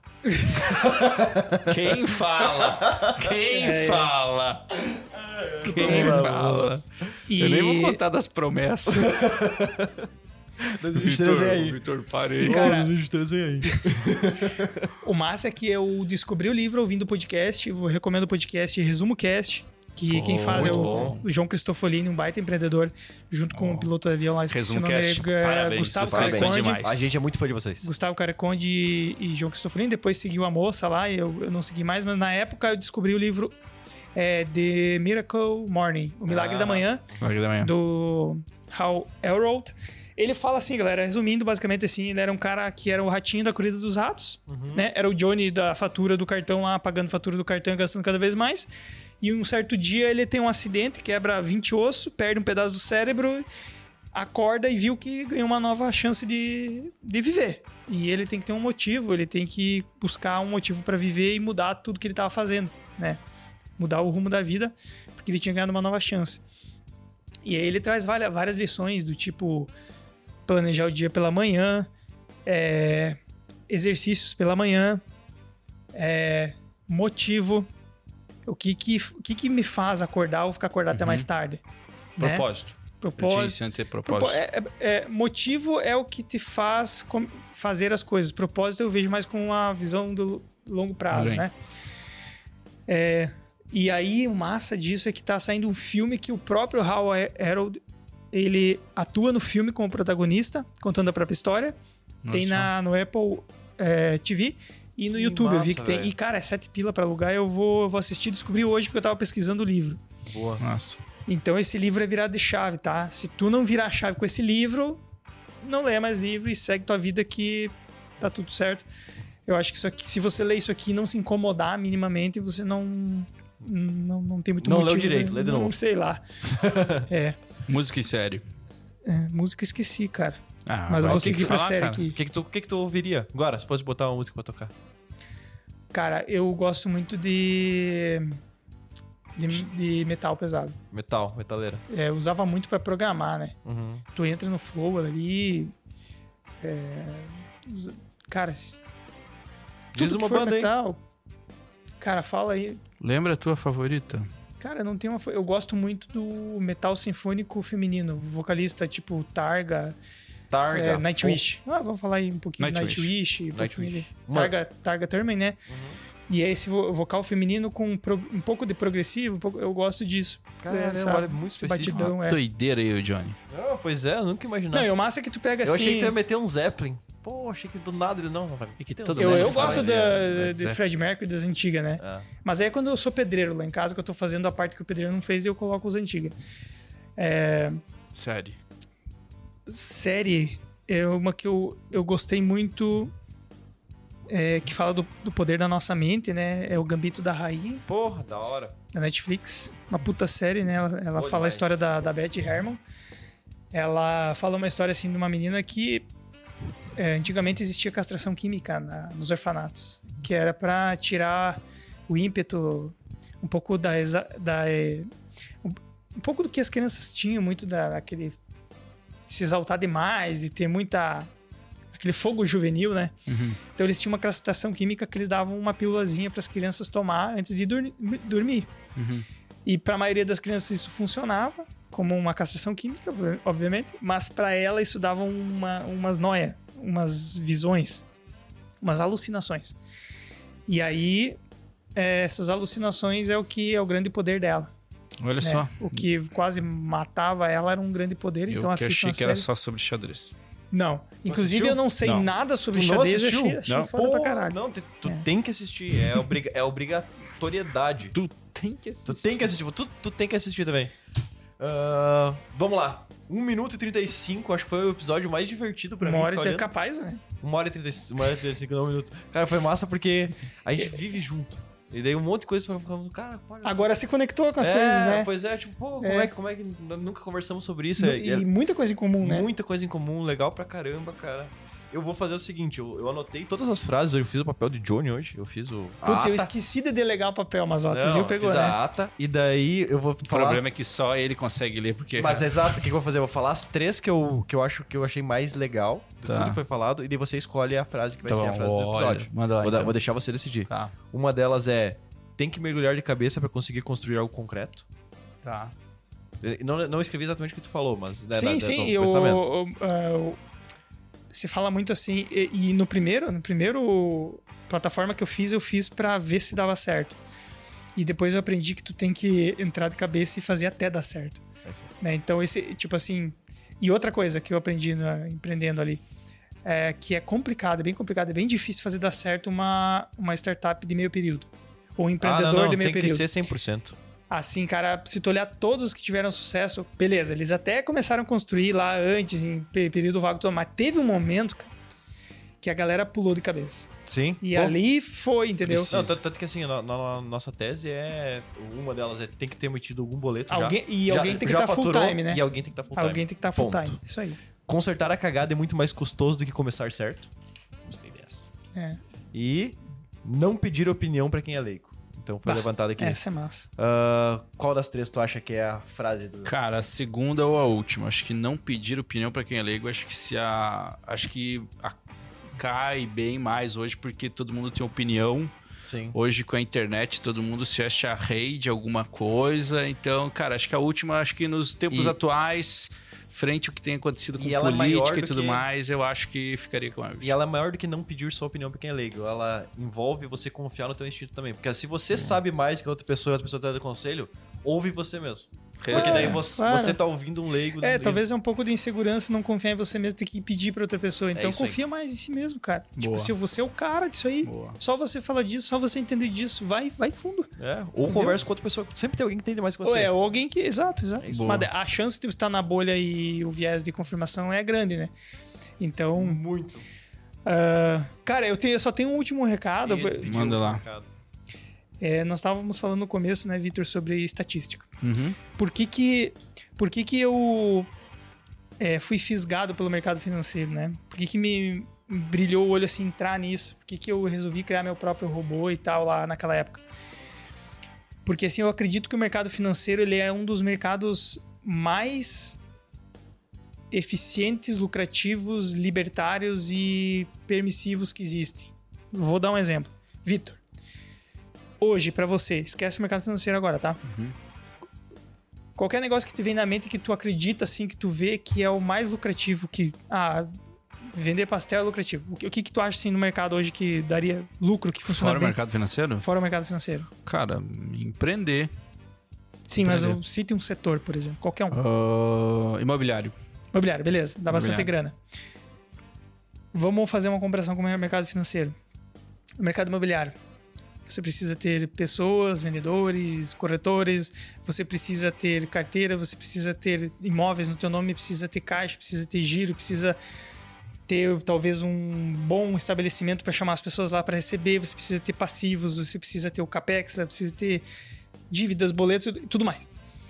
Quem fala? Quem É. fala? Quem fala? E Eu nem vou contar das promessas. dois mil e vinte e três vem aí. Vitor, parei. Cara, dois mil e vinte e três vem aí. o massa é que eu descobri o livro ouvindo o podcast. Eu recomendo o podcast Resumo Cast, que Pô, quem faz é muito o, bom. o João Cristofolini, um baita empreendedor, junto com o piloto de avião lá. esqueci Resumo o nome Cast, dele, é, parabéns, Gustavo vocês são Careconde. demais. A gente é muito fã de vocês. Gustavo Careconde e, e João Cristofolini. Depois seguiu a moça lá, e eu, eu não segui mais, mas na época eu descobri o livro é The Miracle Morning, O Milagre Ah. da Manhã, Milagre da Manhã. do Hal Elrod. Ele fala assim, galera, resumindo, basicamente assim, ele era um cara que era o ratinho da corrida dos ratos, né? Era o Johnny da fatura do cartão lá, pagando fatura do cartão e gastando cada vez mais. E um certo dia ele tem um acidente, quebra vinte ossos, perde um pedaço do cérebro, acorda e viu que ganhou uma nova chance de, de viver. E ele tem que ter um motivo, ele tem que buscar um motivo pra viver e mudar tudo que ele tava fazendo, né? Mudar o rumo da vida, porque ele tinha ganhado uma nova chance. E aí ele traz várias, várias lições do tipo planejar o dia pela manhã, é, exercícios pela manhã, é, motivo, o que que, o que que me faz acordar ou ficar acordado até mais tarde. Né? Propósito. Propósito. Eu te ter propósito. É, é, é, motivo é o que te faz com- fazer as coisas. Propósito eu vejo mais com uma visão do longo prazo, Além. né? É, e aí, o massa disso é que tá saindo um filme que o próprio Hal Elrod, ele atua no filme como protagonista, contando a própria história. Nossa. Tem na, no Apple é, T V e no Que YouTube. eu vi massa, que tem. velho. E, cara, é sete pila pra alugar. Eu vou, eu vou assistir e descobri hoje porque eu tava pesquisando o livro. Boa. Nossa. Então esse livro é virado de chave, tá? Se tu não virar a chave com esse livro, não lê mais livro e segue tua vida que tá tudo certo. Eu acho que isso aqui, se você ler isso aqui e não se incomodar minimamente, você não não, não tem muito Não leu motivo. direito, lê de não, novo. sei lá. é, Música e série. é, música eu esqueci, cara. Ah, Mas eu vai vou ter que seguir pra falar, série cara. aqui. O que que tu, o que que tu ouviria agora, se fosse botar uma música pra tocar? Cara, eu gosto muito de de, de metal pesado. Metal, metaleira. É, eu usava muito pra programar, né? Uhum. Tu entra no flow ali. é, usa- cara, se- Diz tudo que uma for banda aí. metal, cara, fala aí. Lembra a tua favorita? Cara, não tem uma. Eu gosto muito do metal sinfônico feminino. Vocalista tipo Targa, Targa. é, Nightwish. Ah, vamos falar aí um pouquinho de Nightwish. Nightwish. um Nightwish. pouquinho de- Mano. Targa, Targa Turman, né? E é esse vo- vocal feminino com um pro- um pouco de progressivo. um pouco- Eu gosto disso. Caramba, Essa- olha, muito esse específico. batidão, é. Doideira aí, o Johnny. Ah, pois é, eu nunca imaginava. Não, e o massa é que tu pega eu assim. achei que tu ia meter um Zeppelin. Pô, achei que do nada ele não. Vai É que meter um todo Eu, mundo eu Zeppelin, gosto fala, da, né? de Fred Mercury das antigas, né? Ah. Mas aí é quando eu sou pedreiro lá em casa, que eu tô fazendo a parte que o pedreiro não fez, eu coloco as antigas. É, Série. série é uma que eu, eu gostei muito, é, que fala do, do poder da nossa mente, né? É o Gambito da Rainha, Porra, da hora. da Netflix. Uma puta série, né? Ela, ela Pô, fala a demais. história da, da Beth Harmon. Ela fala uma história, assim, de uma menina que é, antigamente existia castração química na- nos orfanatos, que era pra tirar o ímpeto, um pouco da... exa- da é, um, um pouco do que as crianças tinham, muito da, daquele... de se exaltar demais, de ter muita... aquele fogo juvenil, né? Então eles tinham uma castração química que eles davam uma pílulazinha para as crianças tomar antes de dur- dormir. E para a maioria das crianças isso funcionava como uma castração química, obviamente, mas para ela isso dava uma, umas noia, umas visões, umas alucinações. E aí é, essas alucinações é o que é o grande poder dela. Olha Né? só. O que quase matava ela era um grande poder, Eu então que assistam achei a que era série. só sobre xadrez. Não. Inclusive assistiu? eu não sei Não. nada sobre Tu não xadrez, eu assistiu? achei, achei Não. foda Pô, pra caralho. não, te- tu É. tem que assistir. É, obriga- é obrigatoriedade. Tu tem que Tu tem que assistir. Tu, tu tem que assistir também. Ah, vamos lá. um minuto e trinta e cinco, acho que foi o episódio mais divertido pra Uma mim. hora ficar é olhando. capaz, né? Uma hora e trinta e cinco, uma hora e trinta e cinco, não, um minuto. Cara, foi massa porque a gente vive junto. E daí um monte de coisa foi ficando, cara, pode... Agora se conectou com as é, coisas, né? Pois é, tipo, pô, como É. é, que, como é que nunca conversamos sobre isso? No- É- e é muita coisa em comum, né? muita coisa em comum, legal pra caramba, cara. Eu vou fazer o seguinte, eu, eu anotei todas as frases, eu fiz o papel de Johnny hoje, eu fiz o... a Putz, eu ata. esqueci de delegar o papel, mas ó, tu Não, viu, pegou, fiz né? a ata, e daí eu vou O falar... problema é que só ele consegue ler, porque... Mas é exato, o que eu vou fazer? Eu vou falar as três que eu, que eu acho que eu achei mais legal de Tá. tudo que foi falado, e daí você escolhe a frase que vai Tá ser a bom, frase do olha, episódio. manda lá, vou, dar- então. vou deixar você decidir. Tá, Uma delas é: tem que mergulhar de cabeça pra conseguir construir algo concreto. tá. Não, não escrevi exatamente o que tu falou, mas... Né, Sim, na- sim, no eu, pensamento. eu, eu- se fala muito assim, e, e no primeiro, no primeiro plataforma que eu fiz, eu fiz pra ver se dava certo. E depois eu aprendi que tu tem que entrar de cabeça e fazer até dar certo. Né? Então, esse, tipo assim... E outra coisa que eu aprendi na- empreendendo ali, é que é complicado, é bem complicado, é bem difícil fazer dar certo uma, uma startup de meio período. ou empreendedor ah, não, não, de meio tem período. Tem que ser cem por cento. Assim, cara, se tu olhar todos os que tiveram sucesso, beleza, eles até começaram a construir lá antes, em período vago, mas teve um momento, cara, que a galera pulou de cabeça. Sim. E Bom, ali foi, entendeu? Não, tanto, tanto que assim, na, na nossa tese é... Uma delas é tem que ter emitido algum boleto alguém, já. E já, alguém tem que já estar full faturou, time, né? E alguém tem que estar full time. Alguém tem que estar full Ponto. time, isso aí. Consertar a cagada é muito mais custoso do que começar certo. Gostei dessa. É. E não pedir opinião pra quem é leigo. Então foi Bah, levantado aqui. Essa é massa. Uh, qual das três tu acha que é a frase do... Cara, a segunda ou a última. Acho que não pedir opinião pra quem é leigo. Acho que se a... Acho que a... cai bem mais hoje porque todo mundo tem opinião. Sim. Hoje com a internet todo mundo se acha rei de alguma coisa. Então, cara, acho que a última, acho que nos tempos E... atuais, frente ao que tem acontecido com E ela é maior política e do tudo que- mais, eu acho que ficaria com a E ela é maior do que não pedir sua opinião pra quem é leigo. Ela envolve você confiar no teu instinto também. Porque se você sabe mais que a outra pessoa e a outra pessoa tá dando conselho, ouve você mesmo. Claro, Porque daí você, claro. você tá ouvindo um leigo. É, e- talvez é um pouco de insegurança não confiar em você mesmo, ter que pedir pra outra pessoa. Então isso aí. confia mais em si mesmo, cara. Boa. Tipo, se você é o cara disso aí, Boa. só você fala disso, só você entender disso, vai, vai fundo. É, ou Entendeu? conversa com outra pessoa. Sempre tem alguém que entende mais que você. Ou é, ou alguém que. Exato, exato. É isso. Mas a chance de você estar na bolha e o viés de confirmação é grande, né? Então. Muito. ah, cara, eu, tenho, eu só tenho um último recado. Ninguém despediu Manda o lá. recado. É, nós estávamos falando no começo, né, Vitor, sobre estatística. Uhum. Por que que, por que, que eu é, fui fisgado pelo mercado financeiro, né? Por que, que me brilhou o olho assim entrar nisso? Por que, que eu resolvi criar meu próprio robô e tal lá naquela época? Porque assim, eu acredito que o mercado financeiro ele é um dos mercados mais eficientes, lucrativos, libertários e permissivos que existem. Vou dar um exemplo. Vitor, hoje, pra você, esquece o mercado financeiro agora, tá? Uhum. Qualquer negócio que te vem na mente que tu acredita, assim, que tu vê que é o mais lucrativo, que... Ah, vender pastel é lucrativo. O que, o que que tu acha, assim, no mercado hoje que daria lucro, que funciona Fora o bem? mercado financeiro? Fora o mercado financeiro. Cara, empreender. Sim, mas Empreender. eu cite um setor, por exemplo. Qualquer um. Ah, imobiliário. Imobiliário, beleza. Dá bastante Imobiliário. grana. Vamos fazer uma comparação com o mercado financeiro. O mercado imobiliário. Você precisa ter pessoas, vendedores, corretores, você precisa ter carteira, você precisa ter imóveis no teu nome, precisa ter caixa, precisa ter giro, precisa ter talvez um bom estabelecimento para chamar as pessoas lá para receber, você precisa ter passivos, você precisa ter o capex, você precisa ter dívidas, boletos e tudo mais.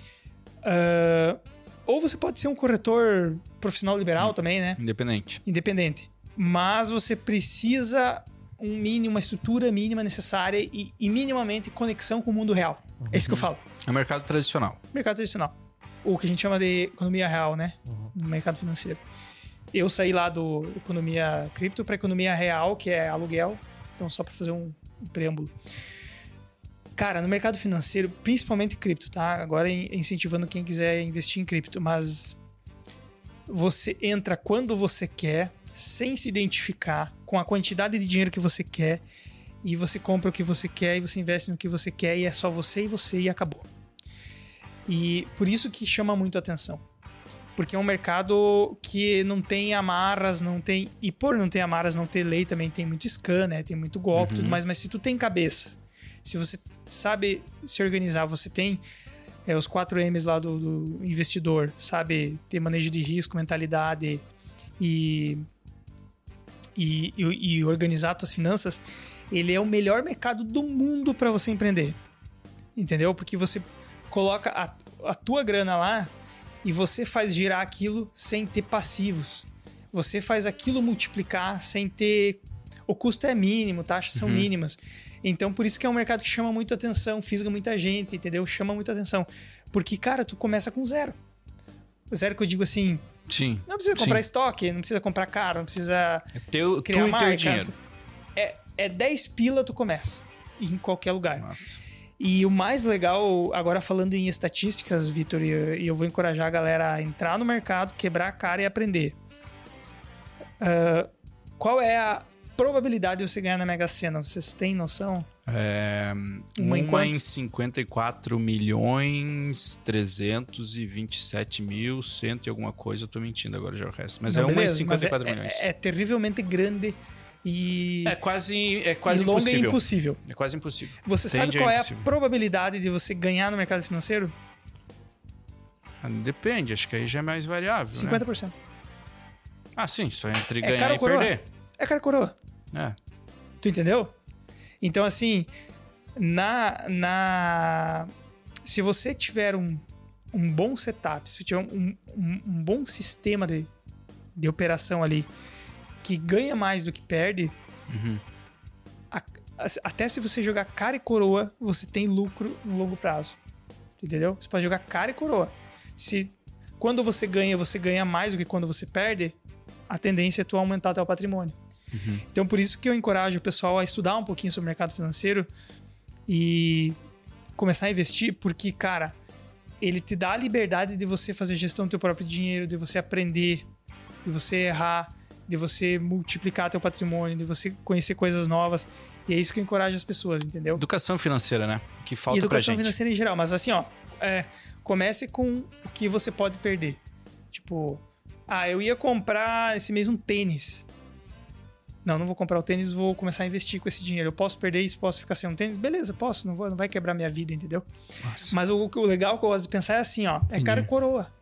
Ah, ou você pode ser um corretor profissional liberal também, né? Independente. Independente. Mas você precisa um mínimo, uma estrutura mínima necessária e, e minimamente conexão com o mundo real. É isso que eu falo. É o mercado tradicional. Mercado tradicional. O que a gente chama de economia real, né? No mercado financeiro. Eu saí lá do economia cripto para economia real, que é aluguel. Então, só para fazer um, um preâmbulo. Cara, no mercado financeiro, principalmente cripto, tá? Agora incentivando quem quiser investir em cripto, mas você entra quando você quer, sem se identificar com a quantidade de dinheiro que você quer, e você compra o que você quer e você investe no que você quer e é só você e você e acabou. E por isso que chama muito a atenção. Porque é um mercado que não tem amarras, não tem... E por não ter amarras, não ter lei, também tem muito scan, né? Tem muito golpe e tudo mais. Mas se tu tem cabeça, se você sabe se organizar, você tem é, os quatro M's lá do, do investidor, sabe? Ter manejo de risco, mentalidade e... E, e, e organizar tuas finanças, ele é o melhor mercado do mundo para você empreender. Entendeu? Porque você coloca a, a tua grana lá e você faz girar aquilo sem ter passivos. Você faz aquilo multiplicar sem ter... O custo é mínimo, taxas são mínimas. Então, por isso que é um mercado que chama muito atenção, fisga muita gente, entendeu? Chama muita atenção. Porque, cara, tu começa com zero. Zero que eu digo assim... Sim. Não precisa comprar Sim. estoque, não precisa comprar caro, não precisa É teu, criar tu e marca. teu dinheiro. É, é dez pila tu começa, em qualquer lugar. Nossa. E o mais legal, agora falando em estatísticas, Vitor, e eu, e eu vou encorajar a galera a entrar no mercado, quebrar a cara e aprender. Uh, qual é a probabilidade de você ganhar na Mega Sena? Vocês têm noção? É, Uma uma em quanto? em cinquenta e quatro milhões trezentos e vinte e sete mil cento e alguma coisa. Eu tô mentindo agora já o resto. Mas Não, é uma em beleza, cinquenta e quatro mas é, milhões. É, é terrivelmente grande E, É quase, é quase e longa impossível. é impossível. É quase impossível. Você Tende sabe qual é a impossível. probabilidade de você ganhar no mercado financeiro? Ah, Depende, acho que aí já é mais variável, cinquenta né? por cento. Ah, sim, só entre É ganhar cara e ou coroa? perder. É cara coroa. É. Tu entendeu? Então, assim, na, na... se você tiver um, um bom setup, se tiver um, um, um bom sistema de, de operação ali que ganha mais do que perde, Uhum. a- até se você jogar cara e coroa, você tem lucro no longo prazo. Entendeu? Você pode jogar cara e coroa. Se quando você ganha, você ganha mais do que quando você perde, a tendência é tu aumentar o teu patrimônio. Uhum. Então, por isso que eu encorajo o pessoal a estudar um pouquinho sobre o mercado financeiro e começar a investir, porque, cara, ele te dá a liberdade de você fazer gestão do teu próprio dinheiro, de você aprender, de você errar, de você multiplicar teu patrimônio, de você conhecer coisas novas. E é isso que eu encorajo as pessoas, entendeu? Educação financeira, né? Que E falta pra educação gente. financeira em geral. Mas assim, ó, é, comece com o que você pode perder. Tipo, ah, eu ia comprar esse mês um tênis. Não, não vou comprar o tênis, vou começar a investir com esse dinheiro. Eu posso perder isso, posso ficar sem um tênis? Beleza, posso, não, vou, não vai quebrar minha vida, entendeu? Nossa. Mas o, o legal que eu gosto de pensar é assim, ó, é cara e coroa.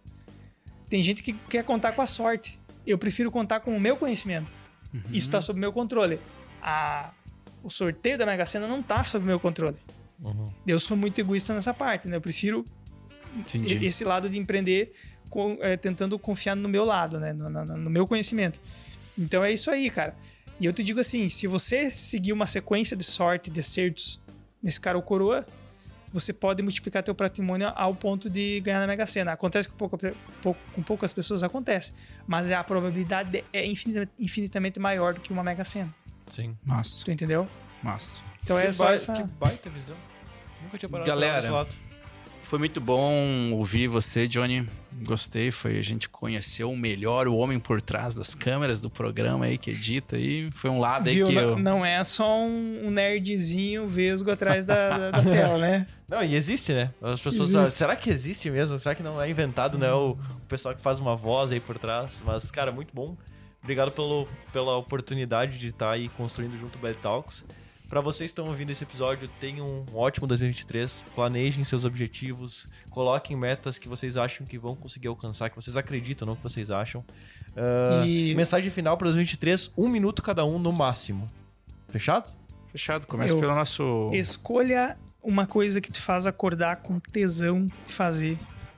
Tem gente que quer contar com a sorte. Eu prefiro contar com o meu conhecimento. Uhum. Isso tá sob meu controle. A, o sorteio da Mega Sena não tá sob meu controle. Uhum. Eu sou muito egoísta nessa parte, né? Eu prefiro Entendi. e- esse lado de empreender com- é, tentando confiar no meu lado, né? No, no- no meu conhecimento. Então é isso aí, cara. E eu te digo assim, se você seguir uma sequência de sorte, de acertos nesse cara ou coroa, você pode multiplicar teu patrimônio ao ponto de ganhar na Mega Sena. Acontece com, pouca, pou- com poucas pessoas, acontece. Mas a probabilidade é infinita- infinitamente maior do que uma Mega Sena. Sim. Massa, Tu entendeu? massa. Então é que, só bai- essa... que baita visão. Nunca tinha parado Galera, pra olhar desse lado. Foi muito bom ouvir você, Johnny. Gostei, foi a gente conheceu o melhor, o homem por trás das câmeras do programa aí que edita aí. Foi um lado aí Viu? que Não, eu... não é só um, um nerdzinho vesgo atrás da, da, da tela, né? Não, e existe, né? As pessoas. Existe. Será que existe mesmo? Será que não é inventado, né? O, o pessoal que faz uma voz aí por trás. Mas, cara, muito bom. Obrigado pelo, pela oportunidade de estar aí construindo junto o Bad Talks. Para vocês que estão ouvindo esse episódio, tenham um ótimo dois mil e vinte e três. Planejem seus objetivos. Coloquem metas que vocês acham que vão conseguir alcançar, que vocês acreditam, não que vocês acham. Ah, E- Mensagem final para dois mil e vinte e três, um minuto cada um no máximo. Fechado? Fechado, começa Eu- pelo nosso... Escolha uma coisa que te faz acordar com tesão de fazer.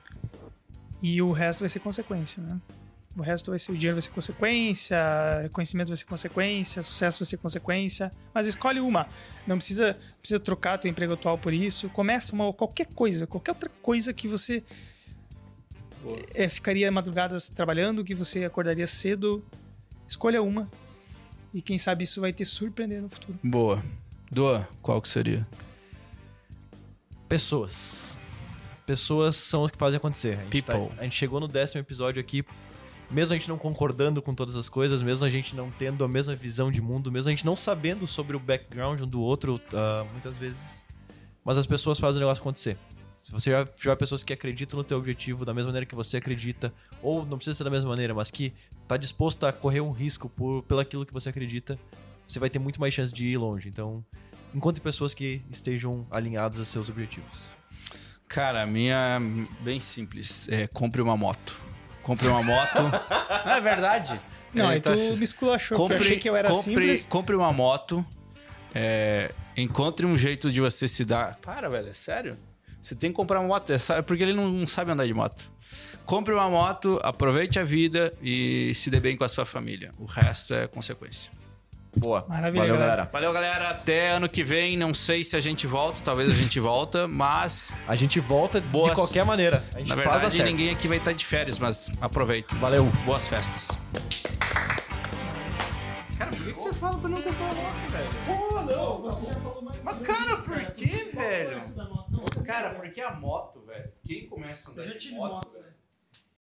E o resto vai ser consequência, né? O resto vai ser... O dinheiro vai ser consequência, conhecimento vai ser consequência, sucesso vai ser consequência. Mas escolhe uma. Não precisa, não precisa trocar teu emprego atual por isso. Começa uma, qualquer coisa, qualquer outra coisa que você é, ficaria madrugadas trabalhando, que você acordaria cedo. Escolha uma. E quem sabe isso vai te surpreender no futuro. Boa. Doa, qual que seria? Pessoas. Pessoas são os que fazem acontecer. A gente, People. tá- a gente chegou no décimo episódio aqui, mesmo a gente não concordando com todas as coisas, mesmo a gente não tendo a mesma visão de mundo, mesmo a gente não sabendo sobre o background um do outro, ah, muitas vezes. Mas as pessoas fazem o negócio acontecer. Se você já tiver pessoas que acreditam no teu objetivo da mesma maneira que você acredita, ou não precisa ser da mesma maneira, mas que tá disposto a correr um risco por pelaquilo que você acredita, você vai ter muito mais chance de ir longe. Então, encontre pessoas que estejam alinhadas aos seus objetivos. Cara, a minha é bem simples. É, compre uma moto. Compre uma moto. Não, é verdade. Não, Ele aí tu tá- me esculachou, compre, porque eu achei que eu era compre, simples. compre uma moto. é, encontre um jeito de você se dar... Para, velho, é sério? Você tem que comprar uma moto. É só- é porque ele não sabe andar de moto. Compre uma moto, aproveite a vida e se dê bem com a sua família. O resto é consequência. Boa. Maravilha, Valeu, galera. galera. Valeu, galera. Até ano que vem. Não sei se a gente volta. Talvez a gente volta, mas... A gente volta Boas- de qualquer maneira. A gente Na faz a verdade, certo. ninguém aqui vai estar de férias, mas aproveita. Valeu. Boas festas. Cara, por que, que você fala pra não comprar uma moto, velho? Pô, não, você já falou mais. Mas, cara, por que, velho? Cara, porque a moto, velho? Quem começa a andar Eu já de tive moto, moto. velho?